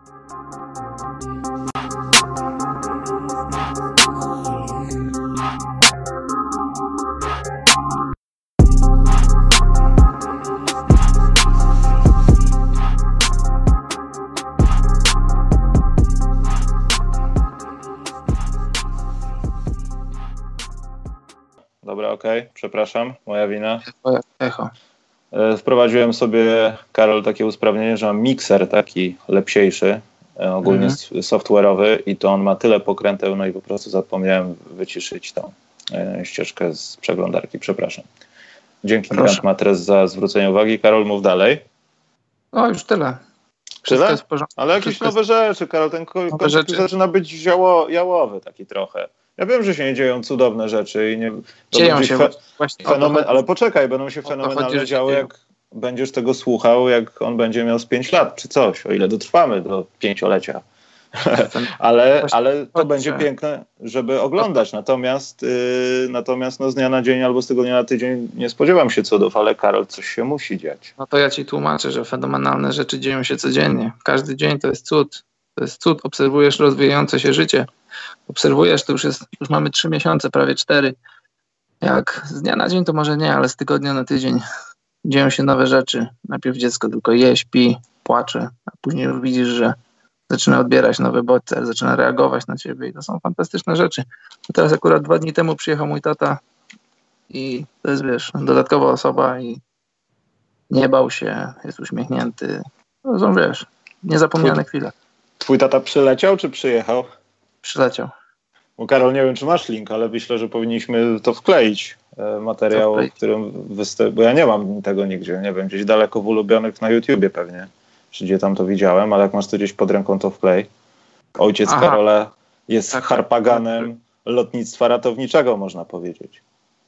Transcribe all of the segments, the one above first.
Dobra, okej, przepraszam, moja wina. Echo. Wprowadziłem sobie, Karol, takie usprawnienie, że mam mikser taki lepsiejszy, ogólnie software'owy i to on ma tyle pokręteł, no i po prostu zapomniałem wyciszyć tą ścieżkę z przeglądarki, przepraszam. Dzięki Grant Matres za zwrócenie uwagi. Karol, mów dalej. No już tyle. Tyle? Ale jakieś nowe rzeczy, Karol, ten kontekst zaczyna być jałowy taki trochę. Ja wiem, że się nie dzieją cudowne rzeczy i nie dzieją się właśnie ale poczekaj, będą się fenomenalnie działy, jak będziesz tego słuchał, jak on będzie miał z 5 lat czy coś, o ile dotrwamy do 5-lecia. ale to będzie piękne, żeby oglądać. Natomiast no, z dnia na dzień albo z tygodnia na tydzień nie spodziewam się cudów, ale Karol, coś się musi dziać. No to ja ci tłumaczę, że fenomenalne rzeczy dzieją się codziennie. Każdy dzień to jest cud. To jest cud. Obserwujesz rozwijające się życie. Obserwujesz, to już mamy 3 miesiące, prawie 4. Jak z dnia na dzień to może nie, ale z tygodnia na tydzień dzieją się nowe rzeczy. Najpierw dziecko tylko je, śpi, płacze, a później już widzisz, że zaczyna odbierać nowe bodźce, zaczyna reagować na ciebie i to są fantastyczne rzeczy. A teraz akurat 2 dni temu przyjechał mój tata i to jest, wiesz, dodatkowa osoba i nie bał się, jest uśmiechnięty. To są, wiesz, niezapomniane chwile. Twój tata przyleciał czy przyjechał? Przyleciał. Bo Karol, nie wiem, czy masz link, ale myślę, że powinniśmy to wkleić. Materiał, w którym bo ja nie mam tego nigdzie, nie wiem, gdzieś daleko w ulubionych na YouTubie pewnie, czy gdzie tam to widziałem, ale jak masz to gdzieś pod ręką, to wklej. Ojciec Karola jest harpaganem lotnictwa ratowniczego, można powiedzieć.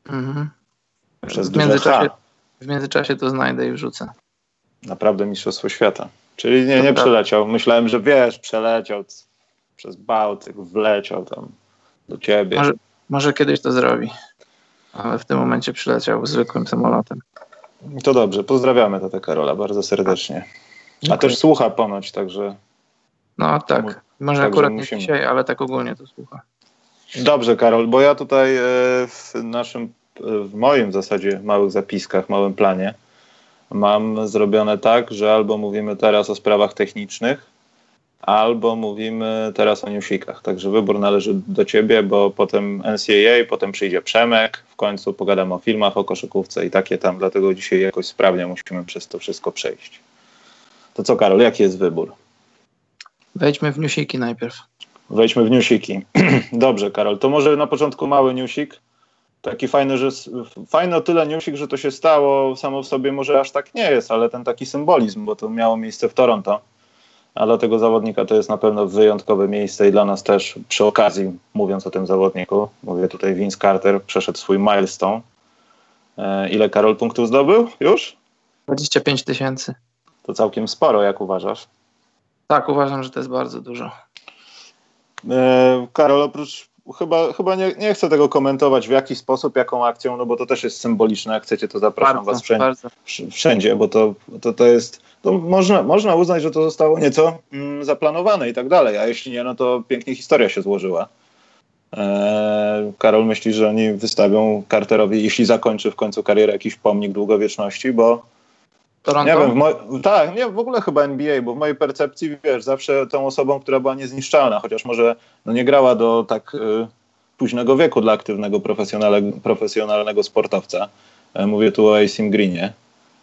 Przez duże H. W międzyczasie to znajdę i wrzucę. Naprawdę mistrzostwo świata. Czyli nie przeleciał. Myślałem, że wiesz, przeleciał przez Bałtyk, wleciał tam do ciebie. Może kiedyś to zrobi. Ale w tym momencie przyleciał zwykłym samolotem. To dobrze, pozdrawiamy tatę Karola bardzo serdecznie. A też słucha ponoć, także... No tak, może akurat nie dzisiaj, ale tak ogólnie to słucha. Dobrze, Karol, bo ja tutaj w moim w zasadzie małych zapiskach, małym planie mam zrobione tak, że albo mówimy teraz o sprawach technicznych, albo mówimy teraz o newsikach. Także wybór należy do ciebie, bo potem NCAA, potem przyjdzie Przemek, w końcu pogadamy o filmach, o koszykówce i takie tam, dlatego dzisiaj jakoś sprawnie musimy przez to wszystko przejść. To co, Karol, jaki jest wybór? Wejdźmy w newsiki najpierw. Wejdźmy w newsiki. Dobrze, Karol, to może na początku mały newsik. Taki fajny o tyle newsik, że to się stało samo w sobie, może aż tak nie jest, ale ten taki symbolizm, bo to miało miejsce w Toronto. A dla tego zawodnika to jest na pewno wyjątkowe miejsce i dla nas też przy okazji, mówiąc o tym zawodniku, mówię tutaj, Vince Carter przeszedł swój milestone. Ile, Karol, punktów zdobył już? 25 000. To całkiem sporo, jak uważasz? Tak, uważam, że to jest bardzo dużo. Karol, oprócz chyba nie chcę tego komentować, w jaki sposób, jaką akcją, no bo to też jest symboliczne, jak chcecie, to zapraszam was wszędzie, bo to jest, to można uznać, że to zostało nieco zaplanowane i tak dalej, a jeśli nie, no to pięknie historia się złożyła. Karol myśli, że oni wystawią Carterowi, jeśli zakończy w końcu karierę, jakiś pomnik długowieczności, bo Toronto? Nie wiem, w ogóle chyba NBA, bo w mojej percepcji, wiesz, zawsze tą osobą, która była niezniszczalna, chociaż może nie grała do tak późnego wieku dla aktywnego, profesjonalnego sportowca. Mówię tu o Asim Greenie.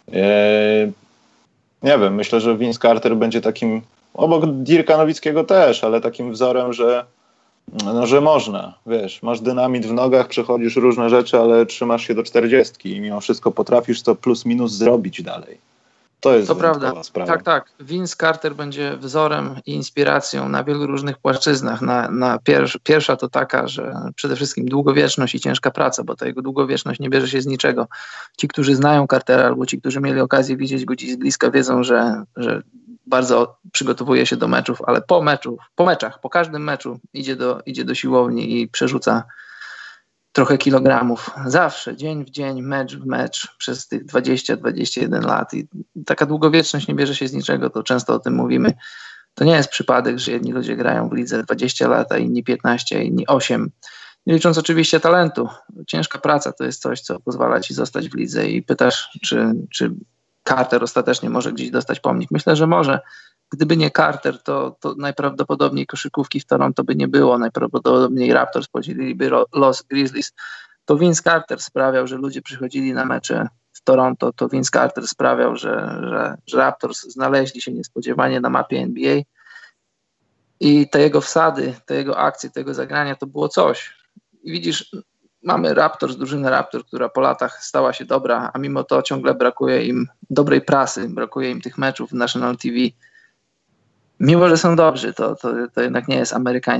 Nie wiem, myślę, że Vince Carter będzie takim, obok Dirka Nowickiego też, ale takim wzorem, że można, wiesz, masz dynamit w nogach, przechodzisz różne rzeczy, ale trzymasz się do 40 i mimo wszystko potrafisz to plus minus zrobić dalej. To jest prawda. Sprawa. Tak. Vince Carter będzie wzorem i inspiracją na wielu różnych płaszczyznach. Pierwsza to taka, że przede wszystkim długowieczność i ciężka praca, bo ta jego długowieczność nie bierze się z niczego. Ci, którzy znają Cartera albo ci, którzy mieli okazję widzieć go dziś z bliska, wiedzą, że bardzo przygotowuje się do meczów, ale po każdym meczu idzie do siłowni i przerzuca trochę kilogramów. Zawsze, dzień w dzień, mecz w mecz przez tych 20-21 lat. I taka długowieczność nie bierze się z niczego, to często o tym mówimy. To nie jest przypadek, że jedni ludzie grają w lidze 20 lat, a inni 15, a inni 8. Nie licząc oczywiście talentu. Ciężka praca to jest coś, co pozwala ci zostać w lidze i pytasz, czy Carter ostatecznie może gdzieś dostać pomnik. Myślę, że może. Gdyby nie Carter, to najprawdopodobniej koszykówki w Toronto by nie było. Najprawdopodobniej Raptors podzieliliby los Grizzlies. To Vince Carter sprawiał, że ludzie przychodzili na mecze w Toronto. To Vince Carter sprawiał, że Raptors znaleźli się niespodziewanie na mapie NBA. I te jego wsady, te jego akcje, tego zagrania to było coś. I widzisz, mamy drużynę Raptors, która po latach stała się dobra, a mimo to ciągle brakuje im dobrej prasy, brakuje im tych meczów w National TV. Mimo że są dobrzy, to jednak nie jest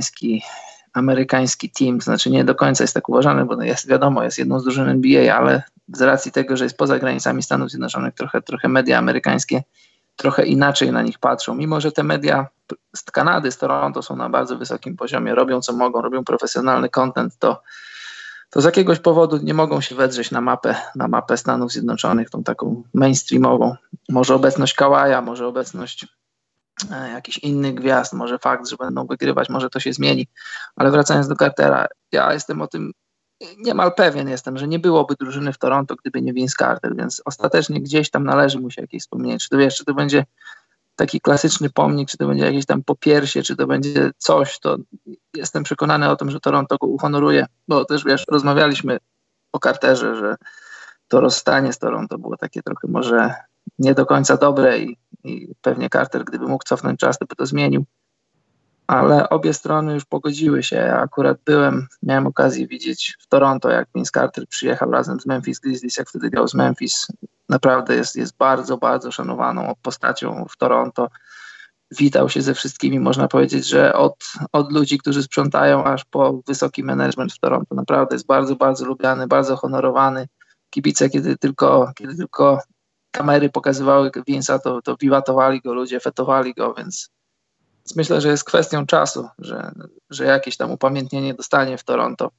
amerykański team, to znaczy nie do końca jest tak uważany, bo jest wiadomo, jest jedną z drużyn NBA, ale z racji tego, że jest poza granicami Stanów Zjednoczonych, trochę media amerykańskie trochę inaczej na nich patrzą. Mimo że te media z Kanady, z Toronto są na bardzo wysokim poziomie, robią co mogą, robią profesjonalny content, to z jakiegoś powodu nie mogą się wedrzeć na mapę Stanów Zjednoczonych, tą taką mainstreamową. Może obecność Kawaja, może obecność jakichś innych gwiazd, może fakt, że będą wygrywać, może to się zmieni. Ale wracając do Cartera, ja jestem o tym niemal pewien jestem, że nie byłoby drużyny w Toronto, gdyby nie Vince Carter, więc ostatecznie gdzieś tam należy mu się jakieś wspomnienie. Czy to będzie taki klasyczny pomnik, czy to będzie jakieś tam popiersie, czy to będzie coś, to jestem przekonany o tym, że Toronto go uhonoruje, bo też rozmawialiśmy o Carterze, że to rozstanie z Toronto było takie trochę może nie do końca dobre i pewnie Carter, gdyby mógł cofnąć czas, to by to zmienił. Ale obie strony już pogodziły się. Ja akurat miałem okazję widzieć w Toronto, jak Vince Carter przyjechał razem z Memphis Grizzlies, jak wtedy grał z Memphis. Naprawdę jest bardzo, bardzo szanowaną postacią w Toronto. Witał się ze wszystkimi, można powiedzieć, że od ludzi, którzy sprzątają, aż po wysoki management w Toronto. Naprawdę jest bardzo, bardzo lubiany, bardzo honorowany. Kibice, kiedy tylko kamery pokazywały Vince'a, to wiwatowali go ludzie, fetowali go, więc myślę, że jest kwestią czasu, że jakieś tam upamiętnienie dostanie w Toronto.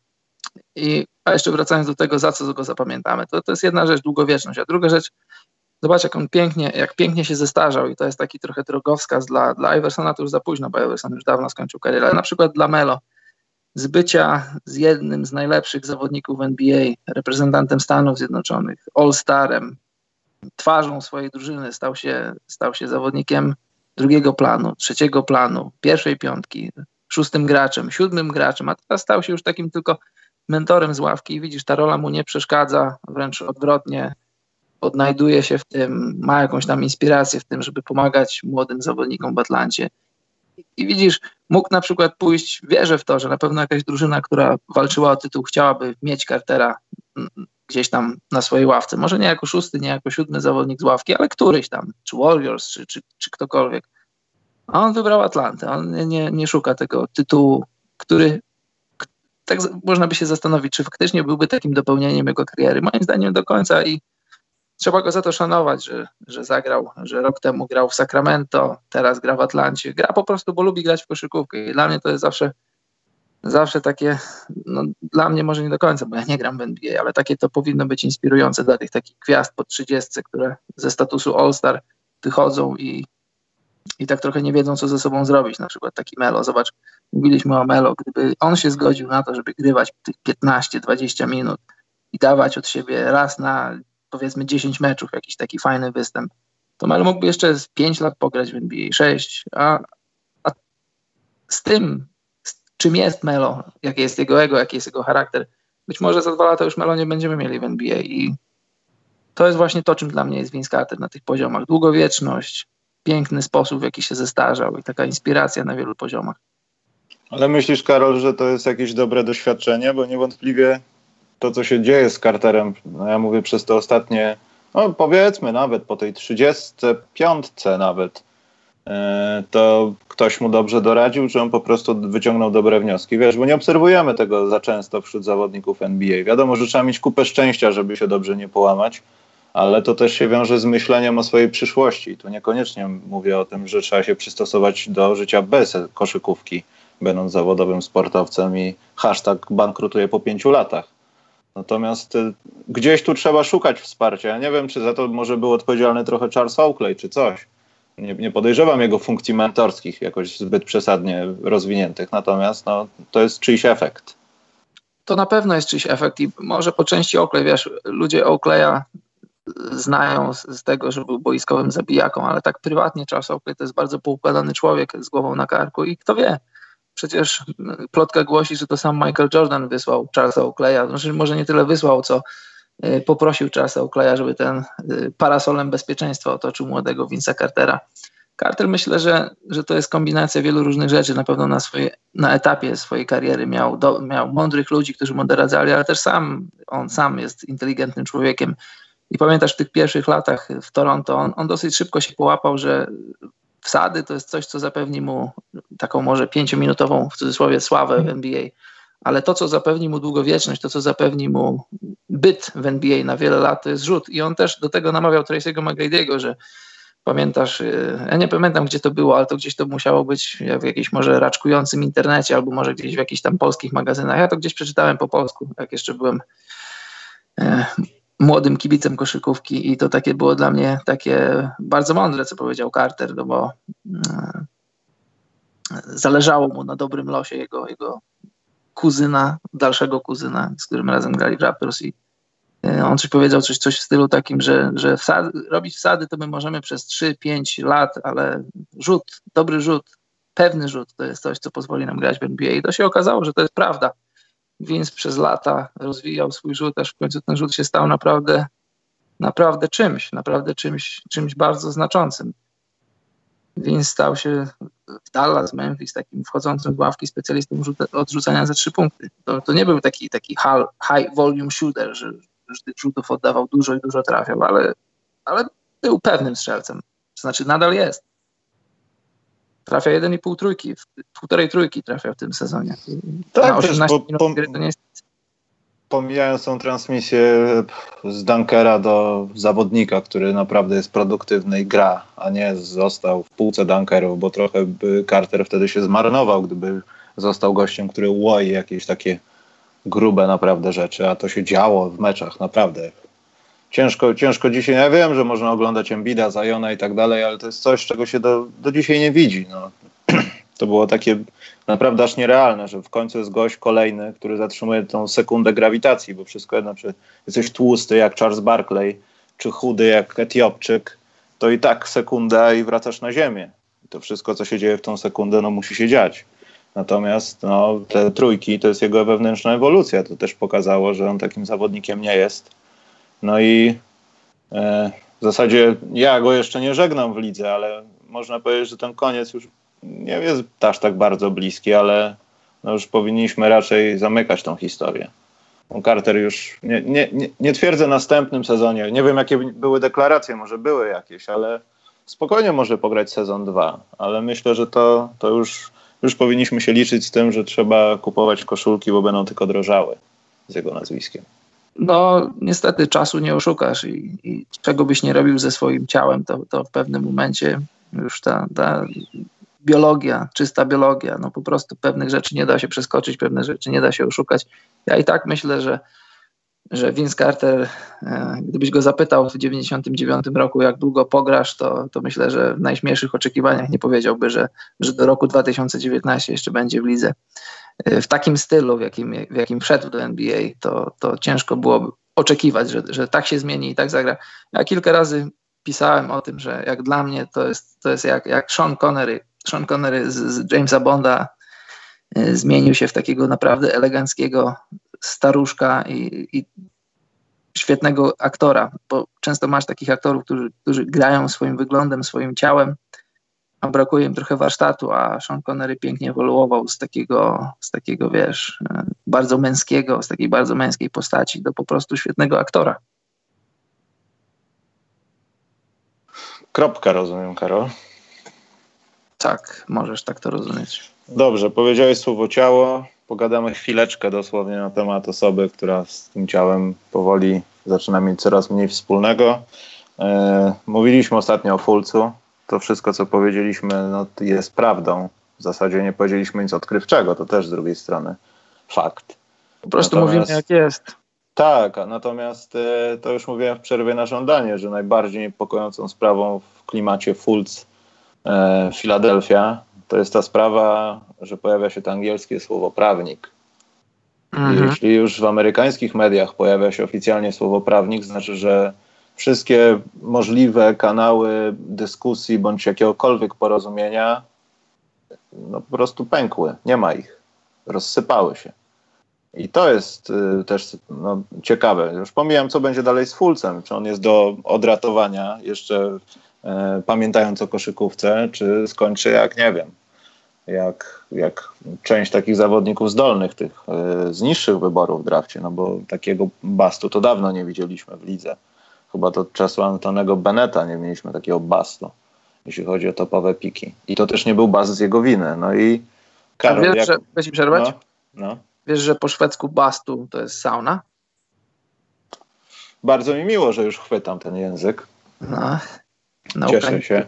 A jeszcze wracając do tego, za co go zapamiętamy, to jest jedna rzecz, długowieczność, a druga rzecz, zobacz jak pięknie się zestarzał i to jest taki trochę drogowskaz dla Iversona, to już za późno, bo Iverson już dawno skończył karierę, ale na przykład dla Melo, z bycia z jednym z najlepszych zawodników NBA, reprezentantem Stanów Zjednoczonych, All-Starem, twarzą swojej drużyny, stał się zawodnikiem drugiego planu, trzeciego planu, pierwszej piątki, 6. graczem, 7. graczem, a teraz stał się już takim tylko mentorem z ławki i widzisz, ta rola mu nie przeszkadza, wręcz odwrotnie, odnajduje się w tym, ma jakąś tam inspirację w tym, żeby pomagać młodym zawodnikom w Atlancie. I widzisz, mógł na przykład pójść, wierzę w to, że na pewno jakaś drużyna, która walczyła o tytuł, chciałaby mieć Cartera gdzieś tam na swojej ławce. Może nie jako 6., nie jako 7. zawodnik z ławki, ale któryś tam, czy Warriors, czy ktokolwiek. A on wybrał Atlantę. On nie szuka tego tytułu, który, tak można by się zastanowić, czy faktycznie byłby takim dopełnieniem jego kariery. Moim zdaniem do końca i trzeba go za to szanować, że zagrał, że rok temu grał w Sacramento, teraz gra w Atlancie. Gra po prostu, bo lubi grać w koszykówkę i dla mnie to jest zawsze takie, no dla mnie może nie do końca, bo ja nie gram w NBA, ale takie to powinno być inspirujące dla tych takich gwiazd po 30, które ze statusu All-Star wychodzą i tak trochę nie wiedzą, co ze sobą zrobić. Na przykład taki Melo, zobacz, mówiliśmy o Melo, gdyby on się zgodził na to, żeby grywać tych 15-20 minut i dawać od siebie raz na powiedzmy 10 meczów, jakiś taki fajny występ, to Melo mógłby jeszcze 5 lat pograć w NBA, 6, a z tym, czym jest Melo, jakie jest jego ego, jaki jest jego charakter, być może za 2 lata już Melo nie będziemy mieli w NBA i to jest właśnie to, czym dla mnie jest Vince Carter na tych poziomach. Długowieczność, piękny sposób, w jaki się zestarzał i taka inspiracja na wielu poziomach. Ale myślisz, Karol, że to jest jakieś dobre doświadczenie? Bo niewątpliwie to, co się dzieje z Carterem, no ja mówię przez te ostatnie, no powiedzmy nawet po tej 35 nawet, to ktoś mu dobrze doradził, czy on po prostu wyciągnął dobre wnioski? Wiesz, bo nie obserwujemy tego za często wśród zawodników NBA. Wiadomo, że trzeba mieć kupę szczęścia, żeby się dobrze nie połamać, ale to też się wiąże z myśleniem o swojej przyszłości. Tu niekoniecznie mówię o tym, że trzeba się przystosować do życia bez koszykówki, będąc zawodowym sportowcem i bankrutuje po 5 latach. Natomiast gdzieś tu trzeba szukać wsparcia. Ja nie wiem, czy za to może był odpowiedzialny trochę Charles Oakley, czy coś. nie podejrzewam jego funkcji mentorskich jakoś zbyt przesadnie rozwiniętych, natomiast no, to jest czyjś efekt. To na pewno jest czyjś efekt i może po części Oakley, wiesz, ludzie Oakleya znają z tego, że był boiskowym zabijaką, ale tak prywatnie Charles Oakley to jest bardzo poukładany człowiek z głową na karku i kto wie, przecież plotka głosi, że to sam Michael Jordan wysłał Charlesa Oakleya, znaczy może nie tyle wysłał, co poprosił Charlesa Oakleya, żeby ten parasolem bezpieczeństwa otoczył młodego Vince'a Cartera. Carter myślę, że to jest kombinacja wielu różnych rzeczy. Na pewno na etapie swojej kariery miał mądrych ludzi, którzy mu doradzali, ale też on sam jest inteligentnym człowiekiem. I pamiętasz w tych pierwszych latach w Toronto, on dosyć szybko się połapał, że wsady to jest coś, co zapewni mu taką może 5-minutową w cudzysłowie sławę w NBA, ale to, co zapewni mu długowieczność, to, co zapewni mu byt w NBA na wiele lat, to jest rzut. I on też do tego namawiał Tracy'ego McGrady'ego, że pamiętasz, ja nie pamiętam, gdzie to było, ale to gdzieś to musiało być w jakimś może raczkującym internecie albo może gdzieś w jakichś tam polskich magazynach. Ja to gdzieś przeczytałem po polsku, jak jeszcze byłem młodym kibicem koszykówki i to takie było dla mnie takie bardzo mądre, co powiedział Carter, no bo zależało mu na dobrym losie jego kuzyna, dalszego kuzyna, z którym razem grali w Raptors i on coś powiedział, coś w stylu takim, że robić wsady to my możemy przez 3-5 lat, ale dobry rzut, pewny rzut to jest coś, co pozwoli nam grać w NBA i to się okazało, że to jest prawda. Vince przez lata rozwijał swój rzut, aż w końcu ten rzut się stał naprawdę czymś bardzo znaczącym. Vince stał się w Dallas, Memphis takim wchodzącym z ławki specjalistą od rzucania za 3 punkty. To nie był taki high volume shooter, że tych rzutów oddawał dużo i dużo trafiał, ale był pewnym strzelcem. To znaczy nadal jest. Trafia 1,5 trójki, 1,5 trójki trafia w tym sezonie. Tak, na 18 minut gry to nie jest. Pomijając tą transmisję z dunkera do zawodnika, który naprawdę jest produktywny i gra, a nie został w półce dunkerów, bo trochę by Carter wtedy się zmarnował, gdyby został gościem, który łoi jakieś takie grube naprawdę rzeczy, a to się działo w meczach, naprawdę. Ciężko dzisiaj, ja wiem, że można oglądać Embida, Ziona i tak dalej, ale to jest coś, czego się do dzisiaj nie widzi. No. To było takie naprawdę aż nierealne, że w końcu jest gość kolejny, który zatrzymuje tą sekundę grawitacji, bo wszystko jedno, czy jesteś tłusty jak Charles Barkley, czy chudy jak Etiopczyk, to i tak sekunda i wracasz na ziemię. I to wszystko, co się dzieje w tą sekundę, no musi się dziać. Natomiast no, te trójki to jest jego wewnętrzna ewolucja. To też pokazało, że on takim zawodnikiem nie jest. No i w zasadzie ja go jeszcze nie żegnam w lidze, ale można powiedzieć, że ten koniec już nie jest aż tak bardzo bliski, ale no już powinniśmy raczej zamykać tą historię. Carter już, nie twierdzę następnym sezonie, nie wiem jakie były deklaracje, może były jakieś, ale spokojnie może pograć sezon 2, ale myślę, że to już powinniśmy się liczyć z tym, że trzeba kupować koszulki, bo będą tylko drożały z jego nazwiskiem. No niestety czasu nie oszukasz i czego byś nie robił ze swoim ciałem, to w pewnym momencie już ta biologia, czysta biologia, no po prostu pewnych rzeczy nie da się przeskoczyć, pewnych rzeczy nie da się oszukać. Ja i tak myślę, że Vince Carter, gdybyś go zapytał w 99 roku, jak długo pograsz, to myślę, że w najśmielszych oczekiwaniach nie powiedziałby, że do roku 2019 jeszcze będzie w lidze. W takim stylu, w jakim wszedł do NBA, to ciężko byłoby oczekiwać, że tak się zmieni i tak zagra. Ja kilka razy pisałem o tym, że jak dla mnie to jest jak Sean Connery. Sean Connery z Jamesa Bonda zmienił się w takiego naprawdę eleganckiego staruszka i świetnego aktora, bo często masz takich aktorów, którzy grają swoim wyglądem, swoim ciałem, a brakuje im trochę warsztatu, a Sean Connery pięknie ewoluował z takiego, wiesz, bardzo męskiego, z takiej bardzo męskiej postaci do po prostu świetnego aktora. Kropka, rozumiem, Karol. Tak, możesz tak to rozumieć. Dobrze, powiedziałeś słowo ciało. Pogadamy chwileczkę dosłownie na temat osoby, która z tym ciałem powoli zaczyna mieć coraz mniej wspólnego. Mówiliśmy ostatnio o Fulcu. To wszystko, co powiedzieliśmy, no, jest prawdą. W zasadzie nie powiedzieliśmy nic odkrywczego, to też z drugiej strony fakt. Po prostu mówimy, jak jest. Tak, natomiast to już mówiłem w przerwie na żądanie, że najbardziej niepokojącą sprawą w klimacie Fulc Philadelphia, to jest ta sprawa, że pojawia się to angielskie słowo prawnik. I jeśli już w amerykańskich mediach pojawia się oficjalnie słowo prawnik, znaczy, że wszystkie możliwe kanały dyskusji bądź jakiegokolwiek porozumienia no, po prostu pękły. Nie ma ich. Rozsypały się. I to jest też no, ciekawe. Już pomijam, co będzie dalej z Fultzem. Czy on jest do odratowania, jeszcze pamiętając o koszykówce, czy skończy jak, nie wiem, jak część takich zawodników zdolnych, tych z niższych wyborów w drafcie, no bo takiego bastu to dawno nie widzieliśmy w lidze. Chyba to od czasu Antonego Beneta nie mieliśmy takiego bastu, jeśli chodzi o topowe piki. I to też nie był bast z jego winy. No i Karol, wiesz, że, chcę ci przerwać? No. Wiesz, że po szwedzku bastu to jest sauna? Bardzo mi miło, że już chwytam ten język. No, cieszę się.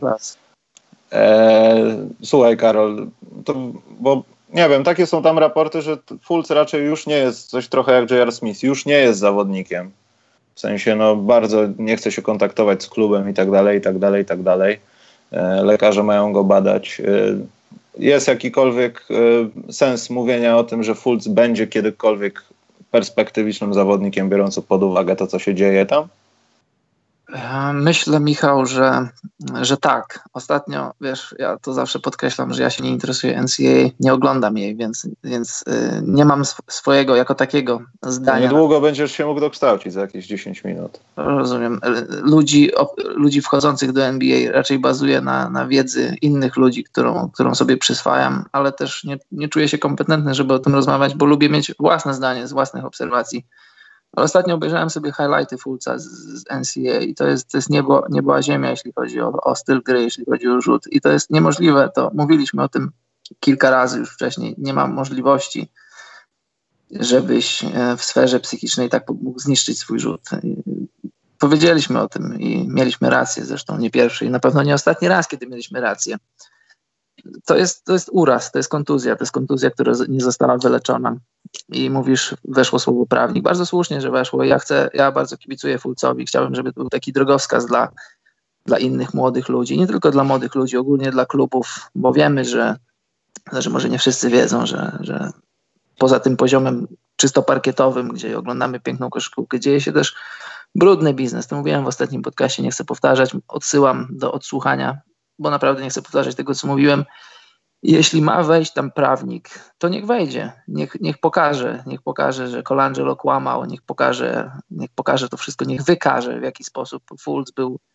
Słuchaj, Karol, bo nie wiem, takie są tam raporty, że Fultz raczej już nie jest, coś trochę jak J.R. Smith, już nie jest zawodnikiem. W sensie, no bardzo nie chce się kontaktować z klubem i tak dalej, i tak dalej, i tak dalej. Lekarze mają go badać. Jest jakikolwiek sens mówienia o tym, że Fultz będzie kiedykolwiek perspektywicznym zawodnikiem, biorąc pod uwagę to, co się dzieje tam? Myślę, Michał, że tak. Ostatnio, wiesz, ja to zawsze podkreślam, że ja się nie interesuję NCAA, nie oglądam jej, więc nie mam swojego jako takiego zdania. Niedługo będziesz się mógł dokształcić za jakieś 10 minut. Rozumiem. Ludzi wchodzących do NBA raczej bazuję na wiedzy innych ludzi, którą sobie przyswajam, ale też nie czuję się kompetentny, żeby o tym rozmawiać, bo lubię mieć własne zdanie z własnych obserwacji. Ale ostatnio obejrzałem sobie highlighty Fultza z NCAA i to jest niebo a ziemia, jeśli chodzi o styl gry, jeśli chodzi o rzut. I to jest niemożliwe, to mówiliśmy o tym kilka razy już wcześniej. Nie ma możliwości, żebyś w sferze psychicznej tak mógł zniszczyć swój rzut. Powiedzieliśmy o tym i mieliśmy rację, zresztą nie pierwszy i na pewno nie ostatni raz, kiedy mieliśmy rację. To jest uraz, to jest kontuzja, która nie została wyleczona. I mówisz, weszło słowo prawnik. Bardzo słusznie, że weszło. Ja bardzo kibicuję Fultzowi. Chciałbym, żeby to był taki drogowskaz dla innych młodych ludzi. Nie tylko dla młodych ludzi, ogólnie dla klubów, bo wiemy, że może nie wszyscy wiedzą, że poza tym poziomem czysto parkietowym, gdzie oglądamy piękną koszykówkę, dzieje się też brudny biznes. To mówiłem w ostatnim podcaście, nie chcę powtarzać. Odsyłam do odsłuchania, bo naprawdę nie chcę powtarzać tego, co mówiłem. Jeśli ma wejść tam prawnik, to niech wejdzie, niech pokaże, że Colangelo kłamał, niech pokaże to wszystko, niech wykaże, w jaki sposób Fultz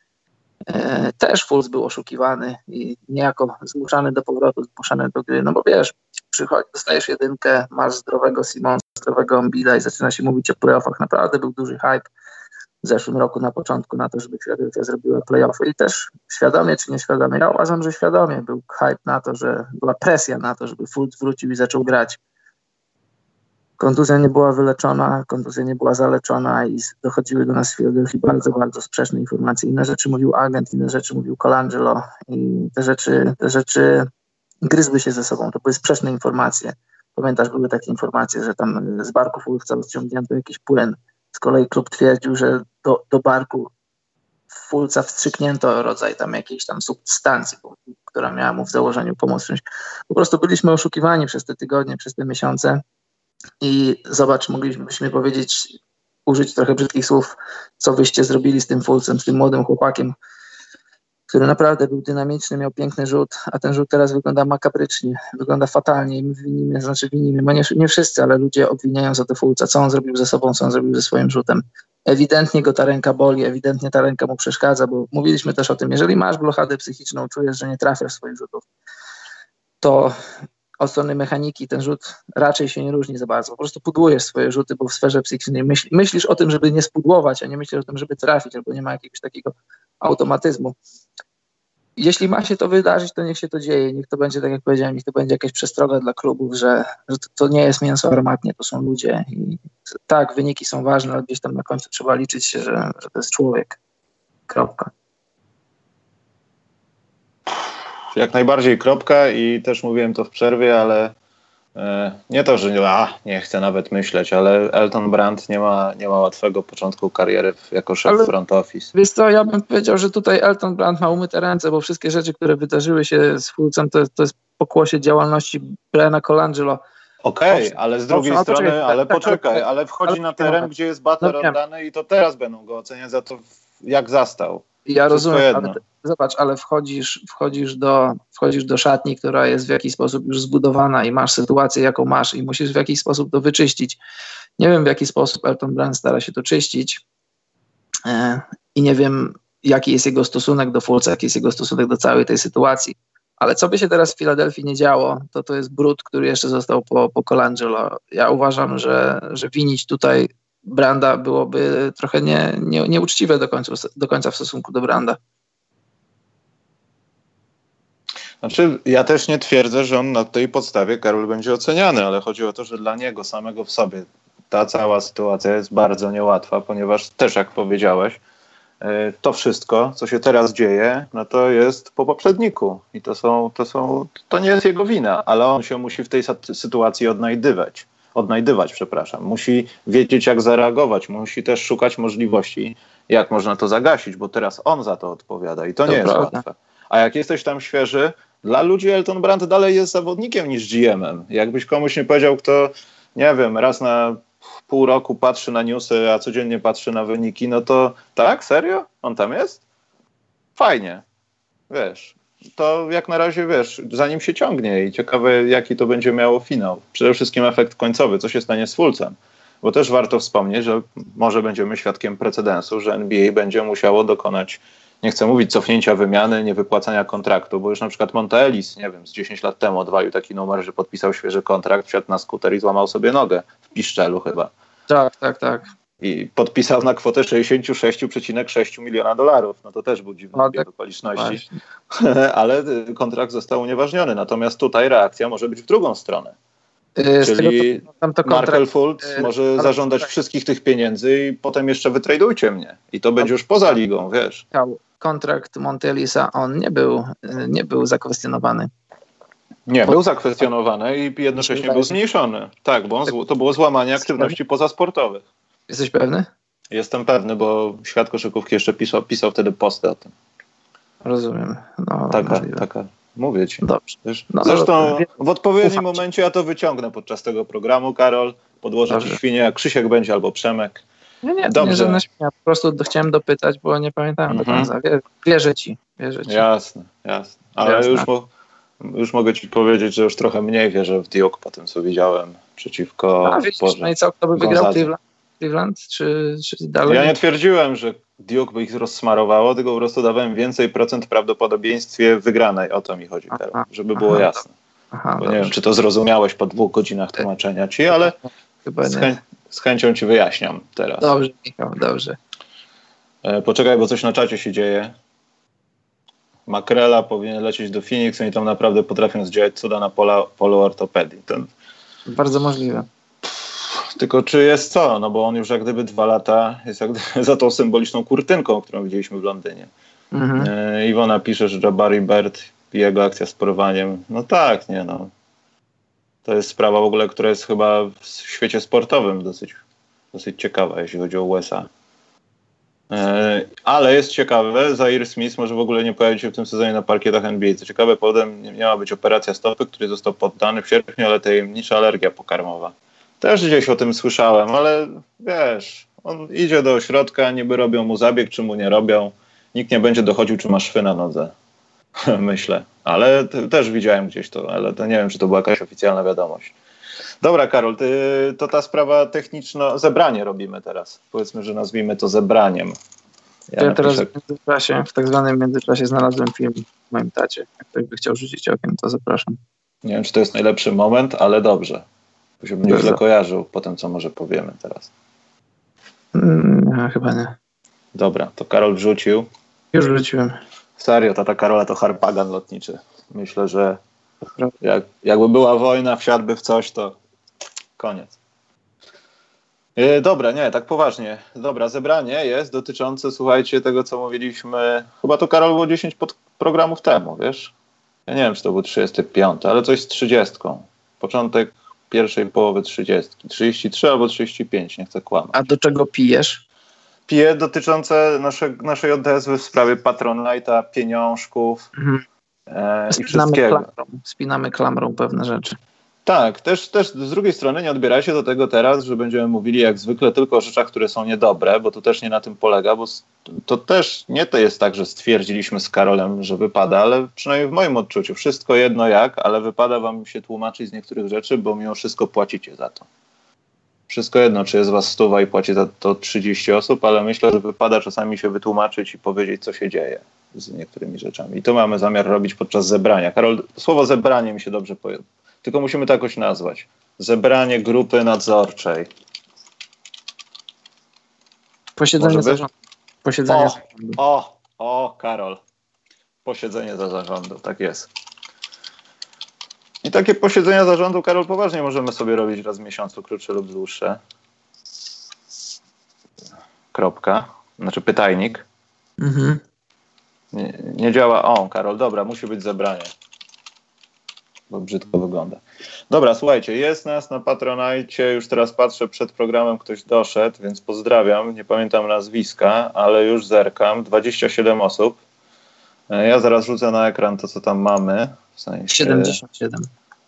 był oszukiwany i niejako zmuszany do powrotu, zmuszany do gry, no bo wiesz, dostajesz jedynkę, masz zdrowego Simonsa, zdrowego Embida i zaczyna się mówić o playoffach, naprawdę był duży hype w zeszłym roku na początku na to, żeby Philadelphia zrobiła playoffy i też świadomie czy nieświadomie, ja uważam, że świadomie był hype na to, że była presja na to, żeby Fultz wrócił i zaczął grać. Kontuzja nie była wyleczona, kontuzja nie była zaleczona i dochodziły do nas w Philadelphii bardzo, bardzo sprzeczne informacje. Inne rzeczy mówił agent, inne rzeczy mówił Colangelo i te rzeczy gryzły się ze sobą. To były sprzeczne informacje. Pamiętasz, były takie informacje, że tam z barku Fultza odciągnięto jakiś płyn. Z kolei klub twierdził, że do barku Fultza wstrzyknięto rodzaj tam jakiejś tam substancji, która miała mu w założeniu pomóc. Po prostu byliśmy oszukiwani przez te tygodnie, przez te miesiące i zobacz, moglibyśmy powiedzieć, użyć trochę brzydkich słów, co wyście zrobili z tym Fultzem, z tym młodym chłopakiem, który naprawdę był dynamiczny, miał piękny rzut, a ten rzut teraz wygląda makabrycznie, wygląda fatalnie i my winimy, bo nie wszyscy, ale ludzie obwiniają za to Fultza, co on zrobił ze sobą, co on zrobił ze swoim rzutem. Ewidentnie go ta ręka boli, ewidentnie ta ręka mu przeszkadza, bo mówiliśmy też o tym, jeżeli masz blokadę psychiczną, czujesz, że nie trafiasz swoich rzutów, to od strony mechaniki ten rzut raczej się nie różni za bardzo. Po prostu pudłujesz swoje rzuty, bo w sferze psychicznej myślisz o tym, żeby nie spudłować, a nie myślisz o tym, żeby trafić, albo nie ma jakiegoś takiego automatyzmu. Jeśli ma się to wydarzyć, to niech się to dzieje. Niech to będzie, tak jak powiedziałem, niech to będzie jakaś przestroga dla klubów, że to nie jest mięso armatnie, to są ludzie. I tak, wyniki są ważne, ale gdzieś tam na końcu trzeba liczyć się, że to jest człowiek. Kropka. Jak najbardziej kropka i też mówiłem to w przerwie, ale Nie to, że nie chcę nawet myśleć, ale Elton Brand nie ma łatwego początku kariery jako szef front office. Wiesz co, ja bym powiedział, że tutaj Elton Brand ma umyte ręce, bo wszystkie rzeczy, które wydarzyły się z Fulcem, to jest pokłosie działalności Briana Colangelo. Okej, ale z drugiej strony, ale wchodzi na teren, gdzie jest bater oddany i to teraz będą go oceniać za to, jak zastał. Ja rozumiem, ale zobacz, ale wchodzisz do szatni, która jest w jakiś sposób już zbudowana i masz sytuację, jaką masz i musisz w jakiś sposób to wyczyścić. Nie wiem, w jaki sposób Elton Brand stara się to czyścić i nie wiem, jaki jest jego stosunek do Fulca, jaki jest jego stosunek do całej tej sytuacji. Ale co by się teraz w Filadelfii nie działo, to jest brud, który jeszcze został po Colangelo. Ja uważam, że winić tutaj Branda byłoby trochę nieuczciwe do końca w stosunku do Branda. Znaczy, ja też nie twierdzę, że on na tej podstawie, Karol, będzie oceniany, ale chodzi o to, że dla niego samego w sobie ta cała sytuacja jest bardzo niełatwa, ponieważ też, jak powiedziałeś, to wszystko, co się teraz dzieje, no to jest po poprzedniku i to nie jest jego wina, ale on się musi w tej sytuacji odnajdywać, musi wiedzieć, jak zareagować, musi też szukać możliwości, jak można to zagasić, bo teraz on za to odpowiada i to nie jest łatwe. A jak jesteś tam świeży, dla ludzi Elton Brand dalej jest zawodnikiem niż GM-em. Jakbyś komuś nie powiedział, kto, nie wiem, raz na pół roku patrzy na newsy, a codziennie patrzy na wyniki, no to tak? Serio? On tam jest? Fajnie. Wiesz, to jak na razie, wiesz, za nim się ciągnie i ciekawe, jaki to będzie miało finał. Przede wszystkim efekt końcowy, co się stanie z Fulcem. Bo też warto wspomnieć, że może będziemy świadkiem precedensu, że NBA będzie musiało dokonać, nie chcę mówić cofnięcia wymiany, niewypłacania kontraktu, bo już na przykład Monta Ellis, nie wiem, z 10 lat temu odwalił taki numer, że podpisał świeży kontrakt, wsiadł na skuter i złamał sobie nogę w Piszczelu chyba. Tak. I podpisał na kwotę $66,6 miliona. No to też był dziwny bieg okoliczności. Ale kontrakt został unieważniony. Natomiast tutaj reakcja może być w drugą stronę. Czyli Markel Fultz może zażądać wszystkich tych pieniędzy i potem jeszcze wytradujcie mnie. I to będzie już poza ligą, wiesz. Kontrakt Montelisa, on nie był zakwestionowany. Nie, był zakwestionowany i jednocześnie był zmniejszony. Tak, bo to było złamanie aktywności pozasportowych. Jesteś pewny? Jestem pewny, bo Świat Koszykówki jeszcze pisał wtedy posty o tym. Rozumiem. No, taka. Mówię ci. Dobrze. Zresztą w odpowiednim momencie ja to wyciągnę podczas tego programu, Karol. Podłożę ci świnię, jak Krzysiek będzie albo Przemek. Nie, dobrze. Nie żadna świnia. Po prostu chciałem dopytać, bo nie pamiętałem do końca. Wierzę ci. Jasne. Ale już mogę ci powiedzieć, że już trochę mniej wierzę w Duke po tym, co widziałem przeciwko No i co, kto by wygrał Cleveland? Czy dalej? Ja nie twierdziłem, że Duke by ich rozsmarowało, tylko po prostu dawałem więcej procent prawdopodobieństwie wygranej. O to mi chodzi, Karol, żeby było jasne. Bo nie wiem, czy to zrozumiałeś po 2 godzinach tłumaczenia ci, ale z chęcią ci wyjaśniam teraz. Dobrze, Michał, dobrze. Poczekaj, bo coś na czacie się dzieje. Makrela powinien lecieć do Phoenix, oni tam naprawdę potrafią zdziałać cuda na polu ortopedii. Bardzo możliwe. Tylko czy jest co? No bo on już jak gdyby 2 lata jest jak gdyby za tą symboliczną kurtynką, którą widzieliśmy w Londynie. Iwona pisze, że Jabari Bird i jego akcja z porowaniem. No tak, to jest sprawa w ogóle, która jest chyba w świecie sportowym dosyć ciekawa, jeśli chodzi o USA. Ale jest ciekawe, Zaire Smith może w ogóle nie pojawić się w tym sezonie na parkietach NBA. Co ciekawe, powodem miała być operacja stopy, który został poddany w sierpniu, ale tajemnicza alergia pokarmowa. Też gdzieś o tym słyszałem, ale wiesz, on idzie do ośrodka, niby robią mu zabieg, czy mu nie robią. Nikt nie będzie dochodził, czy ma szwy na nodze. Myślę. Ale też widziałem gdzieś to, ale to nie wiem, czy to była jakaś oficjalna wiadomość. Dobra, Karol, to ta sprawa techniczna, zebranie robimy teraz. Powiedzmy, że nazwijmy to zebraniem. Ja teraz w tak zwanym międzyczasie znalazłem film w moim tacie. Jak ktoś by chciał rzucić okiem, to zapraszam. Nie wiem, czy to jest najlepszy moment, ale dobrze. Bo się będzie źle kojarzył po tym, co może powiemy teraz. Chyba nie. Dobra, to Karol wrzucił. Już wrzuciłem. Serio, tata Karola to harpagan lotniczy. Myślę, że jakby była wojna, wsiadłby w coś, to koniec. Dobra, nie, tak poważnie. Dobra, zebranie jest dotyczące, słuchajcie, tego, co mówiliśmy. Chyba to, Karol, było 10 programów temu, wiesz? Ja nie wiem, czy to był 35, ale coś z 30. Początek pierwszej połowy 30. 33 albo 35, nie chcę kłamać. A do czego pijesz? Piję dotyczące naszej odezwy w sprawie Patronite'a, pieniążków i wszystkiego. Spinamy klamrą pewne rzeczy. Tak, też z drugiej strony nie odbierajcie do tego teraz, że będziemy mówili jak zwykle tylko o rzeczach, które są niedobre, bo to też nie na tym polega, bo to też nie to jest tak, że stwierdziliśmy z Karolem, że wypada, ale przynajmniej w moim odczuciu wszystko jedno jak, ale wypada wam się tłumaczyć z niektórych rzeczy, bo mimo wszystko płacicie za to. Wszystko jedno, czy jest was 100 i płaci za to 30 osób, ale myślę, że wypada czasami się wytłumaczyć i powiedzieć, co się dzieje z niektórymi rzeczami. I to mamy zamiar robić podczas zebrania. Karol, słowo zebranie mi się dobrze pojawia. Tylko musimy to jakoś nazwać. Zebranie grupy nadzorczej. Posiedzenie zarządu. Karol. Posiedzenie zarządu, tak jest. I takie posiedzenia zarządu, Karol, poważnie możemy sobie robić raz w miesiącu, krótsze lub dłuższe. Kropka. Znaczy pytajnik. Mhm. Nie działa. Karol, dobra, musi być zebranie. Bo brzydko wygląda. Dobra, słuchajcie, jest nas na Patronite, już teraz patrzę, przed programem ktoś doszedł, więc pozdrawiam, nie pamiętam nazwiska, ale już zerkam, 27 osób. Ja zaraz rzucę na ekran to, co tam mamy. W sensie 77.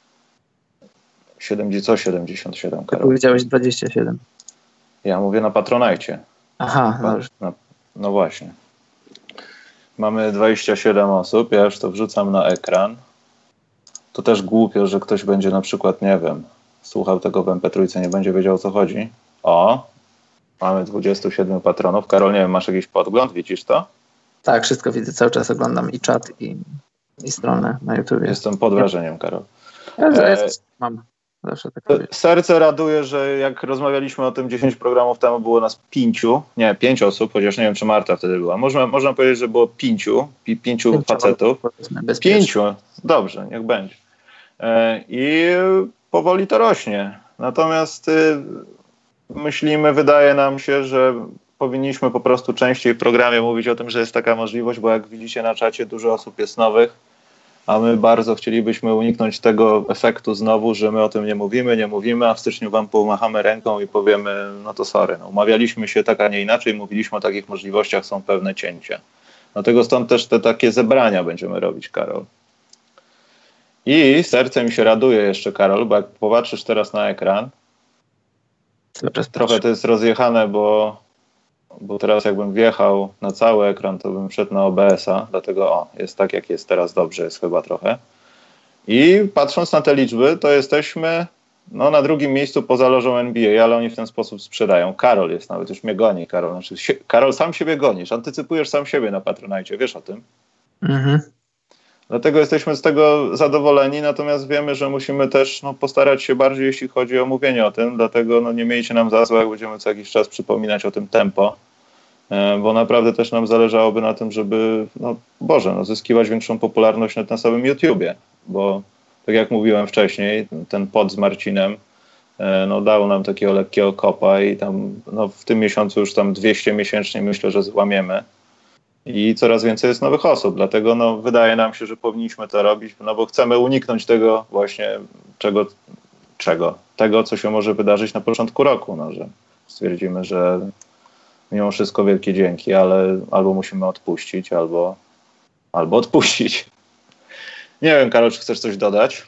77, Karol? Powiedziałeś 27. Ja mówię na Patronite. Aha, dobrze. No właśnie. Mamy 27 osób, ja już to wrzucam na ekran. To też głupio, że ktoś będzie na przykład, nie wiem, słuchał tego w MP3, nie będzie wiedział, o co chodzi. Mamy 27 patronów. Karol, nie wiem, masz jakiś podgląd? Widzisz to? Tak, wszystko widzę. Cały czas oglądam i czat, i stronę na YouTube. Jestem pod wrażeniem, Karol. Ja mam. Zawsze tak robię. Serce raduje, że jak rozmawialiśmy o tym 10 programów temu, było nas 5 osób, chociaż nie wiem, czy Marta wtedy była. Można powiedzieć, że było 5 facetów. 5. Dobrze, niech będzie. I powoli to rośnie. Natomiast wydaje nam się, że powinniśmy po prostu częściej w programie mówić o tym, że jest taka możliwość, bo jak widzicie na czacie, dużo osób jest nowych, a my bardzo chcielibyśmy uniknąć tego efektu znowu, że my o tym nie mówimy, a w styczniu wam pomachamy ręką i powiemy, no to sorry, umawialiśmy się tak, a nie inaczej, mówiliśmy o takich możliwościach, są pewne cięcia. Dlatego stąd też te takie zebrania będziemy robić, Karol. I serce mi się raduje jeszcze, Karol, bo jak popatrzysz teraz na ekran, trochę to jest rozjechane, bo teraz jakbym wjechał na cały ekran, to bym wszedł na OBS-a, dlatego jest tak, jak jest teraz, dobrze jest chyba trochę. I patrząc na te liczby, to jesteśmy na drugim miejscu poza lożą NBA, ale oni w ten sposób sprzedają. Karol jest nawet, już mnie goni, Karol. Karol, sam siebie gonisz, antycypujesz sam siebie na Patronite, wiesz o tym? Mhm. Dlatego jesteśmy z tego zadowoleni, natomiast wiemy, że musimy też postarać się bardziej, jeśli chodzi o mówienie o tym, dlatego nie miejcie nam za złe, jak będziemy co jakiś czas przypominać o tym tempo, bo naprawdę też nam zależałoby na tym, żeby, zyskiwać większą popularność na samym YouTubie, bo tak jak mówiłem wcześniej, ten pod z Marcinem dał nam takiego lekkiego kopa i tam w tym miesiącu już tam 200 miesięcznie myślę, że złamiemy. I coraz więcej jest nowych osób, dlatego wydaje nam się, że powinniśmy to robić, bo chcemy uniknąć tego właśnie, tego, co się może wydarzyć na początku roku, że stwierdzimy, że mimo wszystko wielkie dzięki, ale albo musimy odpuścić, albo odpuścić. Nie wiem, Karol, czy chcesz coś dodać?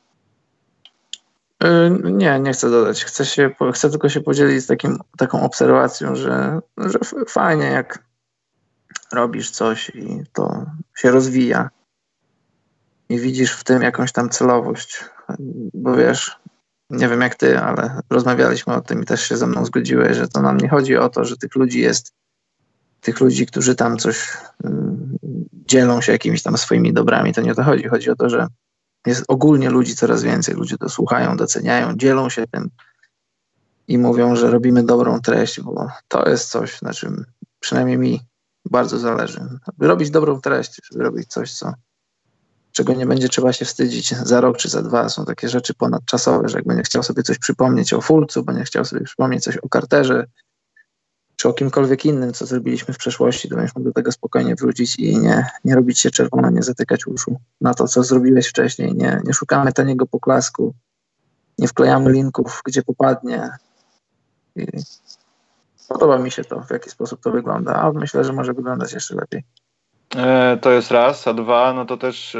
Nie chcę dodać. Chcę tylko się podzielić z taką obserwacją, że fajnie, jak robisz coś i to się rozwija i widzisz w tym jakąś tam celowość, bo wiesz, nie wiem jak ty, ale rozmawialiśmy o tym i też się ze mną zgodziłeś, że to nam nie chodzi o to, że tych ludzi, którzy tam coś dzielą się jakimiś tam swoimi dobrami, to nie o to chodzi. Chodzi o to, że jest ogólnie ludzi coraz więcej, ludzie to słuchają, doceniają, dzielą się tym i mówią, że robimy dobrą treść, bo to jest coś, na czym przynajmniej mi bardzo zależy. Aby robić dobrą treść, żeby robić coś, czego nie będzie trzeba się wstydzić za rok czy za 2. Są takie rzeczy ponadczasowe, że jak będę chciał sobie coś przypomnieć o Fulcu, będę chciał sobie przypomnieć coś o Carterze, czy o kimkolwiek innym, co zrobiliśmy w przeszłości, to będziesz mógł do tego spokojnie wrócić i nie robić się czerwono, nie zatykać uszu na to, co zrobiłeś wcześniej. Nie szukamy taniego poklasku, nie wklejamy linków, gdzie popadnie. I podoba mi się to, w jaki sposób to wygląda, a myślę, że może wyglądać jeszcze lepiej. To jest raz, a dwa, no to też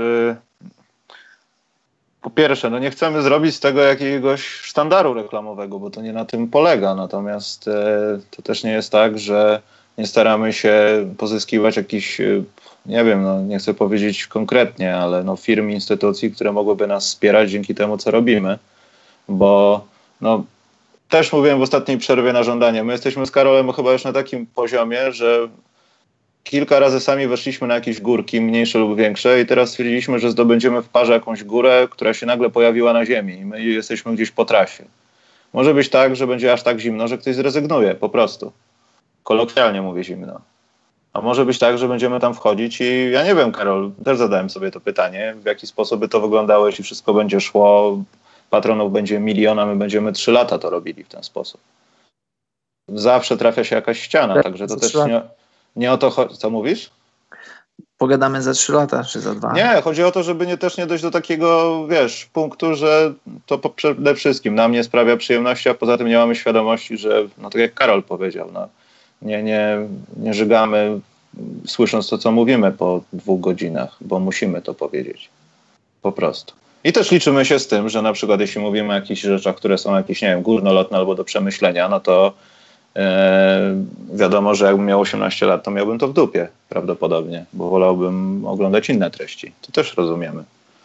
po pierwsze, no nie chcemy zrobić z tego jakiegoś sztandaru reklamowego, bo to nie na tym polega, natomiast to też nie jest tak, że nie staramy się pozyskiwać jakichś, nie wiem, no nie chcę powiedzieć konkretnie, ale no firm, instytucji, które mogłyby nas wspierać dzięki temu, co robimy, bo no też mówiłem w ostatniej przerwie na żądanie, my jesteśmy z Karolem chyba już na takim poziomie, że kilka razy sami weszliśmy na jakieś górki, mniejsze lub większe i teraz stwierdziliśmy, że zdobędziemy w parze jakąś górę, która się nagle pojawiła na ziemi i my jesteśmy gdzieś po trasie. Może być tak, że będzie aż tak zimno, że ktoś zrezygnuje, po prostu. Kolokwialnie mówię zimno. A może być tak, że będziemy tam wchodzić i ja nie wiem, Karol, też zadałem sobie to pytanie, w jaki sposób by to wyglądało, jeśli wszystko będzie szło, patronów będzie 1 000 000, a my będziemy 3 lata to robili w ten sposób. Zawsze trafia się jakaś ściana, także to też nie o to chodzi. Co mówisz? Pogadamy za 3 lata, czy za 2? Nie, chodzi o to, żeby też nie dojść do takiego, punktu, że to przede wszystkim nam nie sprawia przyjemności, a poza tym nie mamy świadomości, że, no tak jak Karol powiedział, no, nie żygamy słysząc to, co mówimy po 2 godzinach, bo musimy to powiedzieć. Po prostu. I też liczymy się z tym, że na przykład jeśli mówimy o jakichś rzeczach, które są jakieś, nie wiem, górnolotne albo do przemyślenia, no to wiadomo, że jakbym miał 18 lat, to miałbym to w dupie prawdopodobnie, bo wolałbym oglądać inne treści. To też rozumiemy.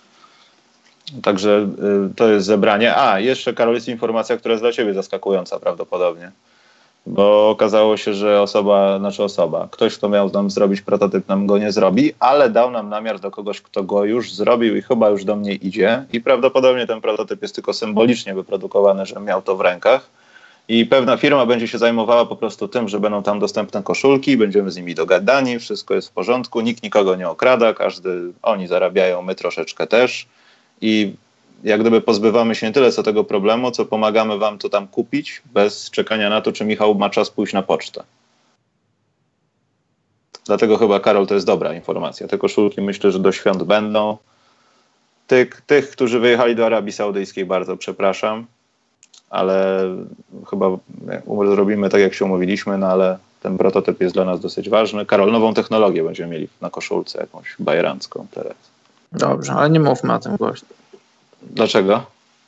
Także to jest zebranie. A, jeszcze, Karol, jest informacja, która jest dla ciebie zaskakująca prawdopodobnie. Bo okazało się, że ktoś, kto miał nam zrobić prototyp, nam go nie zrobi, ale dał nam namiar do kogoś, kto go już zrobił i chyba już do mnie idzie. I prawdopodobnie ten prototyp jest tylko symbolicznie wyprodukowany, że miał to w rękach. I pewna firma będzie się zajmowała po prostu tym, że będą tam dostępne koszulki, będziemy z nimi dogadani, wszystko jest w porządku, nikt nikogo nie okrada, oni zarabiają, my troszeczkę też. I jak gdyby pozbywamy się nie tyle co tego problemu, co pomagamy wam to tam kupić, bez czekania na to, czy Michał ma czas pójść na pocztę. Dlatego chyba, Karol, to jest dobra informacja. Te koszulki myślę, że do świąt będą. Tych, którzy wyjechali do Arabii Saudyjskiej, bardzo przepraszam, ale chyba zrobimy tak, jak się umówiliśmy, no ale ten prototyp jest dla nas dosyć ważny. Karol, nową technologię będziemy mieli na koszulce, jakąś bajerancką teraz. Dobrze, ale nie mówmy o tym głośno. Dlaczego?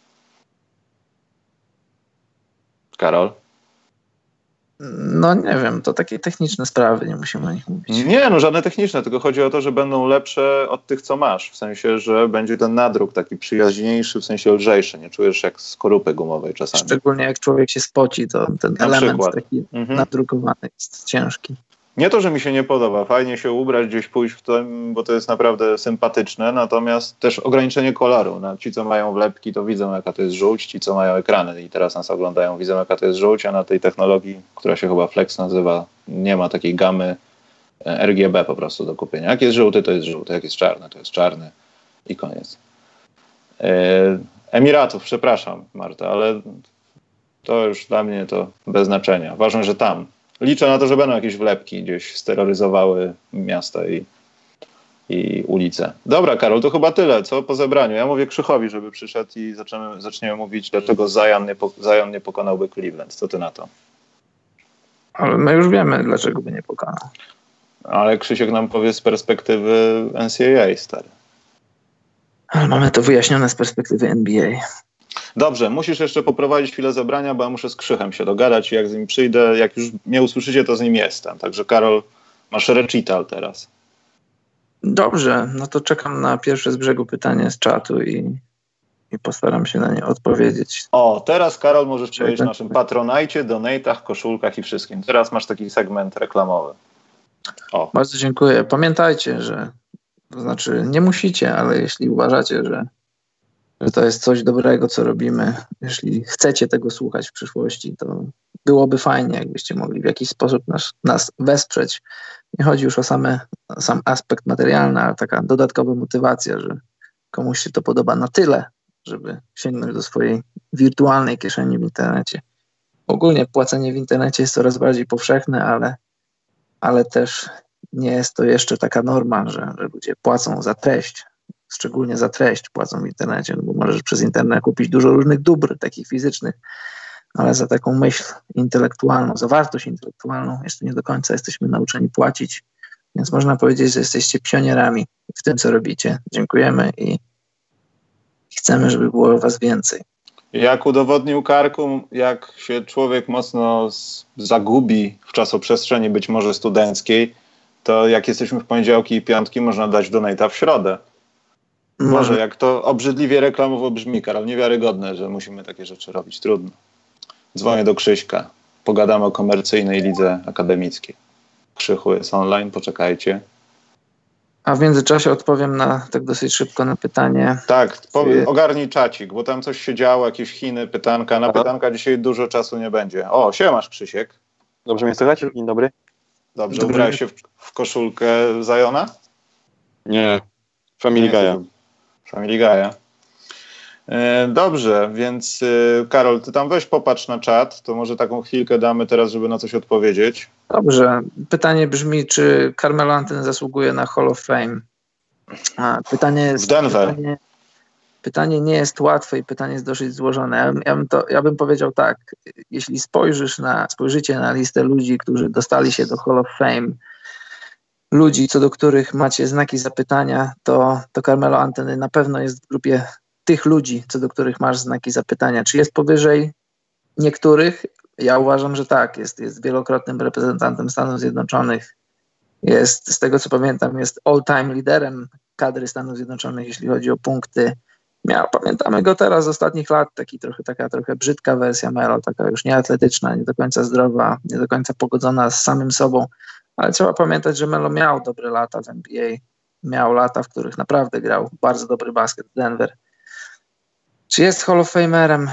Karol? No nie wiem, to takie techniczne sprawy, nie musimy o nich mówić. Nie, no żadne techniczne, tylko chodzi o to, że będą lepsze od tych, co masz. W sensie, że będzie ten nadruk taki przyjaźniejszy, w sensie lżejszy. Nie czujesz jak skorupy gumowej czasami. Szczególnie jak człowiek się spoci, to ten element taki nadrukowany jest ciężki. Nie to, że mi się nie podoba. Fajnie się ubrać, gdzieś pójść w tym, bo to jest naprawdę sympatyczne, natomiast też ograniczenie koloru. No, ci, co mają wlepki, to widzą, jaka to jest żółć. Ci, co mają ekrany i teraz nas oglądają, widzą, jaka to jest żółć, a na tej technologii, która się chyba Flex nazywa, nie ma takiej gamy RGB po prostu do kupienia. Jak jest żółty, to jest żółty. Jak jest czarny, to jest czarny. I koniec. Emiratów, przepraszam, Marta, ale to już dla mnie to bez znaczenia. Ważne, że tam. Liczę na to, że będą jakieś wlepki gdzieś steroryzowały miasta i ulice. Dobra, Karol, to chyba tyle, co po zebraniu. Ja mówię Krzychowi, żeby przyszedł i zaczniemy mówić, dlaczego Zion nie pokonałby Cleveland. Co ty na to? Ale my już wiemy, dlaczego by nie pokonał. Ale Krzysiek nam powie z perspektywy NCAA, stary. Ale mamy to wyjaśnione z perspektywy NBA. Dobrze, musisz jeszcze poprowadzić chwilę zebrania, bo ja muszę z Krzychem się dogadać i jak z nim przyjdę, jak już mnie usłyszycie, to z nim jestem. Także Karol, masz recital teraz. Dobrze, no to czekam na pierwsze z brzegu pytanie z czatu i postaram się na nie odpowiedzieć. O, teraz Karol możesz powiedzieć o naszym Patronajcie, donatach, koszulkach i wszystkim. Teraz masz taki segment reklamowy. O. Bardzo dziękuję. Pamiętajcie, że to znaczy nie musicie, ale jeśli uważacie, że to jest coś dobrego, co robimy, jeśli chcecie tego słuchać w przyszłości, to byłoby fajnie, jakbyście mogli w jakiś sposób nas wesprzeć. Nie chodzi już o sam aspekt materialny, ale taka dodatkowa motywacja, że komuś się to podoba na tyle, żeby sięgnąć do swojej wirtualnej kieszeni w internecie. Ogólnie płacenie w internecie jest coraz bardziej powszechne, ale też nie jest to jeszcze taka norma, że ludzie płacą za treść. szczególnie za treść płacą w internecie, no bo możesz przez internet kupić dużo różnych dóbr, takich fizycznych, ale za taką myśl intelektualną, za wartość intelektualną jeszcze nie do końca jesteśmy nauczeni płacić. Więc można powiedzieć, że jesteście pionierami w tym, co robicie. Dziękujemy i chcemy, żeby było was więcej. Jak udowodnił Karku, jak się człowiek mocno zagubi w czasoprzestrzeni, być może studenckiej, to jak jesteśmy w poniedziałki i piątki, można dać donate'a w środę. Boże, jak to obrzydliwie reklamowo brzmi, Karol, niewiarygodne, że musimy takie rzeczy robić. Trudno. Dzwonię do Krzyśka. Pogadamy o komercyjnej lidze akademickiej. Krzychu jest online, poczekajcie. A w międzyczasie odpowiem tak dosyć szybko na pytanie. Tak, ogarnij czacik, bo tam coś się działo, jakieś Chiny, pytanka. Na pytanka dzisiaj dużo czasu nie będzie. O, siemasz Krzysiek. Dobrze mnie słychać? Dzień dobry. Dobrze, ubrałeś się w koszulkę Zajona? Nie, Family Guy'a. Family Guy'a. Dobrze, więc Karol, ty tam weź popatrz na czat, to może taką chwilkę damy teraz, żeby na coś odpowiedzieć. Dobrze. Pytanie brzmi, czy Carmelo Anthony zasługuje na Hall of Fame? Pytanie jest, w Denver. Pytanie nie jest łatwe i pytanie jest dosyć złożone. Ja bym powiedział tak, jeśli spojrzycie na listę ludzi, którzy dostali się do Hall of Fame, ludzi, co do których macie znaki zapytania, to Carmelo Anthony na pewno jest w grupie tych ludzi, co do których masz znaki zapytania. Czy jest powyżej niektórych? Ja uważam, że tak. Jest wielokrotnym reprezentantem Stanów Zjednoczonych. Jest, z tego co pamiętam, jest all-time liderem kadry Stanów Zjednoczonych, jeśli chodzi o punkty. Pamiętamy go teraz z ostatnich lat, taka trochę brzydka wersja Melo, taka już nieatletyczna, nie do końca zdrowa, nie do końca pogodzona z samym sobą. Ale trzeba pamiętać, że Melo miał dobre lata w NBA. Miał lata, w których naprawdę grał bardzo dobry basket w Denver. Czy jest Hall of Famerem?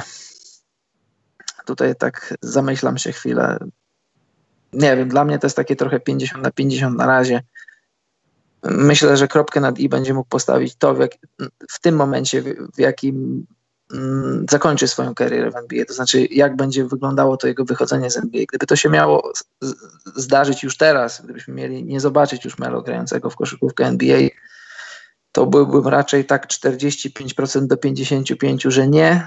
Tutaj tak zamyślam się chwilę. Nie wiem, dla mnie to jest takie trochę 50/50 na razie. Myślę, że kropkę nad i będzie mógł postawić to w tym momencie, w jakim zakończy swoją karierę w NBA. To znaczy, jak będzie wyglądało to jego wychodzenie z NBA. Gdyby to się miało zdarzyć już teraz, gdybyśmy mieli nie zobaczyć już Melo grającego w koszykówkę NBA, to byłbym raczej tak 45% do 55%, że nie.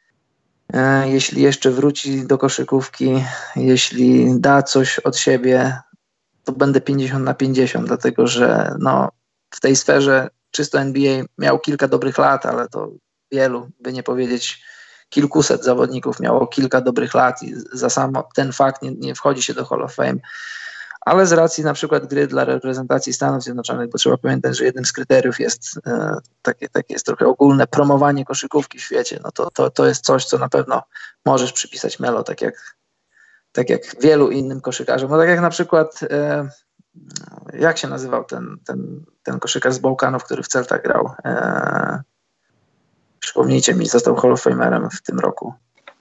Jeśli jeszcze wróci do koszykówki, jeśli da coś od siebie, to będę 50/50, dlatego że w tej sferze czysto NBA miał kilka dobrych lat, ale to wielu, by nie powiedzieć kilkuset zawodników miało kilka dobrych lat i za samo ten fakt nie wchodzi się do Hall of Fame. Ale z racji na przykład gry dla reprezentacji Stanów Zjednoczonych, bo trzeba pamiętać, że jednym z kryteriów jest takie jest trochę ogólne promowanie koszykówki w świecie, to jest coś, co na pewno możesz przypisać Melo, tak jak wielu innym koszykarzom. Tak jak na przykład, jak się nazywał ten koszykarz z Bałkanów, który w Celtach grał? Przypomnijcie mi, został Hall of Famerem w tym roku.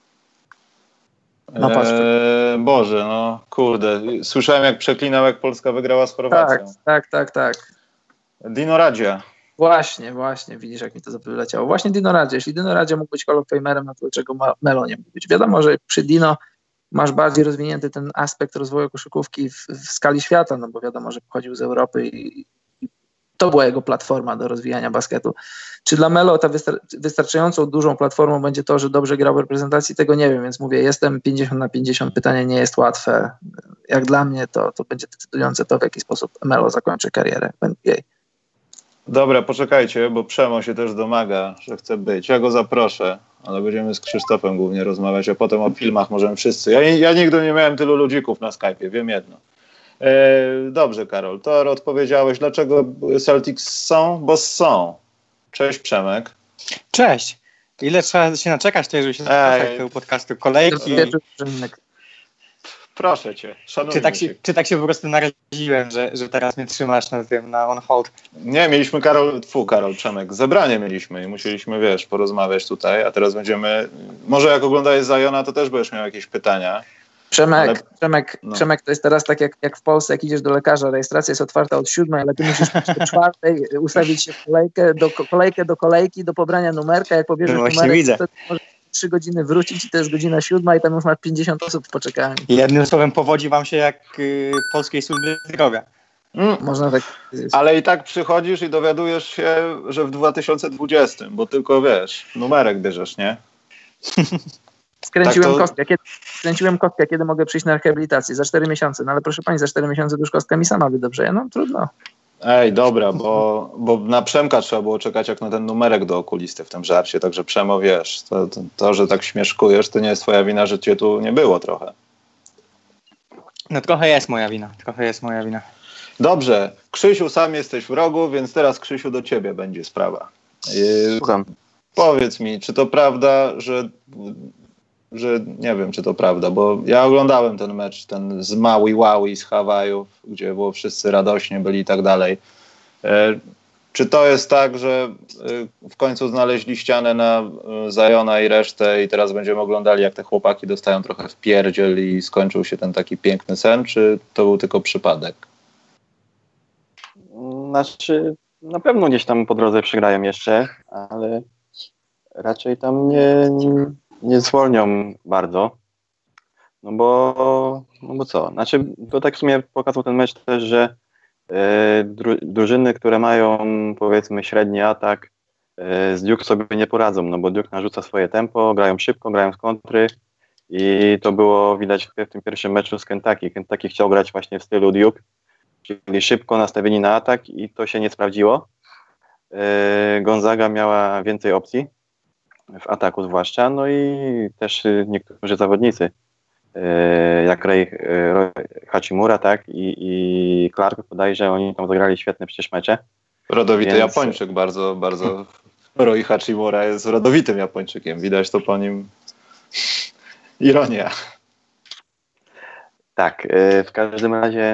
Boże, kurde. Słyszałem, jak przeklinał, jak Polska wygrała z Chorwacją. Tak. Dino Radzia. Właśnie, widzisz, jak mi to wyleciało. Właśnie Dino Radzia. Jeśli Dino Radzia mógł być Hall of Famerem, no to dlaczego Melo nie mógł być? Wiadomo, że przy Dino masz bardziej rozwinięty ten aspekt rozwoju koszykówki w skali świata, no bo wiadomo, że pochodził z Europy i to była jego platforma do rozwijania basketu. Czy dla Melo ta wystarczającą dużą platformą będzie to, że dobrze grał w reprezentacji? Tego nie wiem, więc mówię, jestem 50/50. Pytanie nie jest łatwe. Jak dla mnie to będzie decydujące to, w jaki sposób Melo zakończy karierę w NBA. Dobra, poczekajcie, bo Przemo się też domaga, że chce być. Ja go zaproszę, ale będziemy z Krzysztofem głównie rozmawiać, a potem o filmach możemy wszyscy. Ja nigdy nie miałem tylu ludzików na Skype'ie, wiem jedno. Dobrze, Karol, to odpowiedziałeś. Dlaczego Celtics są? Bo są. Cześć, Przemek. Cześć. Ile trzeba się naczekać tutaj, żeby się zapraszać do tego podcastu? Kolejki. Proszę cię, szanuję cię. Czy tak się po prostu naraziłem, że teraz mnie trzymasz na on hold? Nie, mieliśmy Karol, Przemek, zebranie mieliśmy i musieliśmy, porozmawiać tutaj, a teraz będziemy, może jak oglądałeś Zajona, to też będziesz miał jakieś pytania. Przemek, to jest teraz tak jak w Polsce, jak idziesz do lekarza, rejestracja jest otwarta od 7, ale ty musisz do 4 ustawić się w kolejkę do kolejki, do pobrania numerka, jak pobierzesz numerek, to możesz 3 godziny wrócić i to jest godzina 7 i tam już masz 50 osób w poczekalni. Jednym słowem powodzi wam się jak polskiej służbie zdrowia. Można tak powiedzieć. Ale i tak przychodzisz i dowiadujesz się, że w 2020, bo tylko wiesz, numerek bierzesz, nie? Kręciłem kostkę, kiedy mogę przyjść na rehabilitację? Za 4 miesiące. No ale proszę pani, za 4 miesiące już kostka mi sama wydobrzeje. No trudno. Ej, dobra, bo na Przemka trzeba było czekać jak na ten numerek do okulisty w tym żarcie, także Przemo, wiesz, to, że tak śmieszkujesz, to nie jest twoja wina, że cię tu nie było trochę. No trochę jest moja wina. Dobrze, Krzysiu, sam jesteś w rogu, więc teraz Krzysiu do ciebie będzie sprawa. Słucham. Powiedz mi, czy to prawda, że nie wiem, czy to prawda, bo ja oglądałem ten mecz, ten z Maui Wowie z Hawajów, gdzie było wszyscy radośnie byli i tak dalej. Czy to jest tak, że w końcu znaleźli ścianę na Ziona i resztę i teraz będziemy oglądali, jak te chłopaki dostają trochę w pierdziel i skończył się ten taki piękny sen, czy to był tylko przypadek? Znaczy, na pewno gdzieś tam po drodze przegrają jeszcze, ale raczej tam nie zwolnią bardzo. No bo co? Znaczy, to tak w sumie pokazał ten mecz też, że drużyny, które mają powiedzmy średni atak, z Duke sobie nie poradzą, no bo Duke narzuca swoje tempo, grają szybko, grają z kontry i to było widać w tym pierwszym meczu z Kentucky. Kentucky chciał grać właśnie w stylu Duke, czyli szybko nastawieni na atak i to się nie sprawdziło. Gonzaga miała więcej opcji w ataku zwłaszcza, no i też niektórzy zawodnicy jak Rei Hachimura, tak, i Clark, bodajże oni tam zagrali świetne przecież mecze. Rodowity Japończyk, bardzo, bardzo. Roi Hachimura jest rodowitym Japończykiem, widać to po nim. Ironia. Tak, w każdym razie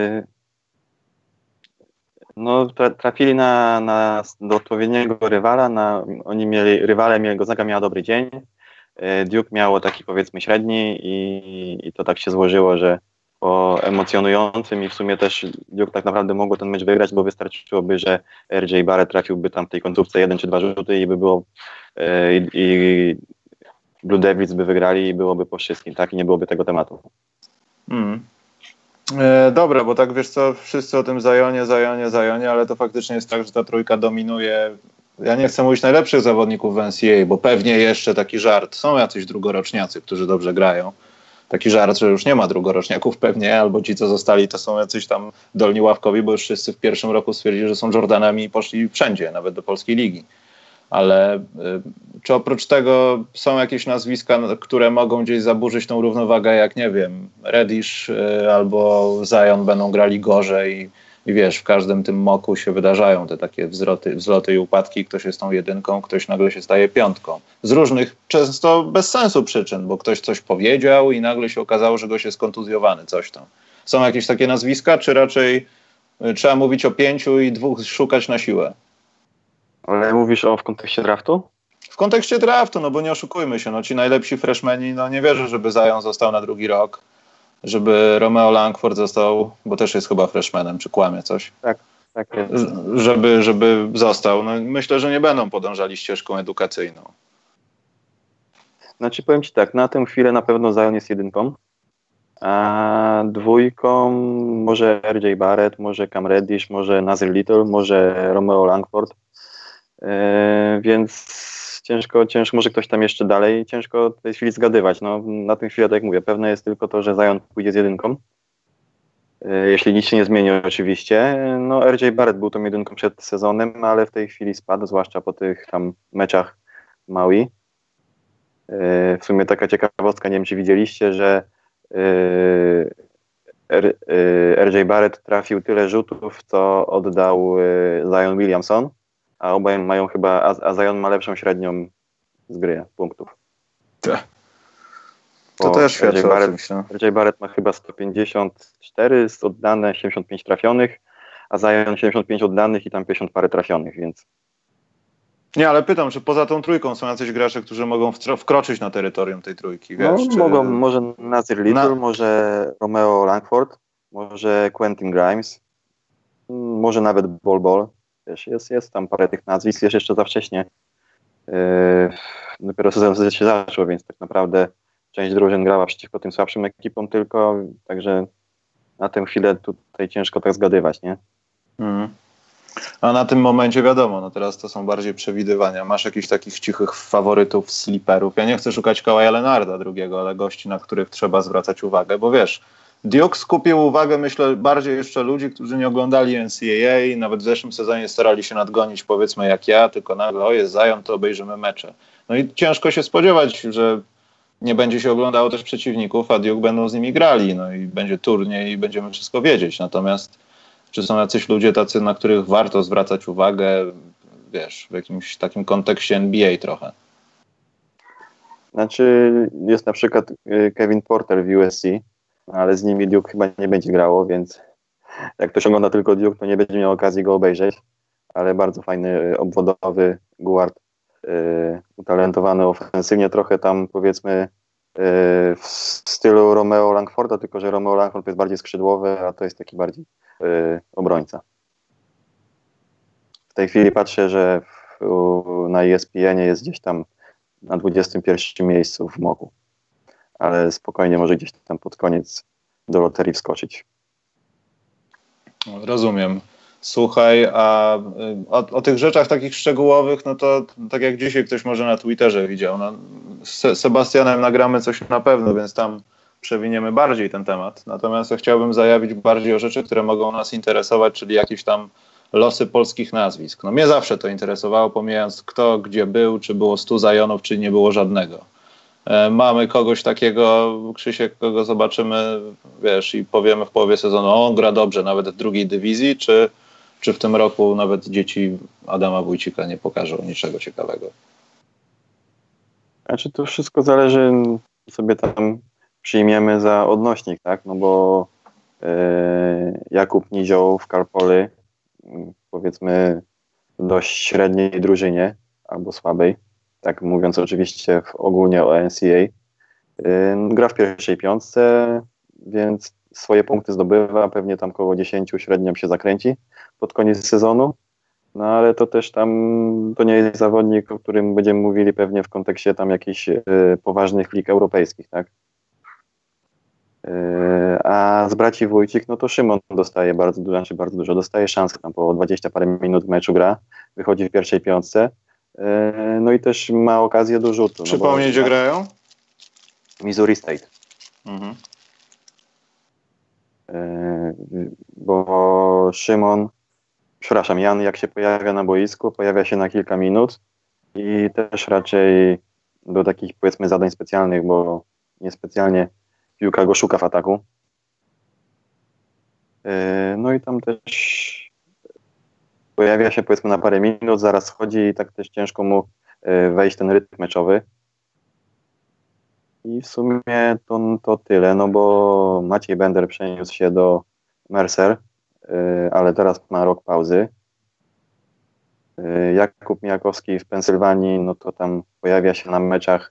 no, trafili do odpowiedniego rywala, Gonzaga miała dobry dzień, Duke miało taki powiedzmy średni i to tak się złożyło, że po emocjonującym i w sumie też Duke tak naprawdę mogło ten mecz wygrać, bo wystarczyłoby, że RJ Barrett trafiłby tam w tej końcówce 1 czy 2 rzuty i by było i Blue Devils by wygrali i byłoby po wszystkim, tak? I nie byłoby tego tematu. Dobra, bo tak wiesz co, wszyscy o tym Zionie, ale to faktycznie jest tak, że ta trójka dominuje. Ja nie chcę mówić najlepszych zawodników w NCAA, bo pewnie jeszcze taki żart. Są jacyś drugoroczniacy, którzy dobrze grają. Taki żart, że już nie ma drugoroczniaków pewnie, albo ci, co zostali, to są jacyś tam dolni ławkowi, bo już wszyscy w pierwszym roku stwierdzili, że są Jordanami i poszli wszędzie, nawet do polskiej ligi. Ale czy oprócz tego są jakieś nazwiska, które mogą gdzieś zaburzyć tą równowagę, jak nie wiem, Reddish albo Zion będą grali gorzej i wiesz, w każdym tym moku się wydarzają te takie wzloty i upadki, ktoś jest tą jedynką, ktoś nagle się staje piątką. Z różnych, często bez sensu przyczyn, bo ktoś coś powiedział i nagle się okazało, że goś jest kontuzjowany, coś tam. Są jakieś takie nazwiska, czy raczej trzeba mówić o 5 i 2 szukać na siłę? Ale mówisz w kontekście draftu? W kontekście draftu, no bo nie oszukujmy się, no ci najlepsi freshmeni, no nie wierzę, żeby Zion został na drugi rok, żeby Romeo Langford został, bo też jest chyba freshmanem, czy kłamie coś? Tak. Żeby został. No myślę, że nie będą podążali ścieżką edukacyjną. Znaczy powiem ci tak, na tę chwilę na pewno Zion jest jedynką, a dwójką może RJ Barrett, może Cam Reddish, może Nassir Little, może Romeo Langford. Więc ciężko, może ktoś tam jeszcze dalej, ciężko w tej chwili zgadywać. No, na tę chwilę, tak jak mówię, pewne jest tylko to, że Zion pójdzie z jedynką. Jeśli nic się nie zmieni oczywiście. No RJ Barrett był tą jedynką przed sezonem, ale w tej chwili spadł, zwłaszcza po tych tam meczach Maui. W sumie taka ciekawostka, nie wiem czy widzieliście, że RJ Barrett trafił tyle rzutów, co oddał Zion Williamson. A obaj mają chyba, a Zion ma lepszą średnią z gry punktów. To też świadczy RJ Barrett ma chyba 154 oddane, 75 trafionych, a Zion 75 oddanych i tam 50 parę trafionych, więc... Nie, ale pytam, czy poza tą trójką są jacyś gracze, którzy mogą wkroczyć na terytorium tej trójki, wiesz? No, mogą, może Nassir Little, może Romeo Langford, może Quentin Grimes, może nawet Bol. Jest tam parę tych nazwisk, jest jeszcze za wcześnie. Dopiero sezon się zaczął, więc tak naprawdę część drużyn grała przeciwko tym słabszym ekipom tylko, także na tę chwilę tutaj ciężko tak zgadywać, nie? A na tym momencie wiadomo, no teraz to są bardziej przewidywania. Masz jakichś takich cichych faworytów, sleeperów. Ja nie chcę szukać Kawaja Leonarda drugiego, ale gości, na których trzeba zwracać uwagę, bo wiesz, Duke skupił uwagę, myślę, bardziej jeszcze ludzi, którzy nie oglądali NCAA, nawet w zeszłym sezonie starali się nadgonić, powiedzmy jak ja, tylko nagle, o jest Zion, to obejrzymy mecze. No i ciężko się spodziewać, że nie będzie się oglądało też przeciwników, a Duke będą z nimi grali, no i będzie turniej i będziemy wszystko wiedzieć. Natomiast czy są jacyś ludzie tacy, na których warto zwracać uwagę, wiesz, w jakimś takim kontekście NBA trochę? Znaczy jest na przykład Kevin Porter w USC, ale z nimi Duke chyba nie będzie grało, więc jak ktoś ogląda tylko Duke, to nie będzie miał okazji go obejrzeć, ale bardzo fajny, obwodowy guard, utalentowany ofensywnie, trochę tam powiedzmy w stylu Romeo Langforda, tylko że Romeo Langford jest bardziej skrzydłowy, a to jest taki bardziej obrońca. W tej chwili patrzę, że na ESPN-ie jest gdzieś tam na 21 miejscu w moku, ale spokojnie może gdzieś tam pod koniec do loterii wskoczyć. Rozumiem. Słuchaj, a o tych rzeczach takich szczegółowych, no to tak jak dzisiaj ktoś może na Twitterze widział, no, z Sebastianem nagramy coś na pewno, więc tam przewiniemy bardziej ten temat. Natomiast ja chciałbym zajawić bardziej o rzeczy, które mogą nas interesować, czyli jakieś tam losy polskich nazwisk. No mnie zawsze to interesowało, pomijając kto gdzie był, czy było 100 Zionów, czy nie było żadnego. Mamy kogoś takiego, Krzysiek, kogo zobaczymy, wiesz, i powiemy w połowie sezonu, on gra dobrze nawet w drugiej dywizji, czy w tym roku nawet dzieci Adama Wójcika nie pokażą niczego ciekawego? Znaczy to wszystko zależy, sobie tam przyjmiemy za odnośnik, tak? No bo Jakub Nizioł w Karpoly, powiedzmy dość średniej drużynie albo słabej, tak mówiąc oczywiście ogólnie o NCAA, gra w pierwszej piątce, więc swoje punkty zdobywa, pewnie tam koło 10 średnią się zakręci pod koniec sezonu, no ale to też tam to nie jest zawodnik, o którym będziemy mówili pewnie w kontekście tam jakichś poważnych lig europejskich, tak? A z braci Wójcik, no to Szymon dostaje bardzo dużo, dostaje szansę, tam po 20 parę minut w meczu gra, wychodzi w pierwszej piątce, no i też ma okazję do rzutu. Przypomnij, gdzie grają? Missouri State. Mhm. Bo Jan jak się pojawia na boisku, pojawia się na kilka minut i też raczej do takich powiedzmy zadań specjalnych, bo niespecjalnie piłka go szuka w ataku. No i tam też pojawia się powiedzmy na parę minut, zaraz schodzi i tak też ciężko mu wejść ten rytm meczowy. I w sumie to tyle, no bo Maciej Bender przeniósł się do Mercer, ale teraz ma rok pauzy. Jakub Mijakowski w Pensylwanii, no to tam pojawia się na meczach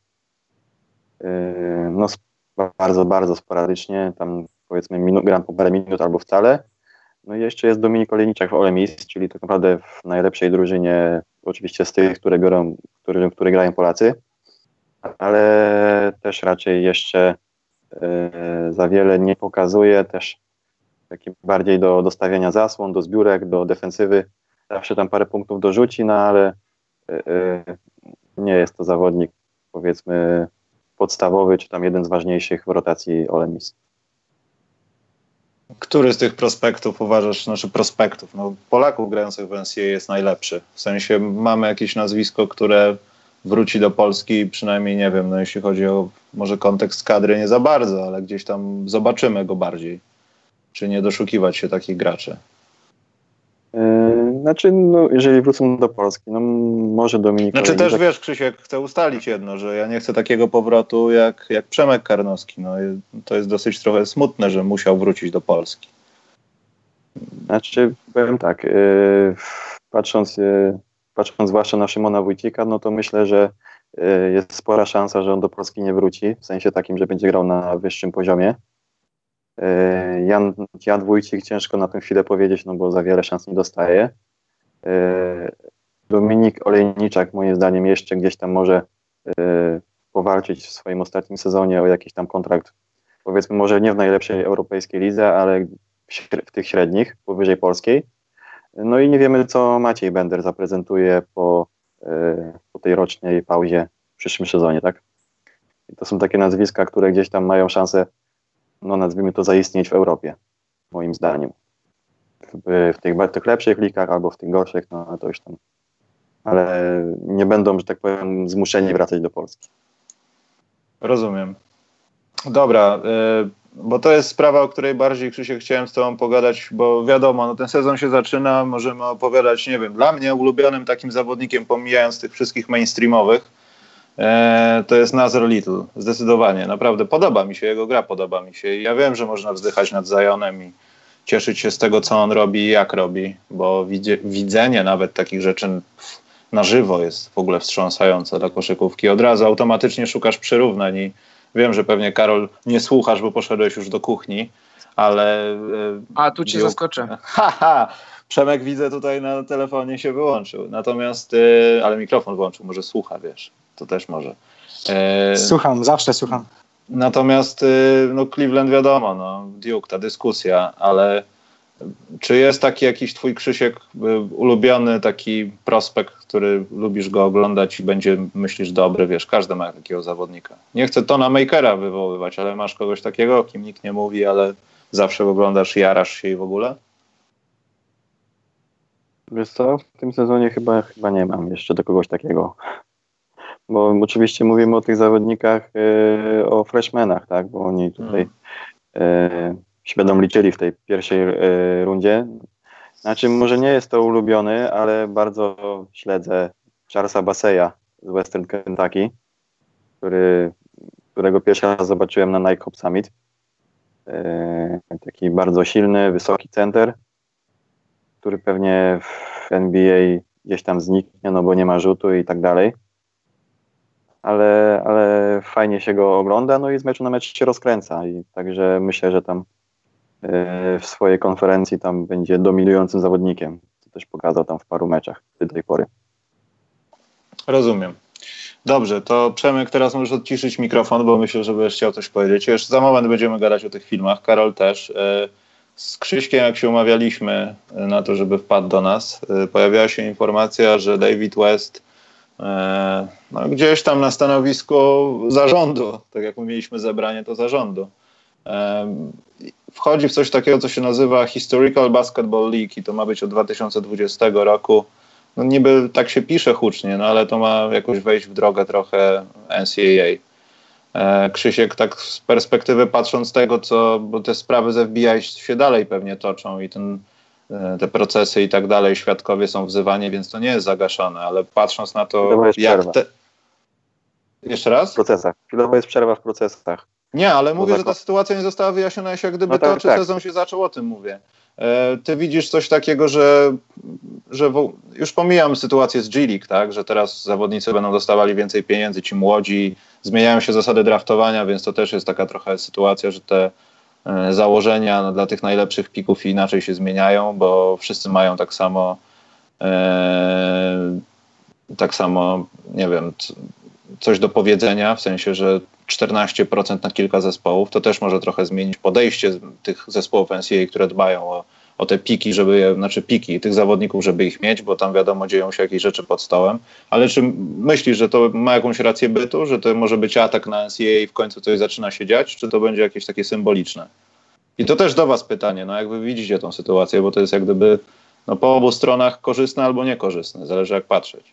no bardzo, bardzo sporadycznie, tam powiedzmy gram po parę minut albo wcale. No i jeszcze jest Dominik Olejniczak w Ole Miss, czyli tak naprawdę w najlepszej drużynie, oczywiście z tych, które grają Polacy, ale też raczej jeszcze za wiele nie pokazuje, też taki bardziej do dostawiania zasłon, do zbiórek, do defensywy, zawsze tam parę punktów dorzuci, no ale nie jest to zawodnik powiedzmy podstawowy, czy tam jeden z ważniejszych w rotacji Ole Miss. Który z tych prospektów uważasz, prospektów, Polaków grających w NCAA jest najlepszy? W sensie mamy jakieś nazwisko, które wróci do Polski, przynajmniej nie wiem, jeśli chodzi o może kontekst kadry nie za bardzo, ale gdzieś tam zobaczymy go bardziej. Czy nie doszukiwać się takich graczy? Znaczy, jeżeli wrócą do Polski, może Dominik... też wiesz, Krzysiek, chcę ustalić jedno, że ja nie chcę takiego powrotu jak Przemek Karnowski. To jest dosyć trochę smutne, że musiał wrócić do Polski. Znaczy, powiem tak, patrząc zwłaszcza na Szymona Wójcika, no to myślę, że jest spora szansa, że on do Polski nie wróci, w sensie takim, że będzie grał na wyższym poziomie. Jan Wójcik ciężko na tę chwilę powiedzieć, bo za wiele szans nie dostaje. Dominik Olejniczak moim zdaniem jeszcze gdzieś tam może powalczyć w swoim ostatnim sezonie o jakiś tam kontrakt powiedzmy może nie w najlepszej europejskiej lidze, ale w tych średnich, powyżej polskiej. No i nie wiemy, co Maciej Bender zaprezentuje po tej rocznej pauzie w przyszłym sezonie, tak? I to są takie nazwiska, które gdzieś tam mają szansę, no nazwijmy to, zaistnieć w Europie, moim zdaniem. W tych lepszych ligach albo w tych gorszych, no to już tam. Ale nie będą, że tak powiem, zmuszeni wracać do Polski. Rozumiem. Dobra, bo to jest sprawa, o której bardziej, Krzysiek, chciałem z tobą pogadać, bo wiadomo, no ten sezon się zaczyna, możemy opowiadać, nie wiem, dla mnie ulubionym takim zawodnikiem, pomijając tych wszystkich mainstreamowych, to jest Nassr Little, zdecydowanie, naprawdę podoba mi się, jego gra podoba mi się i ja wiem, że można wzdychać nad Zionem i cieszyć się z tego, co on robi i jak robi, bo widzenie nawet takich rzeczy na żywo jest w ogóle wstrząsające dla koszykówki. Od razu automatycznie szukasz przyrównań i wiem, że pewnie, Karol, nie słuchasz, bo poszedłeś już do kuchni, ale... A, tu cię zaskoczę. Przemek, widzę, tutaj na telefonie się wyłączył. Natomiast, ale mikrofon włączył, może słucha, wiesz, to też może. Słucham, zawsze słucham. Natomiast, no Cleveland wiadomo, no Duke, ta dyskusja, ale czy jest taki jakiś twój, Krzysiek, ulubiony taki prospekt, który lubisz go oglądać i będzie, myślisz, dobry, wiesz, każdy ma takiego zawodnika. Nie chcę Tona Makera wywoływać, ale masz kogoś takiego, o kim nikt nie mówi, ale zawsze go oglądasz, jarasz się i w ogóle? Wiesz co, w tym sezonie chyba nie mam jeszcze do kogoś takiego. Bo oczywiście mówimy o tych zawodnikach, o freshmanach, tak, bo oni tutaj się będą liczyli w tej pierwszej rundzie. Znaczy, może nie jest to ulubiony, ale bardzo śledzę Charlesa Basseya z Western Kentucky, którego pierwszy raz zobaczyłem na Nike Hop Summit. Taki bardzo silny, wysoki center, który pewnie w NBA gdzieś tam zniknie, no bo nie ma rzutu i tak dalej. Ale fajnie się go ogląda, no i z meczu na mecz się rozkręca. I także myślę, że tam w swojej konferencji tam będzie dominującym zawodnikiem. To też pokazał tam w paru meczach do tej pory. Rozumiem. Dobrze, to Przemek, teraz możesz odciszyć mikrofon, bo myślę, że będziesz chciał coś powiedzieć. Jeszcze za moment będziemy gadać o tych filmach. Karol też. Z Krzyśkiem, jak się umawialiśmy na to, żeby wpadł do nas, pojawiła się informacja, że David West no, gdzieś tam na stanowisku zarządu, tak jak my mieliśmy zebranie, to zarządu, wchodzi w coś takiego, co się nazywa Historical Basketball League i to ma być od 2020 roku. No niby tak się pisze hucznie, no ale to ma jakoś wejść w drogę trochę NCAA. Krzysiek, tak z perspektywy patrząc tego, bo te sprawy z FBI się dalej pewnie toczą i te procesy i tak dalej, świadkowie są wzywani, więc to nie jest zagaszone, ale patrząc na to, jak Jeszcze raz? W procesach. Chwilowo jest przerwa w procesach. Nie, ale mówię, że ta sytuacja nie została wyjaśniona, jak gdyby no tak, toczy sezon się zaczął, o tym mówię. Ty widzisz coś takiego, że już pomijam sytuację z G League, tak, że teraz zawodnicy będą dostawali więcej pieniędzy, ci młodzi, zmieniają się zasady draftowania, więc to też jest taka trochę sytuacja, że te założenia dla tych najlepszych pików inaczej się zmieniają, bo wszyscy mają tak samo, nie wiem, coś do powiedzenia, w sensie, że 14% na kilka zespołów, to też może trochę zmienić podejście tych zespołów NCAA, które dbają o te piki, piki tych zawodników, żeby ich mieć, bo tam wiadomo, dzieją się jakieś rzeczy pod stołem. Ale czy myślisz, że to ma jakąś rację bytu, że to może być atak na NCAA i w końcu coś zaczyna się dziać, czy to będzie jakieś takie symboliczne? I to też do was pytanie, no jak wy widzicie tą sytuację, bo to jest jak gdyby po obu stronach korzystne albo niekorzystne, zależy jak patrzeć.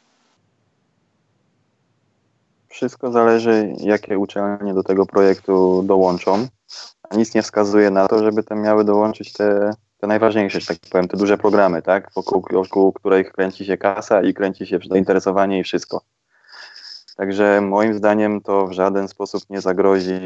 Wszystko zależy, jakie uczelnie do tego projektu dołączą. A nic nie wskazuje na to, żeby tam miały dołączyć te najważniejsze, że tak powiem, te duże programy, tak? Wokół których kręci się kasa i kręci się zainteresowanie i wszystko. Także moim zdaniem to w żaden sposób nie zagrozi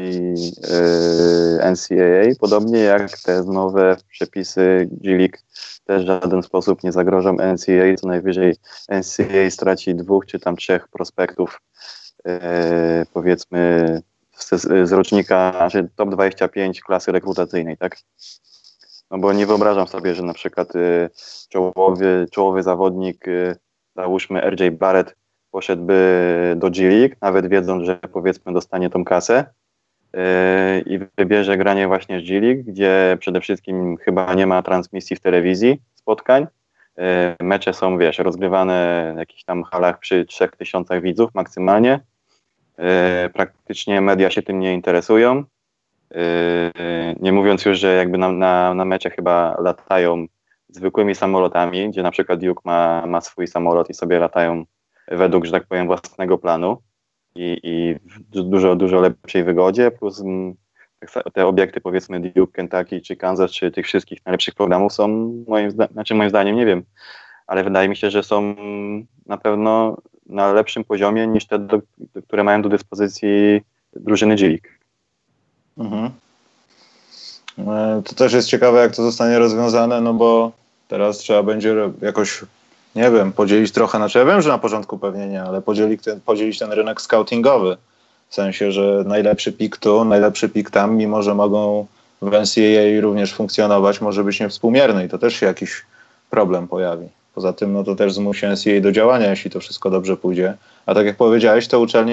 NCAA, podobnie jak te nowe przepisy G-League też w żaden sposób nie zagrożą NCAA, co najwyżej NCAA straci 2 czy tam 3 prospektów, powiedzmy z rocznika, znaczy top 25 klasy rekrutacyjnej, tak? No bo nie wyobrażam sobie, że na przykład czołowy zawodnik, załóżmy RJ Barrett, poszedłby do G League, nawet wiedząc, że powiedzmy dostanie tą kasę i wybierze granie właśnie z G-League, gdzie przede wszystkim chyba nie ma transmisji w telewizji spotkań. Mecze są, rozgrywane w jakichś tam halach przy 3000 widzów maksymalnie. Praktycznie media się tym nie interesują. Nie mówiąc już, że jakby na mecze chyba latają zwykłymi samolotami, gdzie na przykład Duke ma swój samolot i sobie latają według, że tak powiem, własnego planu i w dużo lepszej wygodzie, plus te obiekty, powiedzmy Duke, Kentucky czy Kansas, czy tych wszystkich najlepszych programów są moim zdaniem, nie wiem, ale wydaje mi się, że są na pewno na lepszym poziomie niż te, które mają do dyspozycji drużyny G-League. Mhm. To też jest ciekawe, jak to zostanie rozwiązane, no bo teraz trzeba będzie jakoś, nie wiem, podzielić trochę, znaczy ja wiem, że na początku pewnie nie, ale podzielić ten rynek scoutingowy. W sensie, że najlepszy pik tu, najlepszy pik tam, mimo że mogą w NCAA również funkcjonować, może być niewspółmierny i to też się jakiś problem pojawi. Poza tym, no to też zmusi NCAA do działania, jeśli to wszystko dobrze pójdzie. A tak jak powiedziałeś, te uczelnie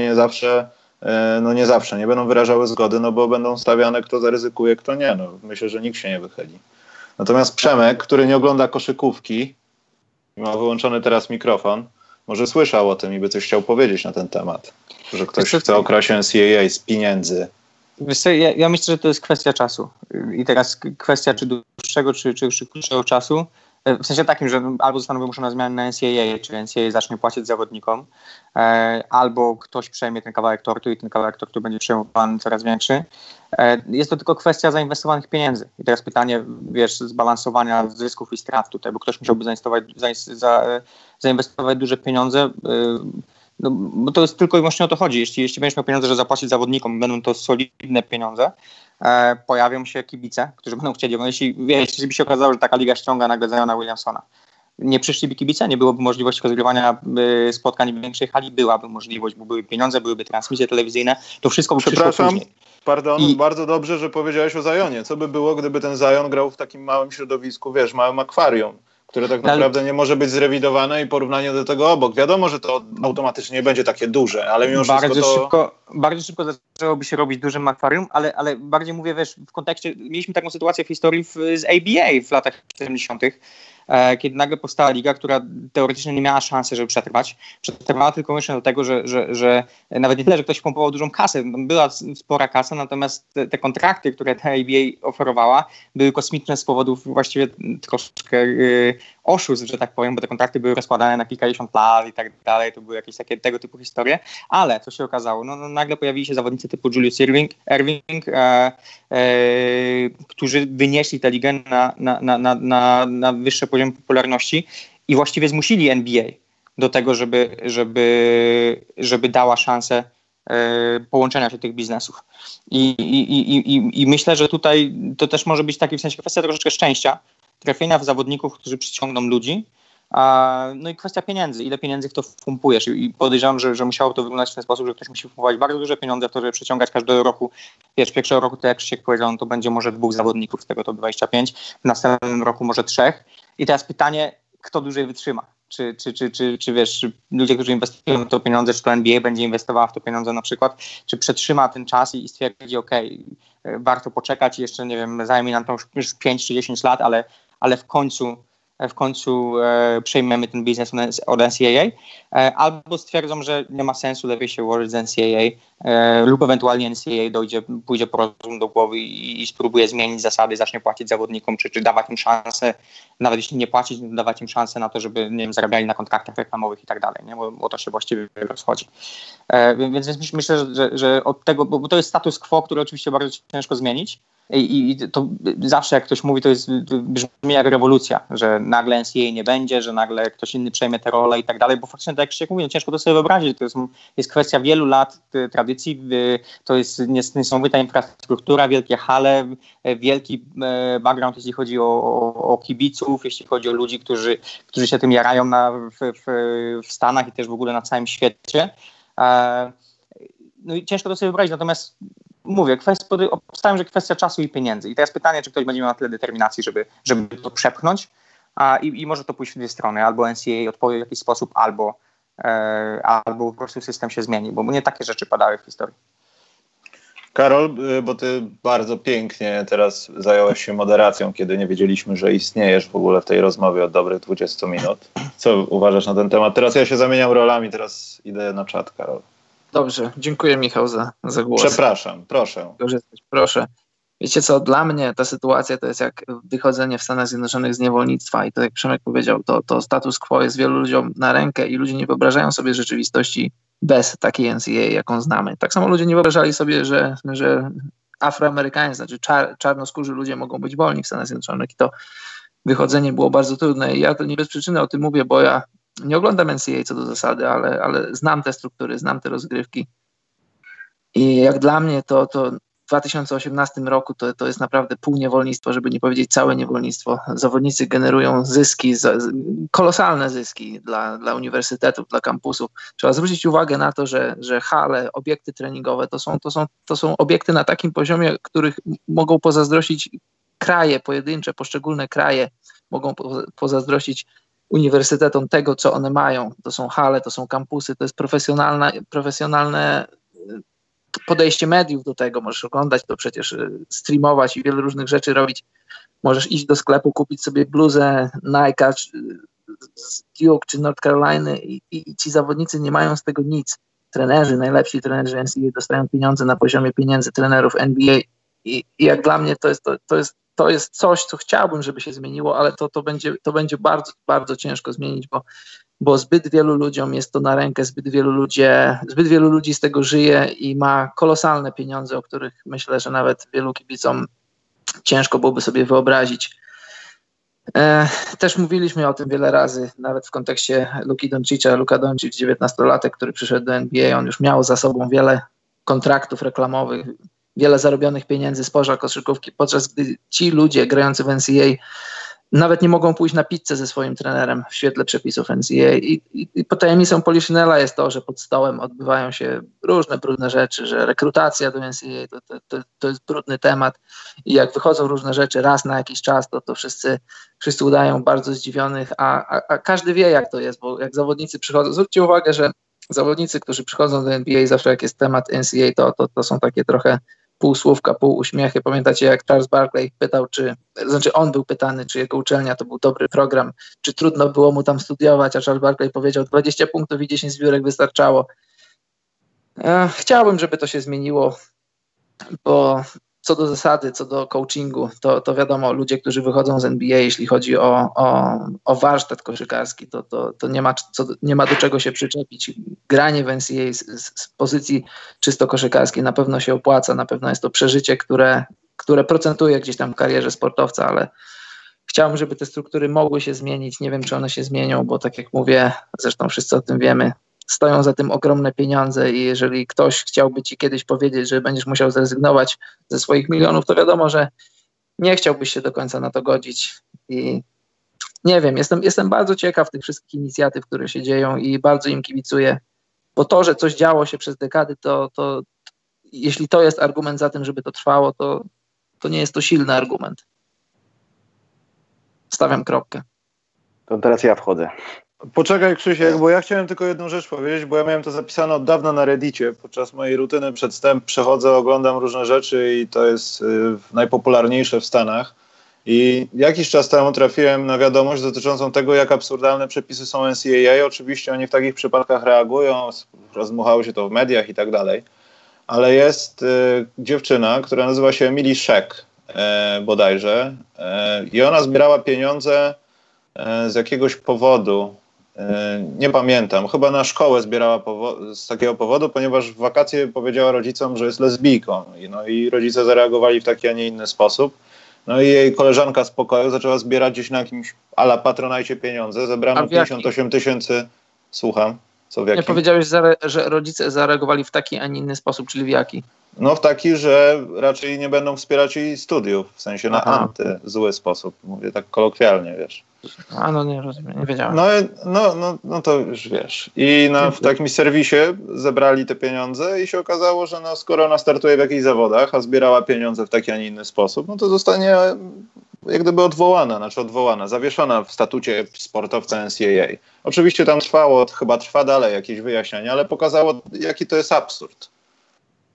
nie zawsze nie będą wyrażały zgody, no bo będą stawiane, kto zaryzykuje, kto nie. No, myślę, że nikt się nie wychyli. Natomiast Przemek, który nie ogląda koszykówki i ma wyłączony teraz mikrofon, może słyszał o tym i by coś chciał powiedzieć na ten temat. Że ktoś chce okraść NCAA z pieniędzy. Wiesz co, ja myślę, że to jest kwestia czasu. I teraz kwestia czy dłuższego, czy krótszego czasu. W sensie takim, że albo zostaną wymuszone zmiany na NCAA, czy NCAA zacznie płacić zawodnikom, albo ktoś przejmie ten kawałek tortu i ten kawałek tortu będzie przejmowany coraz większy. Jest to tylko kwestia zainwestowanych pieniędzy. I teraz pytanie, zbalansowania zysków i strat tutaj, bo ktoś musiałby zainwestować duże pieniądze. No, bo to jest tylko i wyłącznie o to chodzi. Jeśli będziesz miał pieniądze, że zapłacić zawodnikom, będą to solidne pieniądze, pojawią się kibice, którzy będą chcieli. Bo jeśli by się okazało, że taka liga ściąga nagle Ziona Williamsona, nie przyszliby kibice, nie byłoby możliwości rozgrywania spotkań w większej hali, byłaby możliwość, bo były pieniądze, byłyby transmisje telewizyjne, to wszystko by przyszło później. Bardzo dobrze, że powiedziałeś o Zionie. Co by było, gdyby ten Zion grał w takim małym środowisku, małym akwarium, które tak naprawdę nie może być zrewidowane i porównanie do tego obok. Wiadomo, że to automatycznie nie będzie takie duże, ale mimo wszystko bardzo szybko zaczęłoby się robić dużym akwarium, ale bardziej mówię, w kontekście, mieliśmy taką sytuację w historii z ABA w latach 70., kiedy nagle powstała liga, która teoretycznie nie miała szansy, żeby przetrwać. Przetrwała tylko myślę do tego, że nawet nie tyle, że ktoś pompował dużą kasę, była spora kasa, natomiast te kontrakty, które ta ABA oferowała, były kosmiczne z powodów właściwie troszkę oszustw, że tak powiem, bo te kontrakty były rozkładane na kilkadziesiąt lat i tak dalej, to były jakieś takie tego typu historie, ale co się okazało, nagle pojawili się zawodnicy typu Julius Erving, którzy wynieśli tę ligę na wyższe poziom popularności i właściwie zmusili NBA do tego, żeby dała szansę połączenia się tych biznesów. I myślę, że tutaj to też może być taki w sensie kwestia troszeczkę szczęścia, trafienia w zawodników, którzy przyciągną ludzi, no i kwestia pieniędzy, ile pieniędzy w to wpompujesz i podejrzewam, że musiało to wyglądać w ten sposób, że ktoś musi wpompować bardzo duże pieniądze w to, żeby przyciągać każdego roku. Pierwszego roku, to jak Krzysiek powiedział, to będzie może 2 zawodników, z tego to 25, w następnym roku może 3. I teraz pytanie, kto dłużej wytrzyma? Czy ludzie, którzy inwestują w to pieniądze, czy to NBA będzie inwestowała w to pieniądze na przykład, czy przetrzyma ten czas i stwierdzi, warto poczekać i jeszcze, nie wiem, zajmie nam to już 5 czy 10 lat, ale w końcu przejmiemy ten biznes od NCAA, albo stwierdzą, że nie ma sensu, lepiej się ułożyć z NCAA lub ewentualnie NCAA pójdzie po rozum do głowy i spróbuje zmienić zasady, zacznie płacić zawodnikom, czy dawać im szansę, nawet jeśli nie płacić, dawać im szansę na to, żeby, nie wiem, zarabiali na kontraktach reklamowych i tak dalej, nie? Bo to się właściwie rozchodzi. Więc myślę, że od tego, bo to jest status quo, który oczywiście bardzo ciężko zmienić. I to zawsze jak ktoś mówi, to brzmi jak rewolucja, że nagle NCAA nie będzie, że nagle ktoś inny przejmie tę rolę i tak dalej, bo faktycznie tak jak Krzysiek mówi, ciężko to sobie wyobrazić, to jest kwestia wielu lat tradycji, to jest niesamowita infrastruktura, wielkie hale, wielki background, jeśli chodzi o kibiców, jeśli chodzi o ludzi, którzy się tym jarają w Stanach i też w ogóle na całym świecie. No i ciężko to sobie wyobrazić, natomiast mówię, obstawiam, że kwestia czasu i pieniędzy. I teraz pytanie, czy ktoś będzie miał na tyle determinacji, żeby to przepchnąć i może to pójść w dwie strony. Albo NCAA odpowie w jakiś sposób, albo po prostu system się zmieni, bo nie takie rzeczy padały w historii. Karol, bo ty bardzo pięknie teraz zająłeś się moderacją, kiedy nie wiedzieliśmy, że istniejesz w ogóle w tej rozmowie od dobrych 20 minut. Co uważasz na ten temat? Teraz ja się zamieniam rolami, teraz idę na czat, Karol. Dobrze, dziękuję Michał za głos. Przepraszam, proszę. Proszę. Wiecie co, dla mnie ta sytuacja to jest jak wychodzenie w Stanach Zjednoczonych z niewolnictwa i to jak Przemek powiedział, to status quo jest wielu ludziom na rękę i ludzie nie wyobrażają sobie rzeczywistości bez takiej NCAA, jaką znamy. Tak samo ludzie nie wyobrażali sobie, że Afroamerykanie, znaczy czarnoskórzy ludzie mogą być wolni w Stanach Zjednoczonych i to wychodzenie było bardzo trudne i ja to nie bez przyczyny o tym mówię, bo ja nie oglądam NCAA co do zasady, ale znam te struktury, znam te rozgrywki i jak dla mnie to w 2018 roku to jest naprawdę półniewolnictwo, żeby nie powiedzieć całe niewolnictwo. Zawodnicy generują zyski, kolosalne zyski dla uniwersytetów, dla kampusów. Trzeba zwrócić uwagę na to, że hale, obiekty treningowe to są obiekty na takim poziomie, których mogą pozazdrościć kraje pojedyncze, poszczególne kraje mogą pozazdrościć uniwersytetom tego, co one mają. To są hale, to są kampusy, to jest profesjonalne podejście mediów do tego. Możesz oglądać to przecież, streamować i wiele różnych rzeczy robić. Możesz iść do sklepu, kupić sobie bluzę Nike z Duke czy North Caroliny i ci zawodnicy nie mają z tego nic. Trenerzy, najlepsi trenerzy NCAA dostają pieniądze na poziomie pieniędzy trenerów NBA i jak dla mnie to jest coś, co chciałbym, żeby się zmieniło, ale to będzie bardzo, bardzo ciężko zmienić, bo zbyt wielu ludziom jest to na rękę, zbyt wielu ludzi z tego żyje i ma kolosalne pieniądze, o których myślę, że nawet wielu kibicom ciężko byłoby sobie wyobrazić. Też mówiliśmy o tym wiele razy, nawet w kontekście Luki Doncicza. Luka Doncic, 19-latek, który przyszedł do NBA, on już miał za sobą wiele kontraktów reklamowych, wiele zarobionych pieniędzy z poża koszykówki, podczas gdy ci ludzie grający w NCAA nawet nie mogą pójść na pizzę ze swoim trenerem w świetle przepisów NCAA. I tajemnicą Poliszynela jest to, że pod stołem odbywają się różne brudne rzeczy, że rekrutacja do NCAA to jest brudny temat i jak wychodzą różne rzeczy raz na jakiś czas, to wszyscy udają bardzo zdziwionych, a każdy wie, jak to jest, bo jak zawodnicy przychodzą, zwróćcie uwagę, że zawodnicy, którzy przychodzą do NBA, zawsze jak jest temat NCAA, to są takie trochę półsłówka, półuśmiechy. Pamiętacie, jak Charles Barkley pytał, on był pytany, czy jego uczelnia to był dobry program, czy trudno było mu tam studiować, a Charles Barkley powiedział, 20 punktów i 10 zbiórek wystarczało. Chciałbym, żeby to się zmieniło, bo co do zasady, co do coachingu, to wiadomo, ludzie, którzy wychodzą z NBA, jeśli chodzi o warsztat koszykarski, to nie ma do czego się przyczepić. Granie w NCAA z pozycji czysto koszykarskiej na pewno się opłaca, na pewno jest to przeżycie, które procentuje gdzieś tam w karierze sportowca, ale chciałbym, żeby te struktury mogły się zmienić. Nie wiem, czy one się zmienią, bo tak jak mówię, zresztą wszyscy o tym wiemy, stoją za tym ogromne pieniądze i jeżeli ktoś chciałby ci kiedyś powiedzieć, że będziesz musiał zrezygnować ze swoich milionów, to wiadomo, że nie chciałbyś się do końca na to godzić. I nie wiem, jestem bardzo ciekaw tych wszystkich inicjatyw, które się dzieją i bardzo im kibicuję, bo to, że coś działo się przez dekady, to jeśli to jest argument za tym, żeby to trwało, to nie jest to silny argument. Stawiam kropkę. To teraz ja wchodzę. Poczekaj, Krzysiek, bo ja chciałem tylko jedną rzecz powiedzieć, bo ja miałem to zapisane od dawna na Reddicie. Podczas mojej rutyny przechodzę, oglądam różne rzeczy i to jest najpopularniejsze w Stanach. I jakiś czas temu trafiłem na wiadomość dotyczącą tego, jak absurdalne przepisy są NCAA. Oczywiście oni w takich przypadkach reagują, rozmuchało się to w mediach i tak dalej. Ale jest dziewczyna, która nazywa się Emily Scheck bodajże i ona zbierała pieniądze z jakiegoś powodu. Nie pamiętam, chyba na szkołę zbierała z takiego powodu, ponieważ w wakacje powiedziała rodzicom, że jest lesbijką. I rodzice zareagowali w taki, a nie inny sposób. No i jej koleżanka z pokoju zaczęła zbierać gdzieś na jakimś a la Patronite pieniądze. Zebrano 58 000. Słucham. Co w jakim? Nie powiedziałeś, że rodzice zareagowali w taki, a nie inny sposób, czyli w jaki? No w taki, że raczej nie będą wspierać jej studiów, w sensie na antyzły sposób. Mówię tak kolokwialnie, wiesz. No nie rozumiem, nie wiedziałem. No to już wiesz. I w takim serwisie zebrali te pieniądze i się okazało, że skoro ona startuje w jakichś zawodach, a zbierała pieniądze w taki, a nie inny sposób, no to zostanie jak gdyby odwołana, zawieszona w statucie sportowca NCAA. Oczywiście tam chyba trwa dalej jakieś wyjaśnianie, ale pokazało, jaki to jest absurd.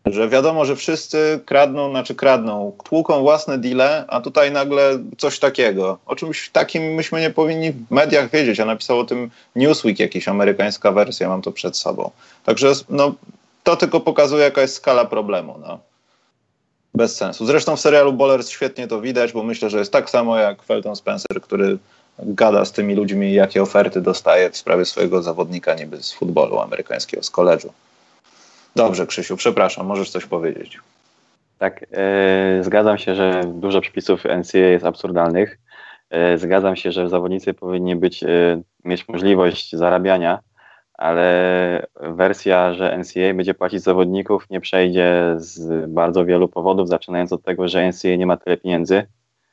Że wiadomo, że wszyscy kradną, tłuką własne deale, a tutaj nagle coś takiego. O czymś takim myśmy nie powinni w mediach wiedzieć, a napisał o tym Newsweek, jakaś amerykańska wersja, mam to przed sobą. Także no, to tylko pokazuje, jaka jest skala problemu. No. Bez sensu. Zresztą w serialu Ballers świetnie to widać, bo myślę, że jest tak samo jak Felton Spencer, który gada z tymi ludźmi, jakie oferty dostaje w sprawie swojego zawodnika niby z futbolu amerykańskiego, z koledżu. Dobrze, Krzysiu, przepraszam, możesz coś powiedzieć. Tak, zgadzam się, że dużo przepisów NCAA jest absurdalnych. Zgadzam się, że zawodnicy powinni mieć możliwość zarabiania, ale wersja, że NCAA będzie płacić zawodników, nie przejdzie z bardzo wielu powodów, zaczynając od tego, że NCAA nie ma tyle pieniędzy,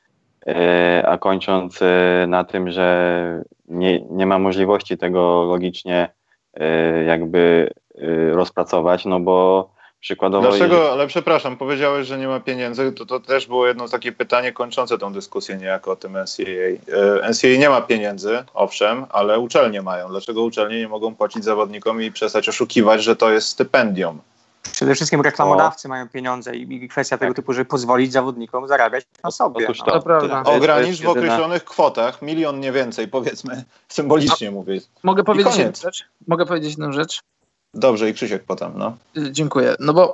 a kończąc na tym, że nie ma możliwości tego logicznie jakby rozpracować, no bo przykładowo... Dlaczego, ale przepraszam, powiedziałeś, że nie ma pieniędzy, to też było jedno takie pytanie kończące tą dyskusję niejako o tym NCAA. NCAA nie ma pieniędzy, owszem, ale uczelnie mają. Dlaczego uczelnie nie mogą płacić zawodnikom i przestać oszukiwać, że to jest stypendium? Przede wszystkim reklamodawcy mają pieniądze i kwestia tego typu, żeby pozwolić zawodnikom zarabiać na sobie. Otóż To prawda. Ogranicz w określonych kwotach, 1 000 000 nie więcej, powiedzmy, symbolicznie mówię. Mogę powiedzieć jedną rzecz? Dobrze, i Krzysiek potem, no. Dziękuję. No bo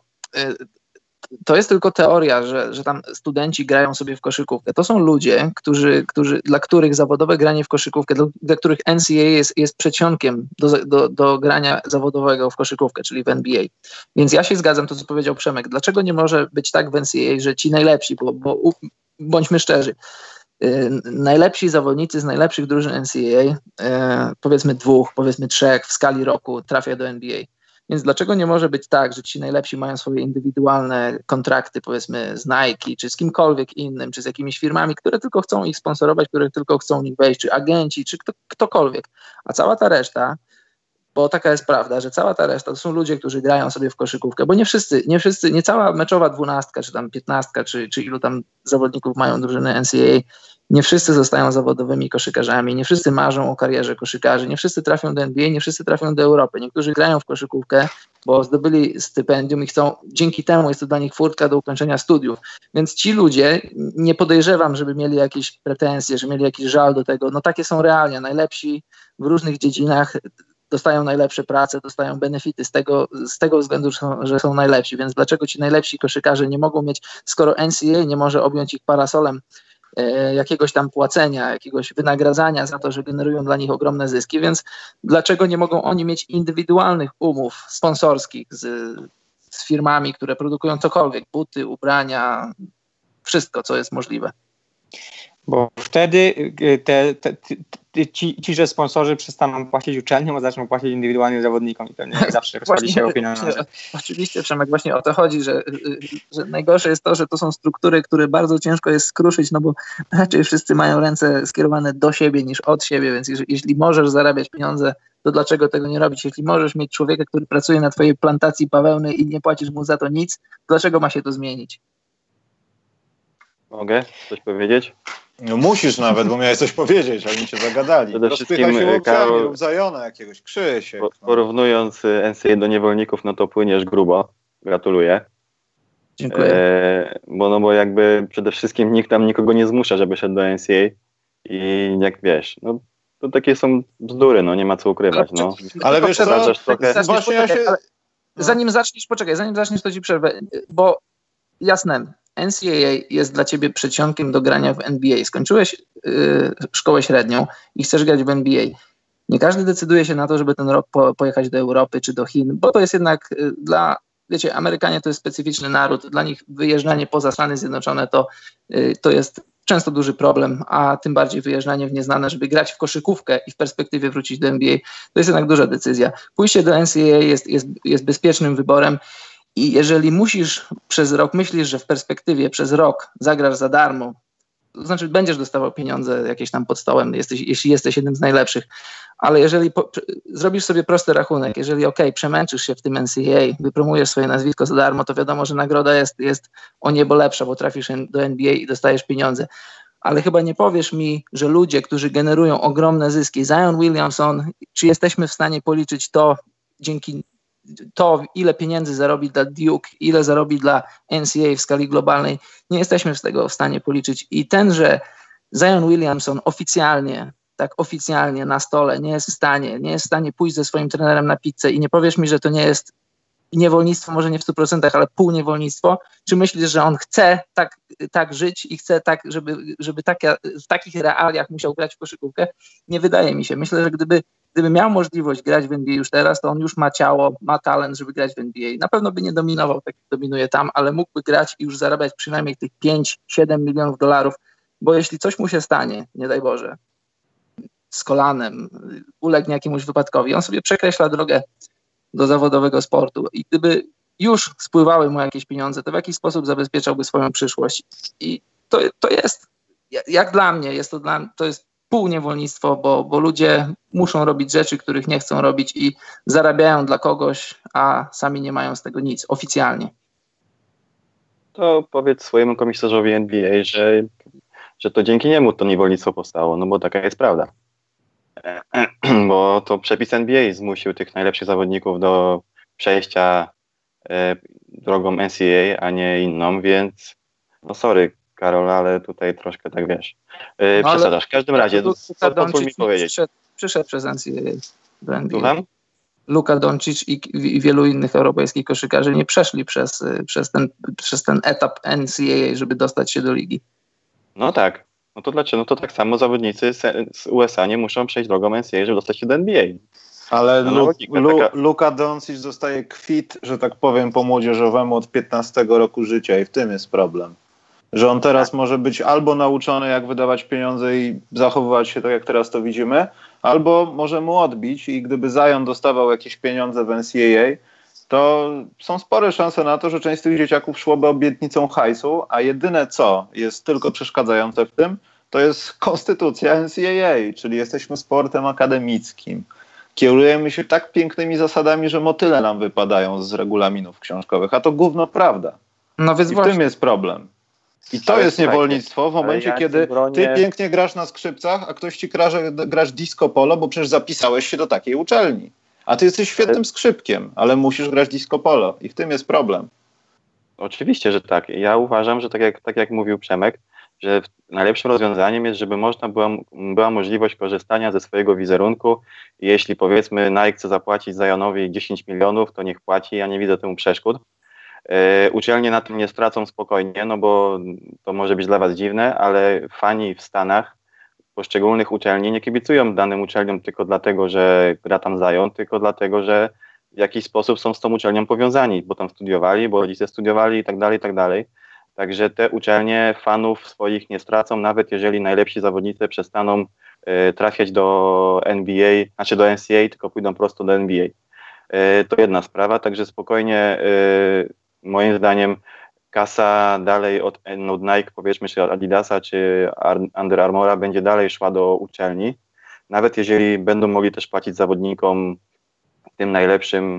to jest tylko teoria, że tam studenci grają sobie w koszykówkę. To są ludzie, dla których zawodowe granie w koszykówkę, dla których NCAA jest przedsionkiem do grania zawodowego w koszykówkę, czyli w NBA. Więc ja się zgadzam, to co powiedział Przemek. Dlaczego nie może być tak w NCAA, że ci najlepsi, bo bądźmy szczerzy, najlepsi zawodnicy z najlepszych drużyn NCAA, powiedzmy 2, powiedzmy 3 w skali roku trafia do NBA. Więc dlaczego nie może być tak, że ci najlepsi mają swoje indywidualne kontrakty, powiedzmy z Nike, czy z kimkolwiek innym, czy z jakimiś firmami, które tylko chcą ich sponsorować, które tylko chcą w nich wejść, czy agenci, czy ktokolwiek. A cała ta reszta, bo taka jest prawda, że cała ta reszta to są ludzie, którzy grają sobie w koszykówkę, bo nie cała meczowa 12, czy tam 15, czy ilu tam zawodników mają drużyny NCAA, nie wszyscy zostają zawodowymi koszykarzami, nie wszyscy marzą o karierze koszykarzy, nie wszyscy trafią do NBA, nie wszyscy trafią do Europy. Niektórzy grają w koszykówkę, bo zdobyli stypendium i chcą, dzięki temu jest to dla nich furtka do ukończenia studiów. Więc ci ludzie, nie podejrzewam, żeby mieli jakieś pretensje, że mieli jakiś żal do tego. No takie są realia. Najlepsi w różnych dziedzinach dostają najlepsze prace, dostają benefity z tego względu, że są najlepsi. Więc dlaczego ci najlepsi koszykarze nie mogą mieć, skoro NCAA nie może objąć ich parasolem jakiegoś tam płacenia, jakiegoś wynagradzania za to, że generują dla nich ogromne zyski, więc dlaczego nie mogą oni mieć indywidualnych umów sponsorskich z firmami, które produkują cokolwiek, buty, ubrania, wszystko, co jest możliwe? Bo wtedy ci sponsorzy przestaną płacić uczelniom, a zaczną płacić indywidualnym zawodnikom i pewnie zawsze rozchodzi się o pieniądze. Oczywiście, Przemek, właśnie o to chodzi, że najgorsze jest to, że to są struktury, które bardzo ciężko jest skruszyć, no bo raczej wszyscy mają ręce skierowane do siebie niż od siebie, więc jeśli możesz zarabiać pieniądze, to dlaczego tego nie robić? Jeśli możesz mieć człowieka, który pracuje na twojej plantacji bawełny i nie płacisz mu za to nic, dlaczego ma się to zmienić? Mogę coś powiedzieć? No musisz nawet, bo miałeś coś powiedzieć, ale mi się zagadali. Przede wszystkim rób Zajona jakiegoś, Krzysiek. Porównując NCAA do niewolników, no to płyniesz grubo. Gratuluję. Dziękuję. Bo jakby przede wszystkim nikt tam nikogo nie zmusza, żeby szedł do NCAA i jak wiesz, no to takie są bzdury, no nie ma co ukrywać. No. Ale wiesz co, zanim zaczniesz, to ci przerwę, bo jasne, NCAA jest dla ciebie przedsionkiem do grania w NBA. Skończyłeś szkołę średnią i chcesz grać w NBA. Nie każdy decyduje się na to, żeby ten rok pojechać do Europy czy do Chin, bo to jest jednak wiecie, Amerykanie to jest specyficzny naród. Dla nich wyjeżdżanie poza Stany Zjednoczone to jest często duży problem, a tym bardziej wyjeżdżanie w nieznane, żeby grać w koszykówkę i w perspektywie wrócić do NBA. To jest jednak duża decyzja. Pójście do NCAA jest bezpiecznym wyborem. I jeżeli myślisz, że w perspektywie przez rok zagrasz za darmo, to znaczy będziesz dostawał pieniądze jakieś tam pod stołem, jeśli jesteś jednym z najlepszych, ale jeżeli zrobisz sobie prosty rachunek, jeżeli przemęczysz się w tym NCAA, wypromujesz swoje nazwisko za darmo, to wiadomo, że nagroda jest o niebo lepsza, bo trafisz do NBA i dostajesz pieniądze. Ale chyba nie powiesz mi, że ludzie, którzy generują ogromne zyski, Zion Williamson, czy jesteśmy w stanie policzyć to dzięki to, ile pieniędzy zarobi dla Duke, ile zarobi dla NCAA w skali globalnej, nie jesteśmy z tego w stanie policzyć. I ten, że Zion Williamson oficjalnie na stole nie jest w stanie pójść ze swoim trenerem na pizzę i nie powiesz mi, że to nie jest niewolnictwo, może nie w 100%, ale półniewolnictwo. Czy myślisz, że on chce tak żyć i chce tak, żeby w takich realiach musiał grać w koszykówkę? Nie wydaje mi się. Myślę, że gdyby miał możliwość grać w NBA już teraz, to on już ma ciało, ma talent, żeby grać w NBA. Na pewno by nie dominował tak, jak dominuje tam, ale mógłby grać i już zarabiać przynajmniej tych 5-7 milionów dolarów, bo jeśli coś mu się stanie, nie daj Boże, z kolanem, ulegnie jakiemuś wypadkowi, on sobie przekreśla drogę do zawodowego sportu i gdyby już spływały mu jakieś pieniądze, to w jakiś sposób zabezpieczałby swoją przyszłość. I to jest, jak dla mnie, to jest półniewolnictwo, bo ludzie muszą robić rzeczy, których nie chcą robić i zarabiają dla kogoś, a sami nie mają z tego nic oficjalnie. To powiedz swojemu komisarzowi NBA, że to dzięki niemu to niewolnictwo powstało, no bo taka jest prawda. Bo to przepis NBA zmusił tych najlepszych zawodników do przejścia drogą NCAA, a nie inną, więc no sorry, Karol, ale tutaj troszkę tak wiesz. Przesadzasz. W każdym razie, co pozwól mi powiedzieć. Przyszedł przez NCAA do NBA. Słucham? Luka Doncic i wielu innych europejskich koszykarzy nie przeszli przez ten etap NCAA, żeby dostać się do ligi. No tak. No to dlaczego? No to tak samo zawodnicy z USA nie muszą przejść drogą NCAA, żeby dostać się do NBA. Ale Luka Doncic dostaje kwit, że tak powiem, po młodzieżowemu od 15 roku życia i w tym jest problem. Że on teraz może być albo nauczony, jak wydawać pieniądze i zachowywać się tak, jak teraz to widzimy, albo może mu odbić i gdyby Zion dostawał jakieś pieniądze w NCAA, to są spore szanse na to, że część z tych dzieciaków szłoby obietnicą hajsu, a jedyne co jest tylko przeszkadzające w tym, to jest konstytucja NCAA, czyli jesteśmy sportem akademickim. Kierujemy się tak pięknymi zasadami, że motyle nam wypadają z regulaminów książkowych, a to gówno prawda. No więc i w tym jest problem. I to jest niewolnictwo w momencie, kiedy ty pięknie grasz na skrzypcach, a ktoś ci każe grać disco polo, bo przecież zapisałeś się do takiej uczelni. A ty jesteś świetnym skrzypkiem, ale musisz grać disco polo i w tym jest problem. Oczywiście, że tak. Ja uważam, że tak jak mówił Przemek, że najlepszym rozwiązaniem jest, żeby można była możliwość korzystania ze swojego wizerunku i jeśli powiedzmy Nike chce zapłacić Zionowi 10 milionów, to niech płaci, ja nie widzę temu przeszkód. Uczelnie na tym nie stracą spokojnie, no bo to może być dla was dziwne, ale fani w Stanach poszczególnych uczelni nie kibicują danym uczelniom tylko dlatego, że gra tam Zion, tylko dlatego, że w jakiś sposób są z tą uczelnią powiązani, bo tam studiowali, bo rodzice studiowali i tak dalej, i tak dalej. Także te uczelnie fanów swoich nie stracą, nawet jeżeli najlepsi zawodnicy przestaną trafiać do NBA, znaczy do NCAA, tylko pójdą prosto do NBA. To jedna sprawa, także spokojnie moim zdaniem kasa dalej od Nike, powiedzmy, czy Adidasa, czy Under Armoura będzie dalej szła do uczelni, nawet jeżeli będą mogli też płacić zawodnikom tym najlepszym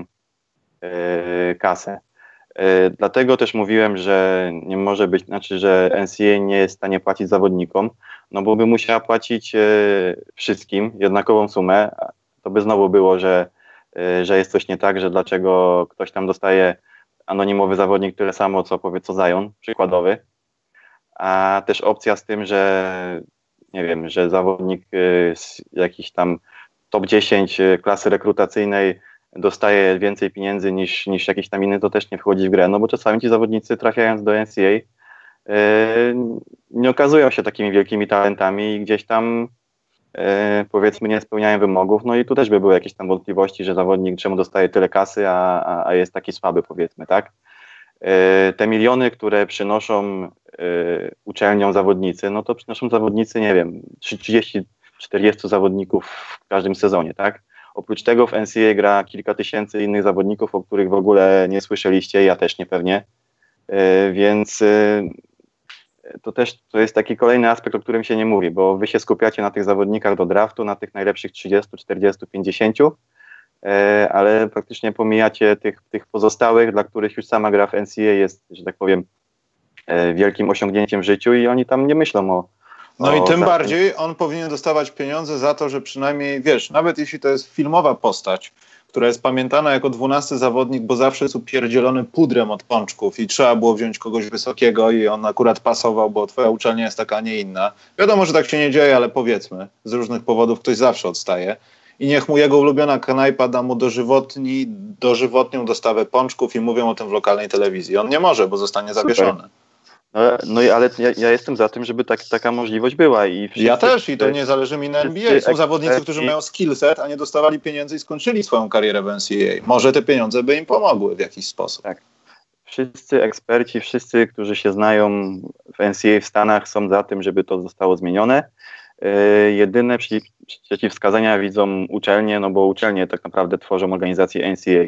kasę. Dlatego też mówiłem, że nie może być, znaczy, że NCAA nie jest w stanie płacić zawodnikom, no bo by musiała płacić wszystkim jednakową sumę. To by znowu było, że jest coś nie tak, że dlaczego ktoś tam dostaje anonimowy zawodnik tyle samo, co powie co Zion, przykładowy, a też opcja z tym, że nie wiem, że zawodnik z jakiś tam top 10 klasy rekrutacyjnej dostaje więcej pieniędzy niż jakiś tam inny, to też nie wchodzi w grę, no bo czasami ci zawodnicy trafiając do NCAA nie okazują się takimi wielkimi talentami i gdzieś tam powiedzmy nie spełniają wymogów, no i tu też by były jakieś tam wątpliwości, że zawodnik czemu dostaje tyle kasy, a jest taki słaby, powiedzmy, tak? Te miliony, które przynoszą uczelniom zawodnicy, no to przynoszą zawodnicy, nie wiem, 30-40 zawodników w każdym sezonie, tak? Oprócz tego w NCAA gra kilka tysięcy innych zawodników, o których w ogóle nie słyszeliście, ja też nie pewnie, więc to jest taki kolejny aspekt, o którym się nie mówi, bo wy się skupiacie na tych zawodnikach do draftu, na tych najlepszych 30, 40, 50, ale praktycznie pomijacie tych pozostałych, dla których już sama gra w NCAA jest, że tak powiem, wielkim osiągnięciem w życiu i oni tam nie myślą o... No i tym bardziej on powinien dostawać pieniądze za to, że przynajmniej, wiesz, nawet jeśli to jest filmowa postać, która jest pamiętana jako 12 zawodnik, bo zawsze jest upierdzielony pudrem od pączków i trzeba było wziąć kogoś wysokiego i on akurat pasował, bo twoja uczelnia jest taka, a nie inna. Wiadomo, że tak się nie dzieje, ale powiedzmy, z różnych powodów ktoś zawsze odstaje. I niech mu jego ulubiona knajpa da mu dożywotnią dostawę pączków i mówią o tym w lokalnej telewizji. On nie może, bo zostanie zawieszony. No ale ja jestem za tym, żeby taka możliwość była. Ja też i to nie zależy mi na NBA. Są zawodnicy, którzy mają skillset, a nie dostawali pieniędzy i skończyli swoją karierę w NCAA. Może te pieniądze by im pomogły w jakiś sposób. Tak. Wszyscy eksperci, wszyscy, którzy się znają w NCAA w Stanach, są za tym, żeby to zostało zmienione. Jedyne przeciwwskazania widzą uczelnie, no bo uczelnie tak naprawdę tworzą organizację NCAA.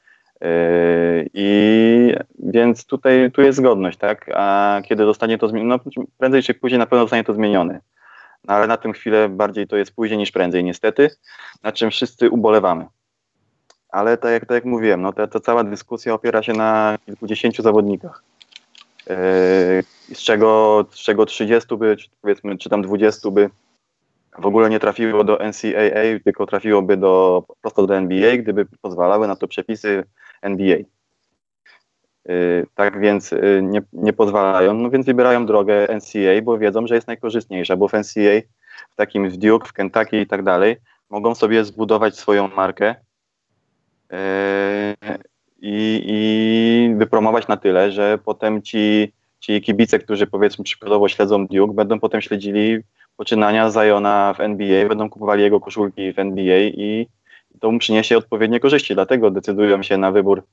I więc tu jest zgodność, tak? A kiedy zostanie to zmienione, no prędzej czy później na pewno zostanie to zmienione. No, ale na tę chwilę bardziej to jest później niż prędzej, niestety, na czym wszyscy ubolewamy. Ale tak jak mówiłem, no ta cała dyskusja opiera się na kilkudziesięciu zawodnikach, z czego 30 by, powiedzmy, czy tam 20 by w ogóle nie trafiło do NCAA, tylko trafiłoby prosto do NBA, gdyby pozwalały na to przepisy NBA. Tak więc nie pozwalają, no więc wybierają drogę NCAA, bo wiedzą, że jest najkorzystniejsza, bo w NCAA, w Duke, w Kentucky i tak dalej, mogą sobie zbudować swoją markę i wypromować na tyle, że potem ci kibice, którzy powiedzmy przykładowo śledzą Duke, będą potem śledzili poczynania Ziona w NBA, będą kupowali jego koszulki w NBA i to mu przyniesie odpowiednie korzyści. Dlatego decydują się na wybór,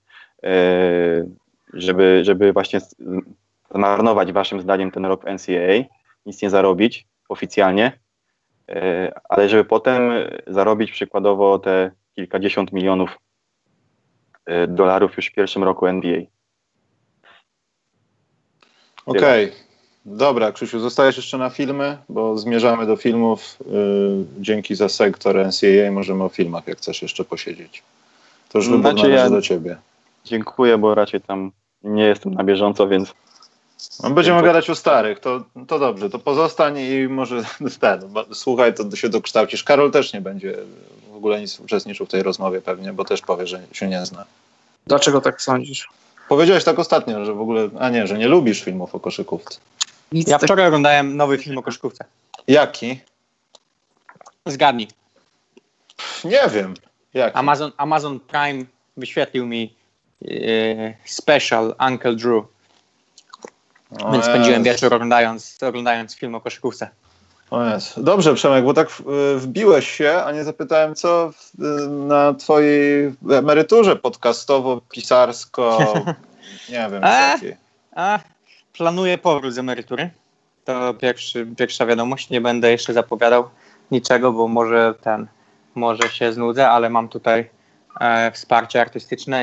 żeby właśnie zmarnować waszym zdaniem ten rok w NCAA, nic nie zarobić oficjalnie, ale żeby potem zarobić przykładowo te kilkadziesiąt milionów dolarów już w pierwszym roku NBA. Okej. Dobra, Krzysiu, zostajesz jeszcze na filmy, bo zmierzamy do filmów. Dzięki za sektor NCAA możemy o filmach, jak chcesz jeszcze posiedzieć. To już wybór należy do ciebie. Dziękuję, bo raczej tam nie jestem na bieżąco, więc... No, będziemy gadać o starych, to dobrze, to pozostań i może słuchaj, to się dokształcisz. Karol też nie będzie w ogóle nic uczestniczył w tej rozmowie pewnie, bo też powie, że się nie zna. Dlaczego tak sądzisz? Powiedziałeś tak ostatnio, że w ogóle, że nie lubisz filmów o koszykówce. Ja wczoraj oglądałem nowy film o koszykówce. Jaki? Zgadnij. Nie wiem. Jaki? Amazon Prime wyświetlił mi special Uncle Drew. Więc spędziłem wieczór oglądając film o koszykówce. O Jezu. Dobrze, Przemek, bo tak wbiłeś się, a nie zapytałem, co na twojej emeryturze podcastowo-pisarsko, nie wiem, takiej. Planuję powrót z emerytury. To pierwsza wiadomość. Nie będę jeszcze zapowiadał niczego, bo może się znudzę, ale mam tutaj wsparcie artystyczne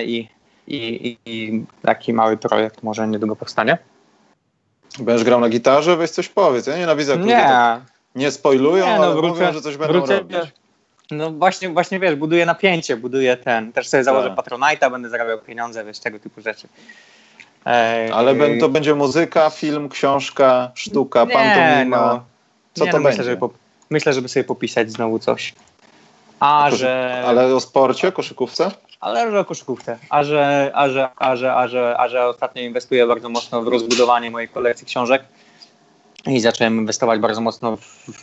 i taki mały projekt może niedługo powstanie. Będziesz grał na gitarze? Weź coś powiedz. Ja nienawidzę, jak ludzie tak nie spoilują, ale mówią, że coś będą robić. No właśnie wiesz, buduję napięcie, też sobie założę Patronite'a, będę zarabiał pieniądze, wiesz, tego typu rzeczy. Ale to będzie muzyka, film, książka, sztuka, pantomima. Co to będzie? Myślę, żeby sobie popisać znowu coś. Ale o sporcie, koszykówce? Ale o koszykówce. A że ostatnio inwestuję bardzo mocno w rozbudowanie mojej kolekcji książek i zacząłem inwestować bardzo mocno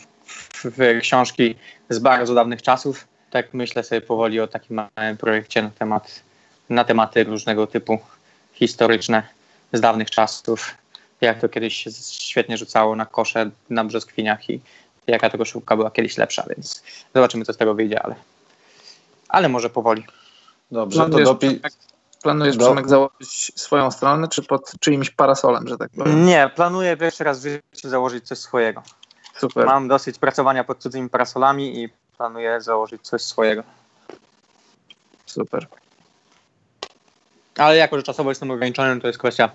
w książki z bardzo dawnych czasów. Tak myślę sobie powoli o takim małym projekcie na tematy różnego typu historyczne z dawnych czasów. Jak to kiedyś się świetnie rzucało na kosze na brzoskwiniach i jaka to koszulka była kiedyś lepsza, więc zobaczymy, co z tego wyjdzie, ale może powoli. Dobrze, Planujesz, Przemek, założyć swoją stronę, czy pod czyimś parasolem, że tak powiem? Nie, planuję pierwszy raz w życiu założyć coś swojego. Super. Mam dosyć pracowania pod cudzymi parasolami i planuję założyć coś swojego. Super. Ale jako, że czasowo jestem ograniczony, to jest kwestia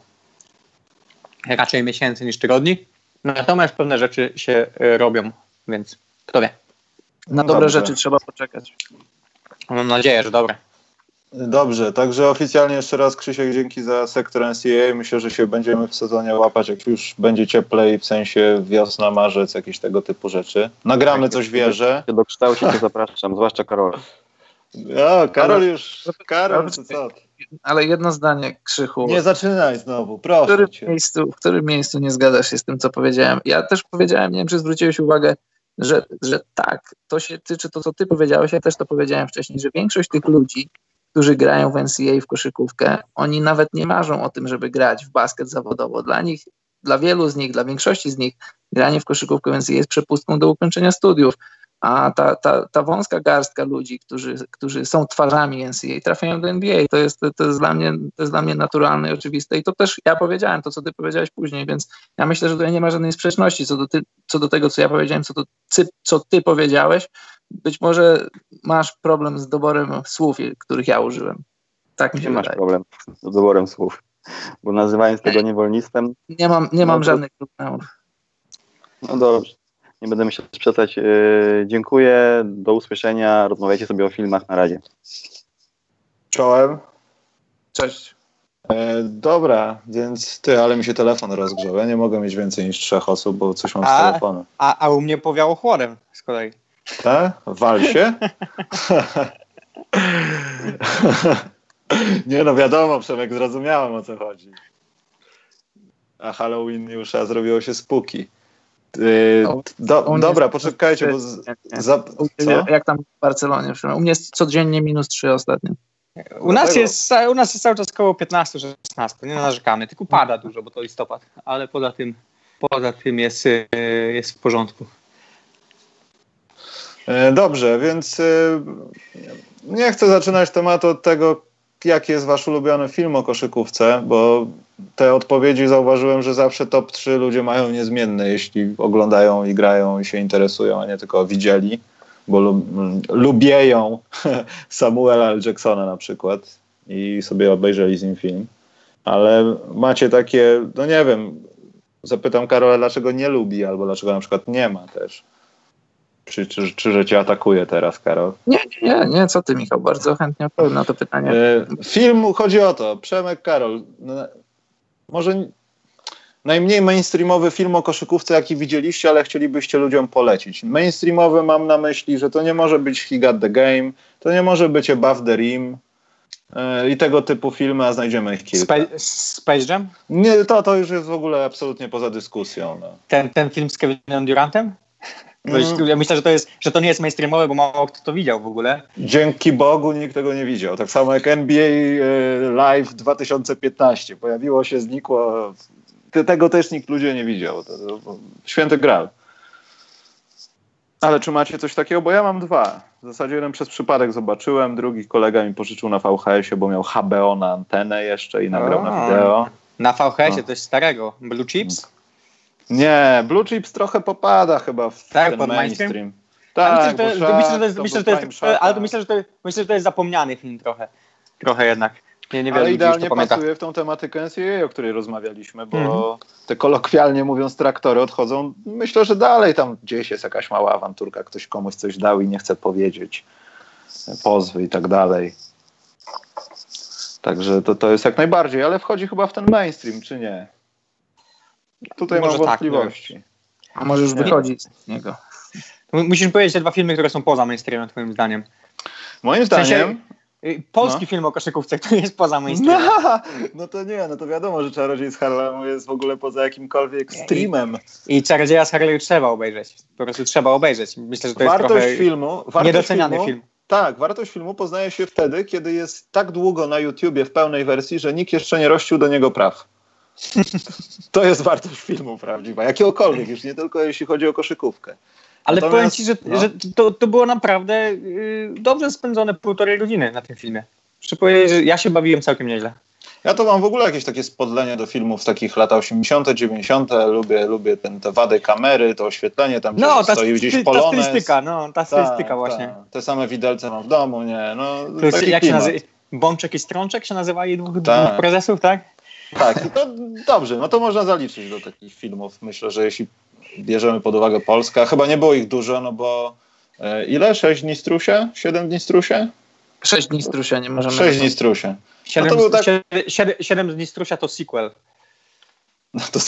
raczej miesięcy niż tygodni. Natomiast pewne rzeczy się robią, więc kto wie. Na dobre rzeczy trzeba poczekać. Mam nadzieję, że dobre. Dobrze, także oficjalnie jeszcze raz, Krzysiek, dzięki za sektor NCAA. Myślę, że się będziemy w sezonie łapać, jak już będzie cieplej, w sensie wiosna, marzec, jakieś tego typu rzeczy. Nagramy coś, wierzę. Do kształcie cię zapraszam, zwłaszcza Karola. O, Karol, to co? Ale jedno zdanie, Krzychu. Nie zaczynaj znowu, proszę cię. W którym miejscu nie zgadzasz się z tym, co powiedziałem? Ja też powiedziałem, nie wiem, czy zwróciłeś uwagę, że tak, to się tyczy to, co ty powiedziałeś, ja też to powiedziałem wcześniej, że większość tych ludzi, którzy grają w NCAA w koszykówkę, oni nawet nie marzą o tym, żeby grać w basket zawodowo. Dla nich, dla wielu z nich, dla większości z nich granie w koszykówkę w NCAA jest przepustką do ukończenia studiów. A ta wąska garstka ludzi, którzy są twarzami NCAA, trafiają do NBA. To jest dla mnie naturalne i oczywiste. I to też ja powiedziałem, to co ty powiedziałeś później, więc ja myślę, że tutaj nie ma żadnej sprzeczności co do tego, co ja powiedziałem, co ty powiedziałeś. Być może masz problem z doborem słów, których ja użyłem. Tak mi się wydaje. Masz problem z doborem słów, bo nazywając tego niewolnictwem... Nie mam żadnych problemów. No dobrze. Nie będę myślał sprzedać. Dziękuję, do usłyszenia. Rozmawiajcie sobie o filmach. Na razie. Czołem. Cześć. Dobra, więc ale mi się telefon rozgrzał. Ja nie mogę mieć więcej niż 3 osób, bo coś mam z telefonem. A u mnie powiało chłodem z kolei. Tak? Wal się? Nie no, wiadomo, Przemek, zrozumiałem, o co chodzi. A Halloween już zrobiło się spooky. Dobra, poczekajcie, bo co? Jak tam w Barcelonie? U mnie jest codziennie -3 ostatnio. U nas jest cały czas koło 15-16, nie narzekamy, tylko pada dużo, bo to listopad, ale poza tym jest w porządku. Dobrze, więc nie chcę zaczynać tematu od tego, jaki jest wasz ulubiony film o koszykówce, bo te odpowiedzi zauważyłem, że zawsze top 3 ludzie mają niezmienne, jeśli oglądają i grają i się interesują, a nie tylko widzieli, bo lubieją Samuela L. Jacksona na przykład i sobie obejrzeli z nim film. Ale macie takie, no nie wiem, zapytam Karola, dlaczego nie lubi, albo dlaczego na przykład nie ma też. Czy że cię atakuje teraz, Karol? Nie, co ty, Michał, bardzo chętnie odpowiem na to pytanie. Film, chodzi o to, Przemek, Karol, może najmniej mainstreamowy film o koszykówce, jaki widzieliście, ale chcielibyście ludziom polecić. Mainstreamowy mam na myśli, że to nie może być He Got the Game, to nie może być Above the Rim i tego typu filmy, a znajdziemy ich kilka. Space Jam? Nie, to już jest w ogóle absolutnie poza dyskusją. No. Ten film z Kevinem Durantem? Ja myślę, że to nie jest mainstreamowe, bo mało kto to widział w ogóle. Dzięki Bogu nikt tego nie widział. Tak samo jak NBA Live 2015. Pojawiło się, znikło. Tego też ludzie nie widział. To święty gral. Ale czy macie coś takiego? Bo ja mam 2. W zasadzie jeden przez przypadek zobaczyłem, drugi kolega mi pożyczył na VHS-ie, bo miał HBO na antenę jeszcze i nagrał na wideo. Na VHS-ie coś starego. Blue Chips? Nie, Blue Chips trochę popada chyba w ten mainstream. Tak, myślę, że to jest zapomniany film trochę jednak. Nie ale idealnie pasuje w tą tematykę NCAA, o której rozmawialiśmy, bo te kolokwialnie mówiąc traktory odchodzą. Myślę, że dalej tam gdzieś jest jakaś mała awanturka, ktoś komuś coś dał i nie chce powiedzieć. Pozwy i tak dalej. Także to jest jak najbardziej, ale wchodzi chyba w ten mainstream, czy nie? Tutaj może mam wątpliwości. Tak, a może już wychodzić z niego. Musisz powiedzieć te 2 filmy, które są poza mainstreamem, twoim zdaniem. Moim zdaniem... Polski film o koszykówce, który jest poza mainstreamem. No to nie, no to wiadomo, że Czarodziej z Harlemu jest w ogóle poza jakimkolwiek streamem. I Czarodzieja z Harlemu trzeba obejrzeć. Po prostu trzeba obejrzeć. Myślę, że to jest trochę niedoceniany film. Tak, wartość filmu poznaje się wtedy, kiedy jest tak długo na YouTubie w pełnej wersji, że nikt jeszcze nie rościł do niego praw. To jest wartość filmu prawdziwa, jakiegokolwiek, już nie tylko jeśli chodzi o koszykówkę. Ale powiem ci, że to było naprawdę dobrze spędzone 1,5 godziny na tym filmie. Muszę powiedzieć, że ja się bawiłem całkiem nieźle. Ja to mam w ogóle jakieś takie spodlenie do filmów z takich lat 80., 90. Lubię te wady kamery, to oświetlenie, tam stoi gdzieś Polonez. Ta stylistyka właśnie. Te same widelce mam w domu, nie? No, jak się nazywa? Bączek i Strączek się nazywali dwóch prezesów, tak? Tak, i to dobrze, no to można zaliczyć do takich filmów. Myślę, że jeśli bierzemy pod uwagę Polskę, chyba nie było ich dużo, no bo ile? 6 dni strusia? 7 dni strusia? 6 dni strusia, nie możemy... 6 dni strusia. 7 dni strusia to sequel. No to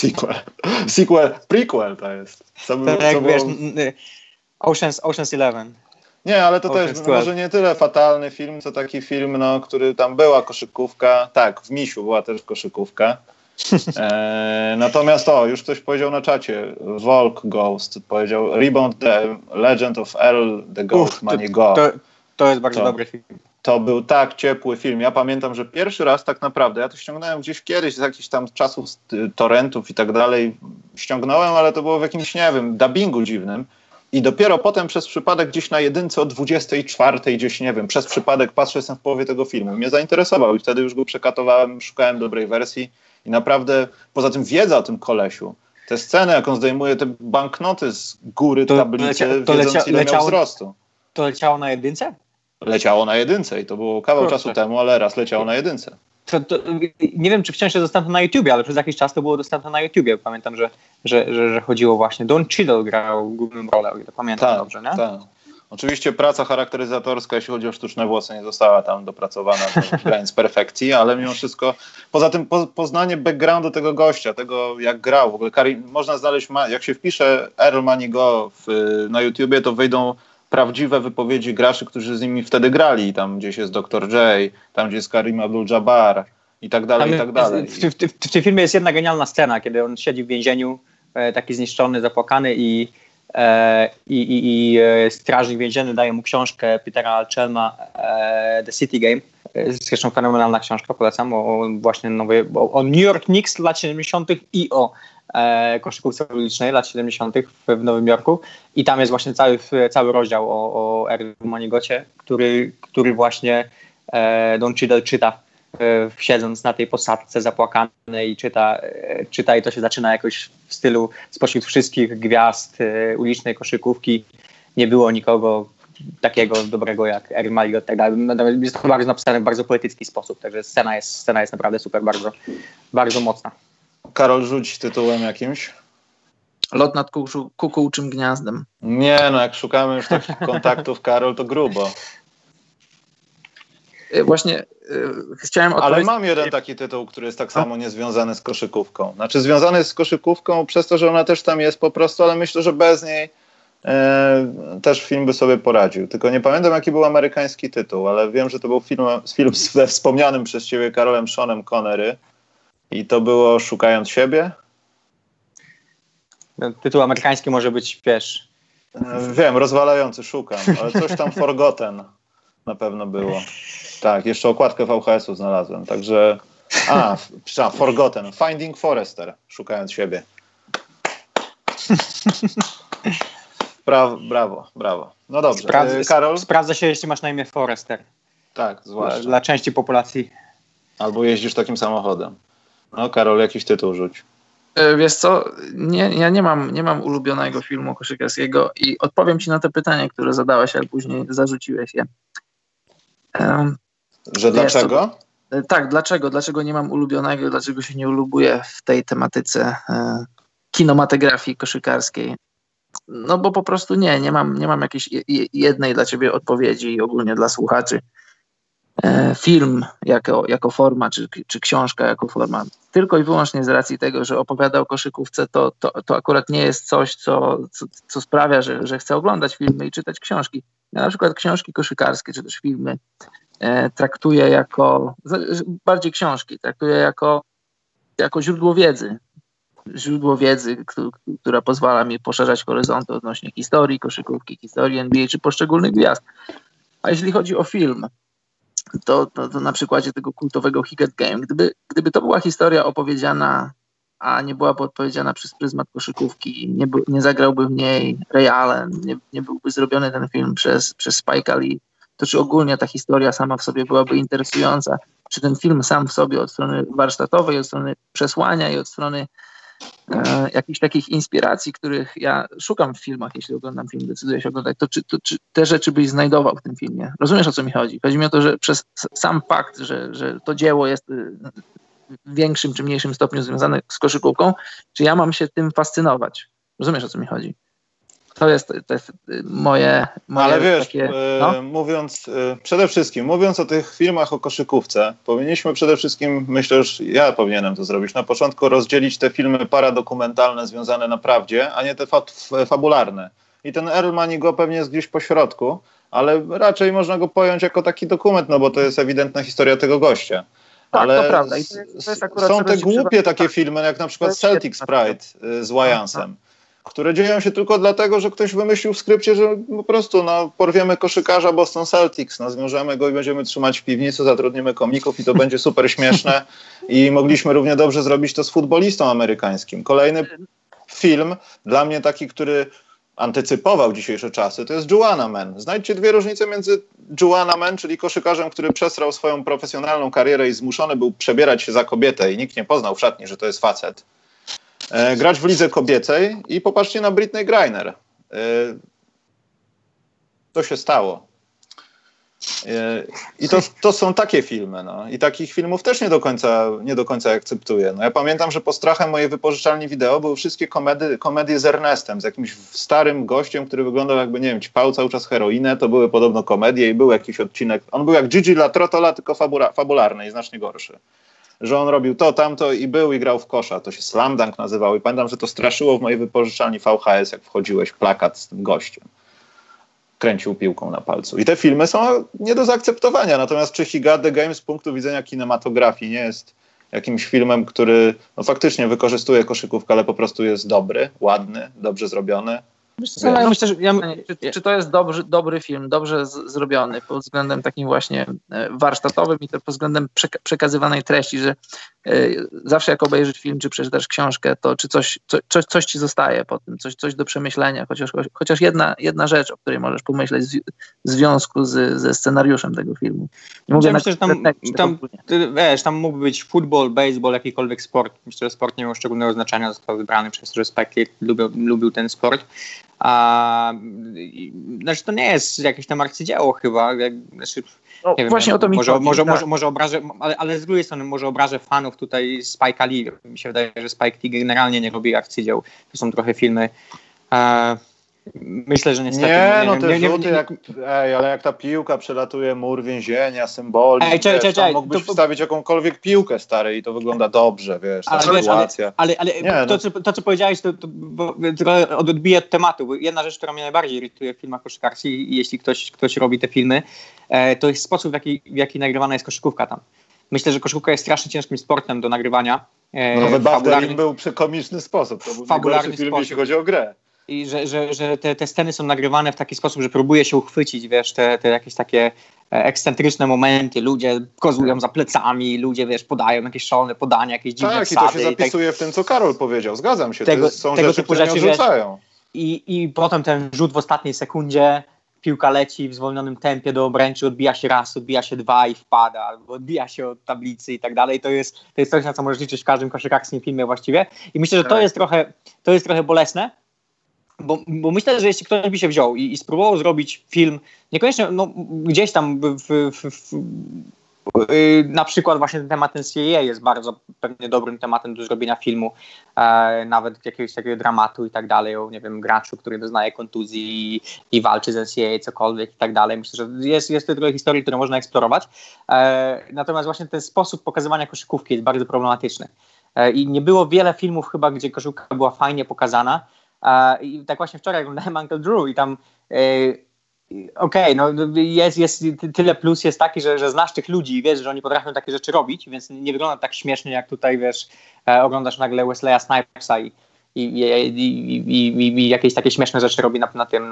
sequel. Prequel to jest. Wiesz, Ocean's 11. Nie, ale to też może nie tyle fatalny film, co taki film, no, który tam była koszykówka. Tak, w Misiu była też koszykówka. Natomiast już ktoś powiedział na czacie, Volk Ghost powiedział Rebound the Legend of Earl the Ghost Money Go. To jest bardzo dobry film. To był tak ciepły film. Ja pamiętam, że pierwszy raz tak naprawdę, ja to ściągnąłem gdzieś kiedyś z jakichś tam czasów torrentów i tak dalej. Ściągnąłem, ale to było w jakimś, nie wiem, dubbingu dziwnym. I dopiero potem przez przypadek gdzieś na jedynce o 24 gdzieś, nie wiem, przez przypadek patrzę, jestem w połowie tego filmu. Mnie zainteresował i wtedy już go przekatowałem, szukałem dobrej wersji i naprawdę, poza tym wiedza o tym kolesiu, te sceny, jak on zdejmuje te banknoty z góry tablicy, wiedząc ile miał wzrostu. To leciało na jedynce? Leciało na jedynce i to było kawał czasu temu, ale raz leciało na jedynce. Nie wiem, czy wciąż jest dostępne na YouTubie, ale przez jakiś czas to było dostępne na YouTubie. Pamiętam, że chodziło właśnie. Don Cheadle grał główną rolę, o ile pamiętam dobrze, nie? Tak. Oczywiście praca charakteryzatorska, jeśli chodzi o sztuczne włosy, nie została tam dopracowana do granic perfekcji, ale mimo wszystko, poza tym poznanie backgroundu tego gościa, tego jak grał, w ogóle można znaleźć, jak się wpisze Earl Money Go na YouTubie, to wyjdą prawdziwe wypowiedzi graczy, którzy z nimi wtedy grali. Tam gdzieś jest Dr. J, tam gdzie jest Kareem Abdul-Jabbar i tak dalej, i tak dalej. W tym filmie jest jedna genialna scena, kiedy on siedzi w więzieniu, taki zniszczony, zapłakany i strażnik więzienny daje mu książkę Petera Alchelma The City Game. Zresztą fenomenalna książka, polecam, o New York Knicks lat 70. i o koszykówce ulicznej lat 70. w Nowym Jorku i tam jest właśnie cały rozdział o Earlu Manigocie, który właśnie Don Cheadle czyta, siedząc na tej posadce zapłakanej i czyta i to się zaczyna jakoś w stylu spośród wszystkich gwiazd ulicznej koszykówki nie było nikogo takiego dobrego jak Earl Manigot. Tak dalej. Jest to bardzo napisane w bardzo poetycki sposób, także scena jest naprawdę super, bardzo, bardzo mocna. Karol, rzuć tytułem jakimś. Lot nad kukułczym gniazdem. Nie, jak szukamy już takich kontaktów, Karol, to grubo. Właśnie chciałem odpowiedzieć... Ale mam jeden taki tytuł, który jest tak samo niezwiązany z koszykówką. Znaczy związany jest z koszykówką przez to, że ona też tam jest po prostu, ale myślę, że bez niej też film by sobie poradził. Tylko nie pamiętam, jaki był amerykański tytuł, ale wiem, że to był film ze wspomnianym przez ciebie Karolem Seanem Connery i to było Szukając siebie. Tytuł amerykański może być, wiesz... Wiem, rozwalający, szukam, ale coś tam Forgotten na pewno było. Tak, jeszcze okładkę VHS-u znalazłem, także... Forgotten. Finding Forrester, Szukając siebie. Brawo. No dobrze. Karol? Sprawdza się, jeśli masz na imię Forrester. Tak, zwłaszcza. Dla części populacji. Albo jeździsz takim samochodem. No, Karol, jakiś tytuł rzuć. Wiesz co, ja nie mam ulubionego filmu koszykarskiego i odpowiem ci na to pytanie, które zadałeś, ale później zarzuciłeś je. Że dlaczego? Tak, dlaczego? Dlaczego nie mam ulubionego, dlaczego się nie ulubuję w tej tematyce kinematografii koszykarskiej? No bo po prostu nie mam jakiejś jednej dla ciebie odpowiedzi i ogólnie dla słuchaczy. Film jako forma, czy książka jako forma, tylko i wyłącznie z racji tego, że opowiada o koszykówce, to akurat nie jest coś, co sprawia, że chcę oglądać filmy i czytać książki. Ja na przykład książki koszykarskie, czy też filmy traktuję bardziej książki, traktuję jako źródło wiedzy, która pozwala mi poszerzać horyzonty odnośnie historii koszykówki, historii NBA, czy poszczególnych gwiazd. A jeśli chodzi o film, to na przykładzie tego kultowego Hicket Game, gdyby to była historia opowiedziana, a nie byłaby odpowiedziana przez pryzmat koszykówki, nie zagrałby w niej Ray Allen, nie byłby zrobiony ten film przez Spike'a Lee, to czy ogólnie ta historia sama w sobie byłaby interesująca, czy ten film sam w sobie od strony warsztatowej, od strony przesłania i od strony jakichś takich inspiracji, których ja szukam w filmach, jeśli oglądam film, decyduję się oglądać, to czy te rzeczy byś znajdował w tym filmie? Rozumiesz, o co mi chodzi? Chodzi mi o to, że przez sam fakt, że to dzieło jest w większym czy mniejszym stopniu związane z koszykówką, czy ja mam się tym fascynować? Rozumiesz, o co mi chodzi? To jest moje ale wiesz, takie, przede wszystkim mówiąc o tych filmach o koszykówce, powinniśmy przede wszystkim, myślę, że ja powinienem to zrobić, na początku rozdzielić te filmy paradokumentalne związane na prawdzie, a nie te fabularne. I ten Earl Money Go pewnie jest gdzieś po środku, ale raczej można go pojąć jako taki dokument, no bo to jest ewidentna historia tego gościa. Tak, ale to prawda. I to jest akurat są te głupie takie tak. filmy, jak na przykład Celtic Sprite z Wyansem, które dzieją się tylko dlatego, że ktoś wymyślił w skrypcie, że po prostu porwiemy koszykarza Boston Celtics, zwiążemy go i będziemy trzymać w piwnicy, zatrudnimy komików i to będzie super śmieszne i mogliśmy równie dobrze zrobić to z futbolistą amerykańskim. Kolejny film, dla mnie taki, który antycypował dzisiejsze czasy, to jest Juwanna Man. Znajdźcie dwie różnice między Juwanna Man, czyli koszykarzem, który przesrał swoją profesjonalną karierę i zmuszony był przebierać się za kobietę i nikt nie poznał w szatni, że to jest facet. Grać w lidze kobiecej i popatrzcie na Britney Griner. To się stało. I to są takie filmy. I takich filmów też nie do końca akceptuję. Ja pamiętam, że postrachem mojej wypożyczalni wideo były wszystkie komedie z Ernestem, z jakimś starym gościem, który wyglądał jakby, nie wiem, ćpał cały czas heroinę. To były podobno komedie i był jakiś odcinek. On był jak Gigi La Trottola, tylko fabularny i znacznie gorszy. Że on robił to, tamto i grał w kosza. To się Slam Dunk nazywało i pamiętam, że to straszyło w mojej wypożyczalni VHS, jak wchodziłeś, plakat z tym gościem. Kręcił piłką na palcu. I te filmy są nie do zaakceptowania. Natomiast czy He Got the Game z punktu widzenia kinematografii nie jest jakimś filmem, który faktycznie wykorzystuje koszykówkę, ale po prostu jest dobry, ładny, dobrze zrobiony? Myślę, że czy to jest dobry film, dobrze zrobiony pod względem takim właśnie warsztatowym i pod względem przekazywanej treści, że zawsze jak obejrzysz film, czy przeczytasz książkę, to czy coś ci zostaje po tym, coś do przemyślenia, chociaż jedna rzecz, o której możesz pomyśleć w związku ze scenariuszem tego filmu. Myślę, że tam mógłby być futbol, baseball, jakikolwiek sport. Myślę, że sport nie miał szczególnego znaczenia, został wybrany przez to, że Spike Lee lubił ten sport. Znaczy to nie jest jakieś tam arcydzieło chyba. Znaczy, nie właśnie wiem, o to mi chodzi. Może obrażę, ale z drugiej strony może obrażę fanów tutaj Spike'a Lee. Mi się wydaje, że Spike Lee generalnie nie robi arcydzieł. To są trochę filmy... Myślę, że niestety... ale jak ta piłka przelatuje mur więzienia, symboli, mógłbyś wstawić jakąkolwiek piłkę, stary, i to wygląda dobrze, wiesz, ta sytuacja. To, co powiedziałeś, to trochę odbije od tematu, bo jedna rzecz, która mnie najbardziej irytuje w filmach koszykarskich, jeśli ktoś robi te filmy, to jest sposób, w jaki nagrywana jest koszykówka tam. Myślę, że koszykówka jest strasznie ciężkim sportem do nagrywania. Fabularny był przekomiczny sposób, to był najgorszy film, jeśli chodzi o grę. I że te sceny są nagrywane w taki sposób, że próbuje się uchwycić, wiesz, te jakieś takie ekscentryczne momenty, ludzie kozują za plecami, ludzie, wiesz, podają jakieś szalone podania, jakieś dziwne wsady. Tak, i to się zapisuje w tym, co Karol powiedział, zgadzam się, są rzeczy, które nie odrzucają. I potem ten rzut w ostatniej sekundzie, piłka leci w zwolnionym tempie do obręczy, odbija się raz, odbija się dwa i wpada, albo odbija się od tablicy i tak dalej. To jest coś, na co możesz liczyć w każdym koszykarskim filmie właściwie. I myślę, że to jest trochę bolesne, bo myślę, że jeśli ktoś by się wziął i spróbował zrobić film, niekoniecznie gdzieś tam na przykład właśnie ten temat NCAA jest bardzo pewnie dobrym tematem do zrobienia filmu, nawet jakiegoś takiego dramatu i tak dalej, o nie wiem, graczu, który doznaje kontuzji i walczy z NCAA, cokolwiek i tak dalej. Myślę, że jest to trochę historii, które można eksplorować. Natomiast właśnie ten sposób pokazywania koszykówki jest bardzo problematyczny. I nie było wiele filmów chyba, gdzie koszykówka była fajnie pokazana. I tak właśnie wczoraj oglądałem Uncle Drew i tam jest tyle plus jest taki, że znasz tych ludzi i wiesz, że oni potrafią takie rzeczy robić, więc nie wygląda tak śmiesznie, jak tutaj, wiesz, oglądasz nagle Wesleya Snipesa i jakieś takie śmieszne rzeczy robi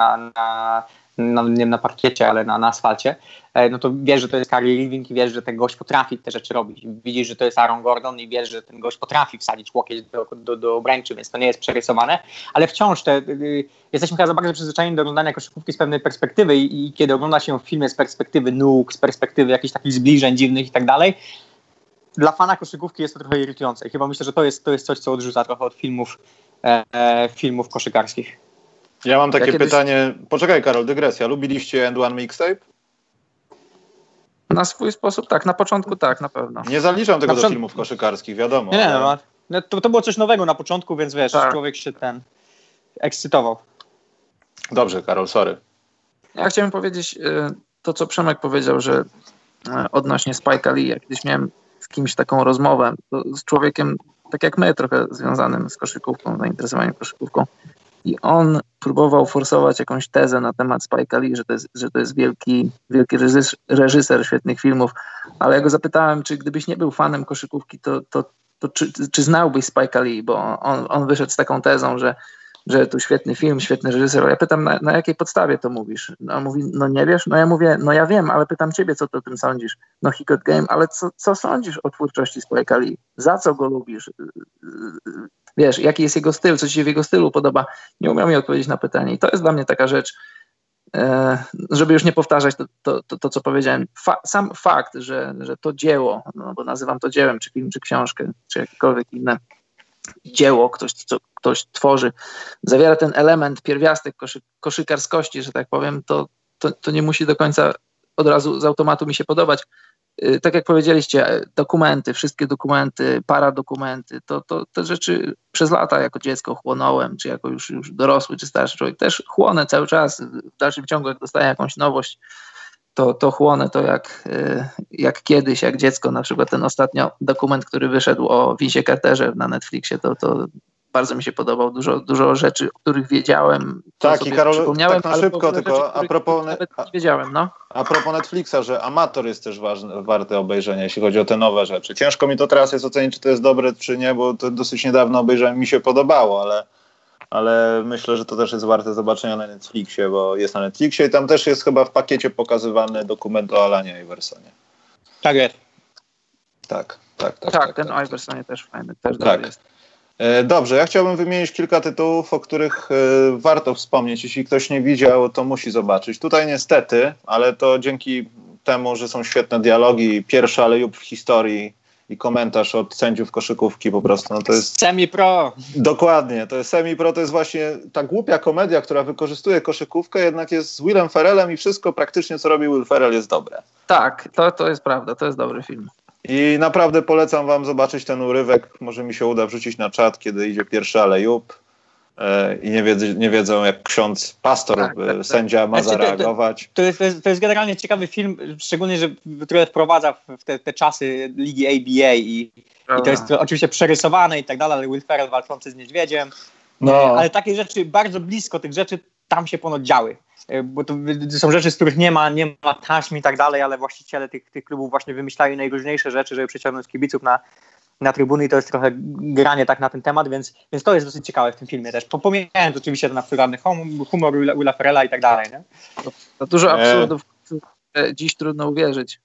na parkiecie, ale na asfalcie, no to wiesz, że to jest Kyrie Irving i wiesz, że ten gość potrafi te rzeczy robić. Widzisz, że to jest Aaron Gordon i wiesz, że ten gość potrafi wsadzić łokieć do obręczy, więc to nie jest przerysowane, ale wciąż jesteśmy chyba za bardzo przyzwyczajeni do oglądania koszykówki z pewnej perspektywy i kiedy ogląda się w filmie z perspektywy nóg, z perspektywy jakichś takich zbliżeń dziwnych i tak dalej, dla fana koszykówki jest to trochę irytujące i chyba myślę, że to jest coś, co odrzuca trochę od filmów koszykarskich. Ja mam takie pytanie. Poczekaj, Karol, dygresja. Lubiliście End One Mixtape? Na swój sposób tak, na początku tak, na pewno. Nie zaliczam tego do filmów koszykarskich, wiadomo. Nie, to było coś nowego na początku, więc wiesz, człowiek się ekscytował. Dobrze, Karol, sorry. Ja chciałem powiedzieć to, co Przemek powiedział, że odnośnie Spike'a Lee, jak kiedyś miałem z kimś taką rozmowę, z człowiekiem, tak jak my, trochę związanym z koszykówką, zainteresowaniem koszykówką. i on próbował forsować jakąś tezę na temat Spike'a Lee, że to jest wielki reżyser świetnych filmów, ale ja go zapytałem, czy gdybyś nie był fanem koszykówki, to czy znałbyś Spike'a Lee, bo on wyszedł z taką tezą, że tu świetny film, świetny reżyser. Ja pytam, na jakiej podstawie to mówisz? No, on mówi, no nie wiesz? No ja mówię, no ja wiem, ale pytam ciebie, co ty o tym sądzisz? No He Got Game, ale co sądzisz o twórczości Spike'a Lee? Za co go lubisz? Wiesz, jaki jest jego styl, co ci się w jego stylu podoba? Nie umiał mi odpowiedzieć na pytanie i to jest dla mnie taka rzecz, żeby już nie powtarzać to co powiedziałem. Sam fakt, że to dzieło, no bo nazywam to dziełem, czy film, czy książkę, czy jakiekolwiek inne dzieło, ktoś tworzy, zawiera ten element, pierwiastek koszykarskości, że tak powiem, to nie musi do końca od razu z automatu mi się podobać. Tak jak powiedzieliście, dokumenty, wszystkie dokumenty, paradokumenty, to te rzeczy przez lata jako dziecko chłonąłem, czy jako już dorosły, czy starszy człowiek też chłonę cały czas. W dalszym ciągu, jak dostaję jakąś nowość, to chłonę to jak kiedyś, jak dziecko. Na przykład ten ostatnio dokument, który wyszedł o Vincie Carterze na Netflixie, to bardzo mi się podobał. Dużo rzeczy, o których wiedziałem. Tak, i Karol, przypomniałem, tak na szybko, tylko rzeczy, a propos, nawet nie wiedziałem, no. A propos Netflixa, że Amator jest też warte obejrzenia, jeśli chodzi o te nowe rzeczy. Ciężko mi to teraz jest ocenić, czy to jest dobre, czy nie, bo to dosyć niedawno obejrzałem, mi się podobało, ale myślę, że to też jest warte zobaczenia na Netflixie, bo jest na Netflixie i tam też jest chyba w pakiecie pokazywany dokument o Alanie Iversonie. Tak jest. Tak, ten o Iversonie też fajny, też tak. dobry jest. Dobrze, ja chciałbym wymienić kilka tytułów, o których warto wspomnieć. Jeśli ktoś nie widział, to musi zobaczyć. Tutaj niestety, ale to dzięki temu, że są świetne dialogi, pierwszy alley-oop w historii i komentarz od sędziów koszykówki po prostu. No to jest semi-pro. Dokładnie, to jest semi-pro, to jest właśnie ta głupia komedia, która wykorzystuje koszykówkę, jednak jest z Willem Ferrellem i wszystko praktycznie, co robi Will Ferrell, jest dobre. Tak, to jest prawda, to jest dobry film. I naprawdę polecam wam zobaczyć ten urywek. Może mi się uda wrzucić na czat, kiedy idzie pierwszy alley-oop i nie wiedzą, jak ksiądz, pastor, sędzia ma zareagować. To jest generalnie ciekawy film, szczególnie, że trochę wprowadza w te czasy ligi ABA i to jest oczywiście przerysowane i tak dalej, ale Will Ferrell walczący z niedźwiedziem. No. Ale takie rzeczy, bardzo blisko tych rzeczy tam się ponoć działy. Bo to są rzeczy, z których nie ma taśm i tak dalej, ale właściciele tych klubów właśnie wymyślają najróżniejsze rzeczy, żeby przyciągnąć kibiców na trybuny i to jest trochę granie tak na ten temat, więc to jest dosyć ciekawe w tym filmie też. Pomijając oczywiście ten absurdalny humor Willa Ferrella i tak dalej. Nie? To dużo absurdów, które dziś trudno uwierzyć.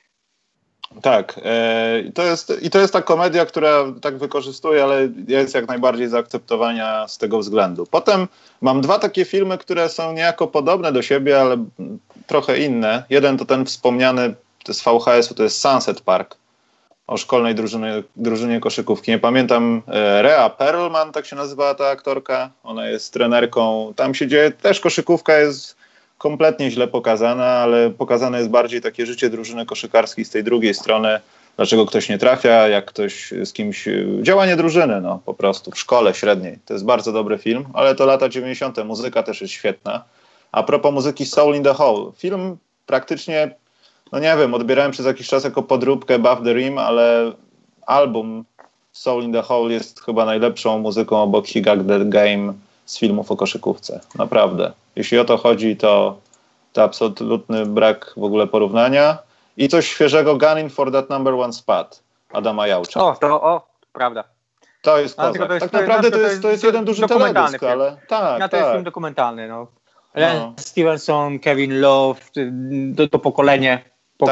Tak. To jest ta komedia, która tak wykorzystuje, ale jest jak najbardziej zaakceptowania z tego względu. Potem mam dwa takie filmy, które są niejako podobne do siebie, ale trochę inne. Jeden to ten wspomniany z VHS-u, to jest Sunset Park, o szkolnej drużynie koszykówki. Nie pamiętam, Rhea Perlman, tak się nazywała ta aktorka. Ona jest trenerką. Tam się dzieje też koszykówka, jest kompletnie źle pokazana, ale pokazane jest bardziej takie życie drużyny koszykarskiej z tej drugiej strony. Dlaczego ktoś nie trafia, jak ktoś z kimś... Działanie drużyny, no po prostu, w szkole średniej. To jest bardzo dobry film, ale to lata 90. Muzyka też jest świetna. A propos muzyki, Soul in the Hole. Film praktycznie, no nie wiem, odbierałem przez jakiś czas jako podróbkę Above the Rim, ale album Soul in the Hole jest chyba najlepszą muzyką obok He Got the Game z filmów o koszykówce. Naprawdę. Jeśli o to chodzi, to absolutny brak w ogóle porównania. I coś świeżego, Gunning for that number one spot Adama Jałcza. Prawda. To jest kozak. Tak naprawdę to jest jeden duży teledysk, ale tak. To jest film dokumentalny. No. Len Stevenson, Kevin Love, to pokolenie,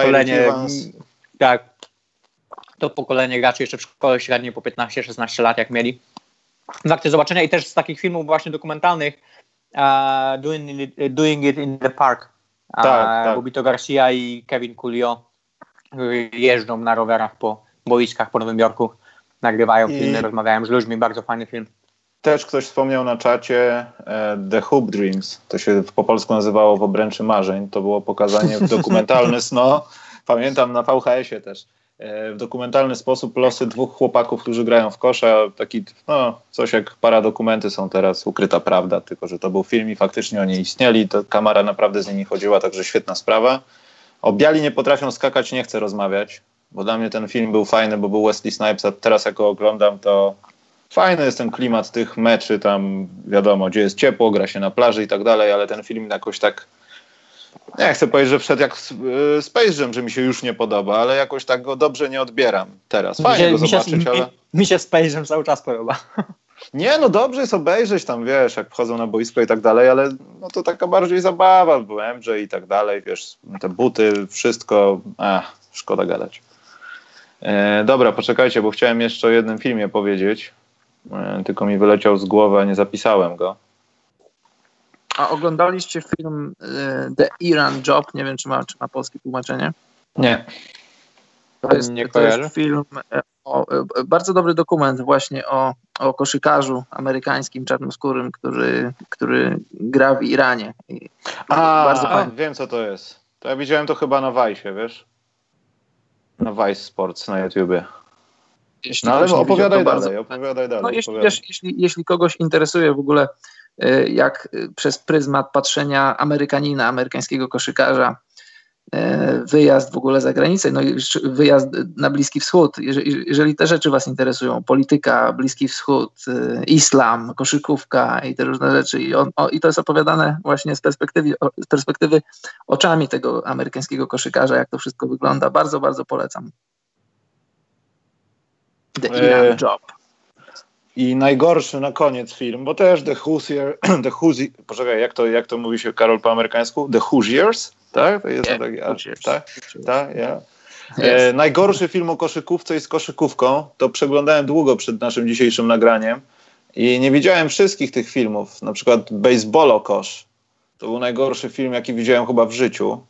tak, to pokolenie graczy jeszcze w szkole średniej po 15-16 lat, jak mieli. Warte zobaczenia i też z takich filmów właśnie dokumentalnych Doing It in the Park. Tak. Bobito Garcia i Kevin Coolio jeżdżą na rowerach po boiskach po Nowym Jorku, nagrywają filmy, rozmawiają z ludźmi, bardzo fajny film. Też ktoś wspomniał na czacie The Hoop Dreams, to się po polsku nazywało W obręczy marzeń, to było pokazanie w dokumentalny pamiętam na VHS-ie też, w dokumentalny sposób losy dwóch chłopaków, którzy grają w kosza, taki, coś jak paradokumenty są teraz, Ukryta prawda, tylko że to był film i faktycznie oni istnieli, to kamera naprawdę z nimi chodziła, także świetna sprawa. O Biali nie potrafią skakać, nie chcę rozmawiać, bo dla mnie ten film był fajny, bo był Wesley Snipes, a teraz jak go oglądam, to Fajny jest ten klimat tych meczy tam, wiadomo, gdzie jest ciepło, gra się na plaży i tak dalej, ale ten film jakoś tak, nie chcę powiedzieć, że wszedł jak Space Jam, że mi się już nie podoba, ale jakoś tak go dobrze nie odbieram teraz. Fajnie go zobaczyć, ale... Mi się Space Jam cały czas podoba. Nie, no dobrze jest obejrzeć tam, wiesz, jak wchodzą na boisko i tak dalej, ale no to taka bardziej zabawa, był MJ i tak dalej, wiesz, te buty, wszystko, szkoda gadać. Dobra, poczekajcie, bo chciałem jeszcze o jednym filmie powiedzieć, tylko mi wyleciał z głowy, a nie zapisałem go. A oglądaliście film The Iran Job? Nie wiem, czy ma polskie tłumaczenie. Nie. To jest film, bardzo dobry dokument właśnie o koszykarzu amerykańskim, czarnoskórym, który gra w Iranie. Wiem co to jest. To ja widziałem to chyba na Vice'ie, wiesz? Na Vice Sports na YouTubie. No ale opowiadaj dalej. No, jeśli kogoś interesuje w ogóle jak przez pryzmat patrzenia Amerykanina, amerykańskiego koszykarza, wyjazd w ogóle za granicę, no i wyjazd na Bliski Wschód, jeżeli te rzeczy was interesują, polityka, Bliski Wschód, islam, koszykówka i te różne rzeczy i to jest opowiadane właśnie z perspektywy oczami tego amerykańskiego koszykarza, jak to wszystko wygląda. Bardzo, bardzo polecam. The Iran Job. I najgorszy na koniec film, bo też poczekaj, jak to mówi się, Karol, po amerykańsku? The Hoosiers? Tak? To jest najgorszy film o koszykówce i z koszykówką, to przeglądałem długo przed naszym dzisiejszym nagraniem i nie widziałem wszystkich tych filmów, na przykład Baseballokosz. To był najgorszy film, jaki widziałem chyba w życiu.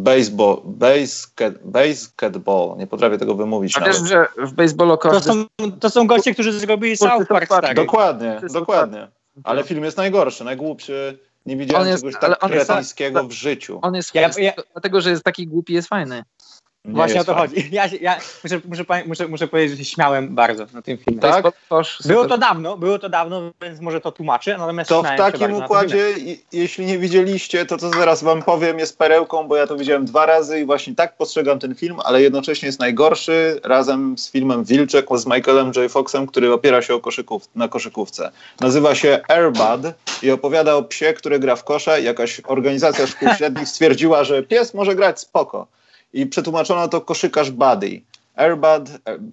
Basketball, nie potrafię tego wymówić. A wiesz, że w Baseballokosz... To są goście, którzy zrobili South Park. Dokładnie. Ale film jest najgorszy, najgłupszy. Nie widziałem czegoś tak kretyńskiego w życiu. On jest dlatego, że jest taki głupi, jest fajny. Właśnie o to chodzi. Ja muszę powiedzieć, że się śmiałem bardzo na tym filmie. Tak? Było to dawno, więc może to tłumaczę. Natomiast to w takim układzie, jeśli nie widzieliście, to co zaraz wam powiem jest perełką, bo ja to widziałem 2 razy i właśnie tak postrzegam ten film, ale jednocześnie jest najgorszy razem z filmem Wilczek z Michaelem J. Foxem, który opiera się na koszykówce. Nazywa się Air Bud i opowiada o psie, który gra w kosza i jakaś organizacja szkół średnich stwierdziła, że pies może grać spoko. I przetłumaczono to koszykarz buddy. Airbud.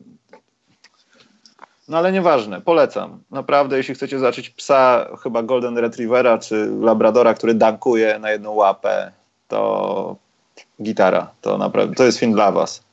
No ale nieważne, polecam. Naprawdę, jeśli chcecie zobaczyć psa, chyba Golden Retrievera czy Labradora, który dankuje na jedną łapę, to gitara. To naprawdę, to jest film dla was.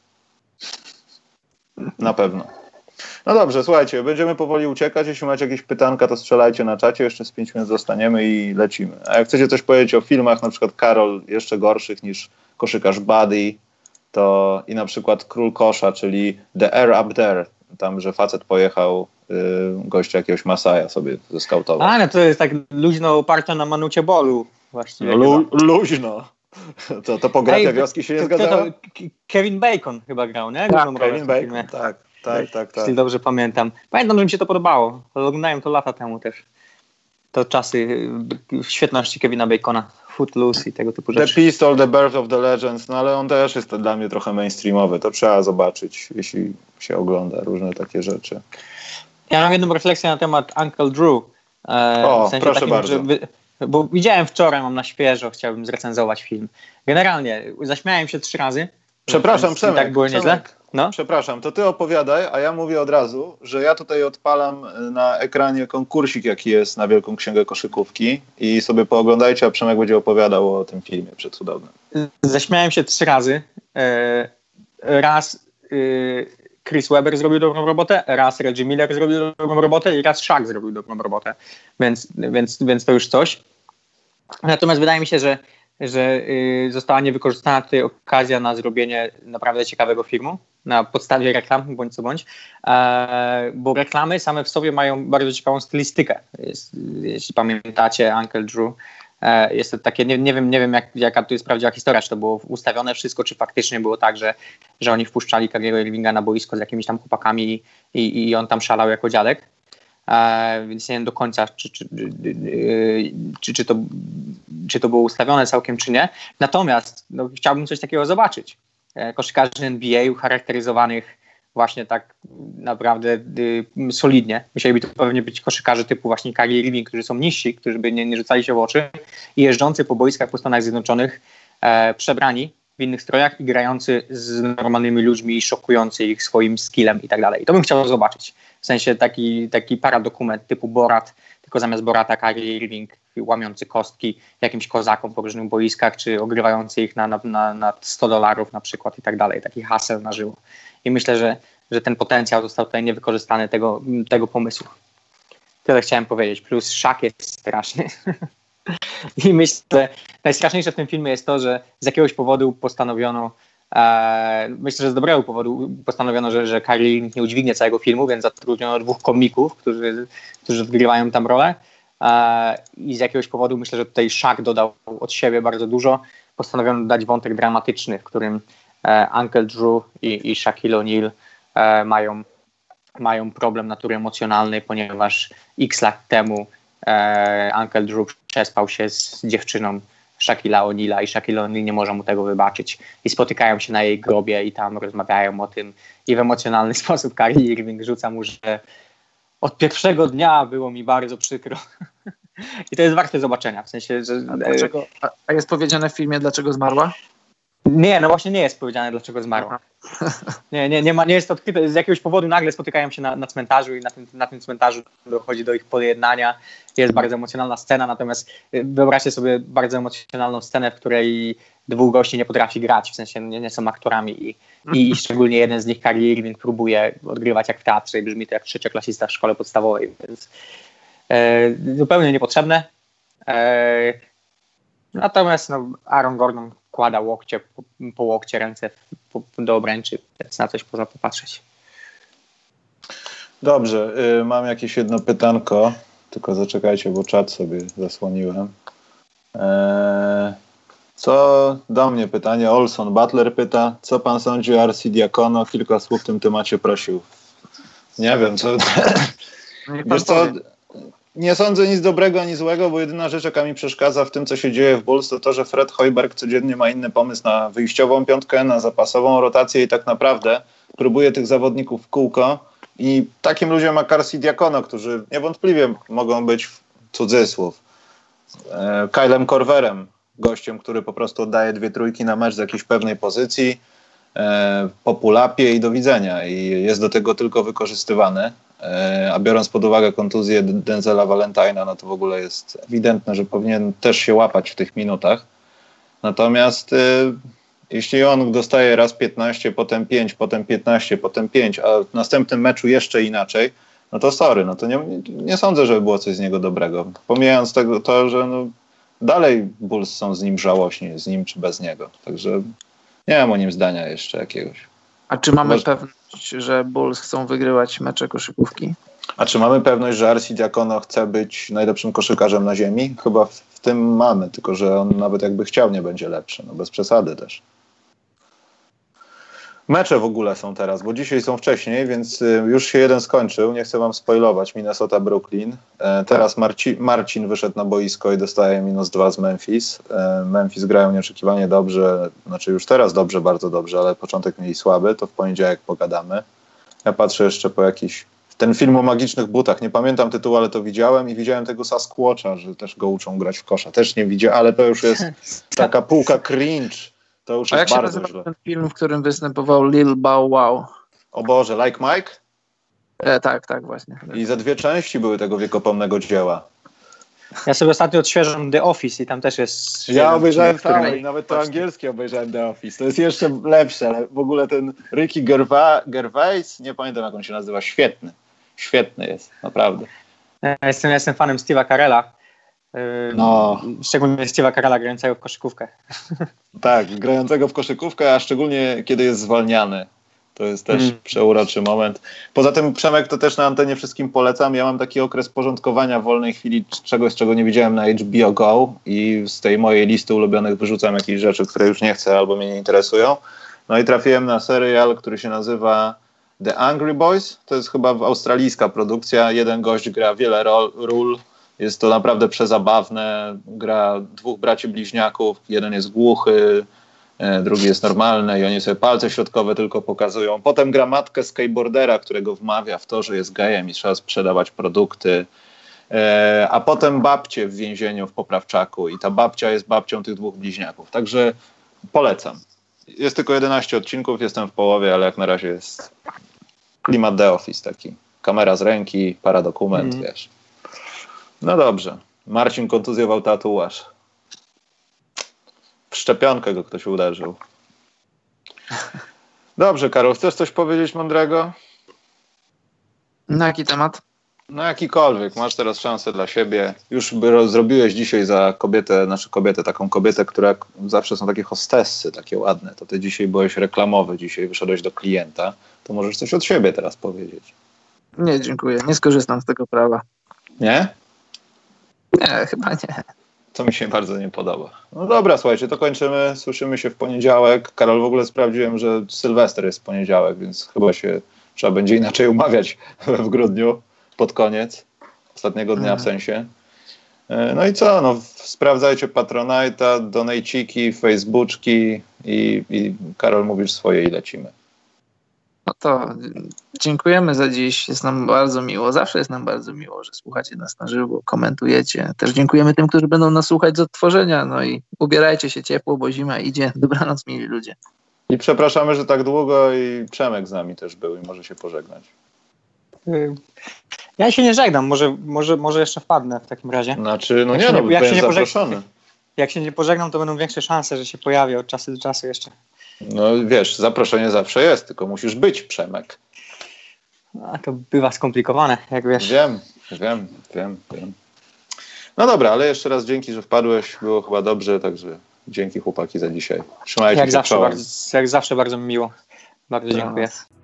Na pewno. No dobrze, słuchajcie, będziemy powoli uciekać. Jeśli macie jakieś pytanka, to strzelajcie na czacie. Jeszcze z 5 minut zostaniemy i lecimy. A jak chcecie coś powiedzieć o filmach, na przykład Karol, jeszcze gorszych niż koszykarz buddy, to i na przykład Król Kosza, czyli The Air Up There, tam, że facet pojechał gościa jakiegoś Masaja sobie zeskautował. No to jest tak luźno oparte na Manucie Bolu właściwie. Luźno. To pografia wioski się nie zgadzało? Kevin Bacon chyba grał, nie? Kevin Bacon, tak. Jeśli dobrze pamiętam. Pamiętam, że mi się to podobało. Oglądałem to lata temu też. To czasy świetności Kevina Bacona. Footloose i tego typu rzeczy. The Pistol, The Birth of the Legends, no ale on też jest dla mnie trochę mainstreamowy. To trzeba zobaczyć, jeśli się ogląda różne takie rzeczy. Ja mam jedną refleksję na temat Uncle Drew. W sensie proszę takim, bardzo. Bo widziałem wczoraj, mam na świeżo, chciałbym zrecenzować film. Generalnie zaśmiałem się 3 razy. Przepraszam, Przemek. Tak było nieźle. No? Przepraszam, to ty opowiadaj, a ja mówię od razu, że ja tutaj odpalam na ekranie konkursik, jaki jest na Wielką Księgę Koszykówki i sobie pooglądajcie, a Przemek będzie opowiadał o tym filmie przecudownym. Zaśmiałem się 3 razy. Raz Chris Webber zrobił dobrą robotę, raz Reggie Miller zrobił dobrą robotę i raz Shaq zrobił dobrą robotę. Więc to już coś. Natomiast wydaje mi się, że została niewykorzystana tutaj okazja na zrobienie naprawdę ciekawego filmu na podstawie reklam, bądź co bądź, bo reklamy same w sobie mają bardzo ciekawą stylistykę. Jeśli pamiętacie Uncle Drew, jest to takie, nie wiem jaka tu jest prawdziwa historia, czy to było ustawione wszystko, czy faktycznie było tak, że oni wpuszczali Kyriego Irvinga na boisko z jakimiś tam chłopakami i on tam szalał jako dziadek. Więc nie wiem do końca, czy to było ustawione całkiem, czy nie. Natomiast chciałbym coś takiego zobaczyć. Koszykarzy NBA ucharakteryzowanych właśnie tak naprawdę solidnie. Musieliby to pewnie być koszykarze typu właśnie Kyrie Irving, którzy są niżsi, którzy by nie rzucali się w oczy i jeżdżący po boiskach po Stanach Zjednoczonych, przebrani w innych strojach i grający z normalnymi ludźmi i szokujący ich swoim skillem i tak dalej. To bym chciał zobaczyć. W sensie taki paradokument typu Borat, tylko zamiast Borata Kyrie Irving łamiący kostki jakimś kozakom po różnych boiskach, czy ogrywający ich na $100 na przykład i tak dalej. Taki haseł na żywo. I myślę, że ten potencjał został tutaj niewykorzystany tego pomysłu. Tyle chciałem powiedzieć. Plus Shaq jest straszny. I myślę, że najstraszniejsze w tym filmie jest to, że z jakiegoś powodu postanowiono, myślę, że z dobrego powodu postanowiono, że Kyrie nie udźwignie całego filmu, więc zatrudniono 2 komików, którzy odgrywają tam rolę. I z jakiegoś powodu myślę, że tutaj Shaq dodał od siebie bardzo dużo. Postanowiono dać wątek dramatyczny, w którym Uncle Drew i Shaquille O'Neal mają problem natury emocjonalnej, ponieważ x lat temu Uncle Drew przespał się z dziewczyną Shaquille'a O'Neala i Shaquille O'Neal nie może mu tego wybaczyć. I spotykają się na jej grobie i tam rozmawiają o tym i w emocjonalny sposób Kyrie Irving rzuca mu, że od pierwszego dnia było mi bardzo przykro. I to jest warte zobaczenia. W sensie, że... A jest powiedziane w filmie, dlaczego zmarła? Nie, no właśnie nie jest powiedziane, dlaczego zmarła. Nie jest odkryte. Z jakiegoś powodu nagle spotykają się na cmentarzu i na tym cmentarzu dochodzi do ich pojednania. Jest bardzo emocjonalna scena, natomiast wyobraźcie sobie bardzo emocjonalną scenę, w której 2 gości nie potrafi grać, w sensie nie są aktorami i szczególnie jeden z nich, Kyrie Irving, próbuje odgrywać jak w teatrze i brzmi to jak 3-klasista w szkole podstawowej, więc zupełnie niepotrzebne. Natomiast Aaron Gordon wkłada łokcie po łokcie, ręce do obręczy, więc na coś można popatrzeć. Dobrze, mam jakieś jedno pytanko, tylko zaczekajcie, bo czat sobie zasłoniłem. Co do mnie pytanie, Olson Butler pyta, co pan sądzi o RC Diakono? Kilka słów w tym temacie prosił. Nie wiem, co... Wiesz co, nie sądzę nic dobrego ani złego, bo jedyna rzecz, jaka mi przeszkadza w tym, co się dzieje w Bulls, to że Fred Hoiberg codziennie ma inny pomysł na wyjściową piątkę, na zapasową rotację i tak naprawdę próbuje tych zawodników w kółko i takim ludziom jak RC Diakono, którzy niewątpliwie mogą być, w cudzysłów, Kylem Korverem, gościem, który po prostu oddaje 2 trójki na mecz z jakiejś pewnej pozycji, po pull-upie i do widzenia i jest do tego tylko wykorzystywany. A biorąc pod uwagę kontuzję Denzela Valentine'a, no to w ogóle jest ewidentne, że powinien też się łapać w tych minutach. Natomiast jeśli on dostaje raz 15, potem 5, potem 15, potem 5, a w następnym meczu jeszcze inaczej, no to sorry, no to nie sądzę, żeby było coś z niego dobrego. Pomijając to, że dalej Bulls są z nim żałośni, z nim czy bez niego. Także nie mam o nim zdania jeszcze jakiegoś. A czy mamy pewność, że Bulls chcą wygrywać mecze koszykówki? A czy mamy pewność, że RC Diakono chce być najlepszym koszykarzem na ziemi? Chyba w tym mamy, tylko że on nawet jakby chciał, nie będzie lepszy. No bez przesady też. Mecze w ogóle są teraz, bo dzisiaj są wcześniej, więc już się jeden skończył. Nie chcę wam spoilować. Minnesota-Brooklyn. Teraz Marcin wyszedł na boisko i dostaje -2 z Memphis. Memphis grają nieoczekiwanie dobrze, znaczy już teraz dobrze, bardzo dobrze, ale początek mieli słaby, to w poniedziałek pogadamy. Ja patrzę jeszcze po jakiś... Ten film o magicznych butach, nie pamiętam tytułu, ale to widziałem i widziałem tego Sasquatcha, że też go uczą grać w kosza. Też nie widziałem, ale to już jest taka półka cringe. To już A jest jak bardzo się źle. nazywa ten film, w którym występował Lil Bow Wow? O Boże, Like Mike? Tak, właśnie. I za 2 części były tego wiekopomnego dzieła. Ja sobie ostatnio odświeżam The Office i tam też jest... Ja obejrzałem całe i nawet to angielskie obejrzałem The Office. To jest jeszcze lepsze, ale w ogóle ten Ricky Gervais, nie pamiętam jak on się nazywa, świetny. Świetny jest, naprawdę. Ja jestem fanem Steve'a Carella. No. Szczególnie Steve'a Carella grającego w koszykówkę. Tak, grającego w koszykówkę, a szczególnie kiedy jest zwalniany. To jest też przeuroczy moment. Poza tym, Przemek, to też na antenie wszystkim polecam. Ja mam taki okres porządkowania w wolnej chwili czegoś, czego nie widziałem na HBO Go i z tej mojej listy ulubionych wyrzucam jakieś rzeczy, które już nie chcę albo mnie nie interesują. No i trafiłem na serial, który się nazywa The Angry Boys. To jest chyba australijska produkcja. Jeden gość gra wiele ról. Jest to naprawdę przezabawne. Gra 2 braci bliźniaków. Jeden jest głuchy, drugi jest normalny i oni sobie palce środkowe tylko pokazują. Potem gra matkę skateboardera, którego wmawia w to, że jest gejem i trzeba sprzedawać produkty. A potem babcię w więzieniu w Poprawczaku i ta babcia jest babcią tych dwóch bliźniaków. Także polecam. Jest tylko 11 odcinków, jestem w połowie, ale jak na razie jest klimat The Office taki. Kamera z ręki, paradokument, wiesz. No dobrze. Marcin kontuzjował tatuaż. W szczepionkę go ktoś uderzył. Dobrze, Karol, chcesz coś powiedzieć mądrego? Na jaki temat? No jakikolwiek. Masz teraz szansę dla siebie. Już zrobiłeś dzisiaj za kobietę, taką kobietę, która zawsze są takie hostessy, takie ładne. To ty dzisiaj byłeś reklamowy, dzisiaj wyszedłeś do klienta. To możesz coś od siebie teraz powiedzieć. Nie, dziękuję. Nie skorzystam z tego prawa. Nie? Nie, chyba nie. To mi się bardzo nie podoba. No dobra, słuchajcie, to kończymy. Słyszymy się w poniedziałek. Karol, w ogóle sprawdziłem, że Sylwester jest w poniedziałek, więc chyba się trzeba będzie inaczej umawiać w grudniu, pod koniec ostatniego dnia w sensie. No i co? No, sprawdzajcie Patronite'a, donejciki, Facebooczki i Karol, mówisz swoje i lecimy. No to dziękujemy za dziś. Jest nam bardzo miło. Zawsze jest nam bardzo miło, że słuchacie nas na żywo, komentujecie. Też dziękujemy tym, którzy będą nas słuchać z odtworzenia. No i ubierajcie się ciepło, bo zima idzie. Dobranoc, mili ludzie. I przepraszamy, że tak długo i Przemek z nami też był i może się pożegnać. Ja się nie żegnam. Może jeszcze wpadnę w takim razie. Znaczy, no nie, no byłem zaproszony. Jak się nie pożegnam, to będą większe szanse, że się pojawię od czasu do czasu jeszcze. No wiesz, zaproszenie zawsze jest, tylko musisz być, Przemek. A to bywa skomplikowane, jak wiesz. Wiem. No dobra, ale jeszcze raz dzięki, że wpadłeś. Było chyba dobrze, także dzięki chłopaki za dzisiaj. Trzymajcie się. Jak zawsze bardzo mi miło. Bardzo dziękuję.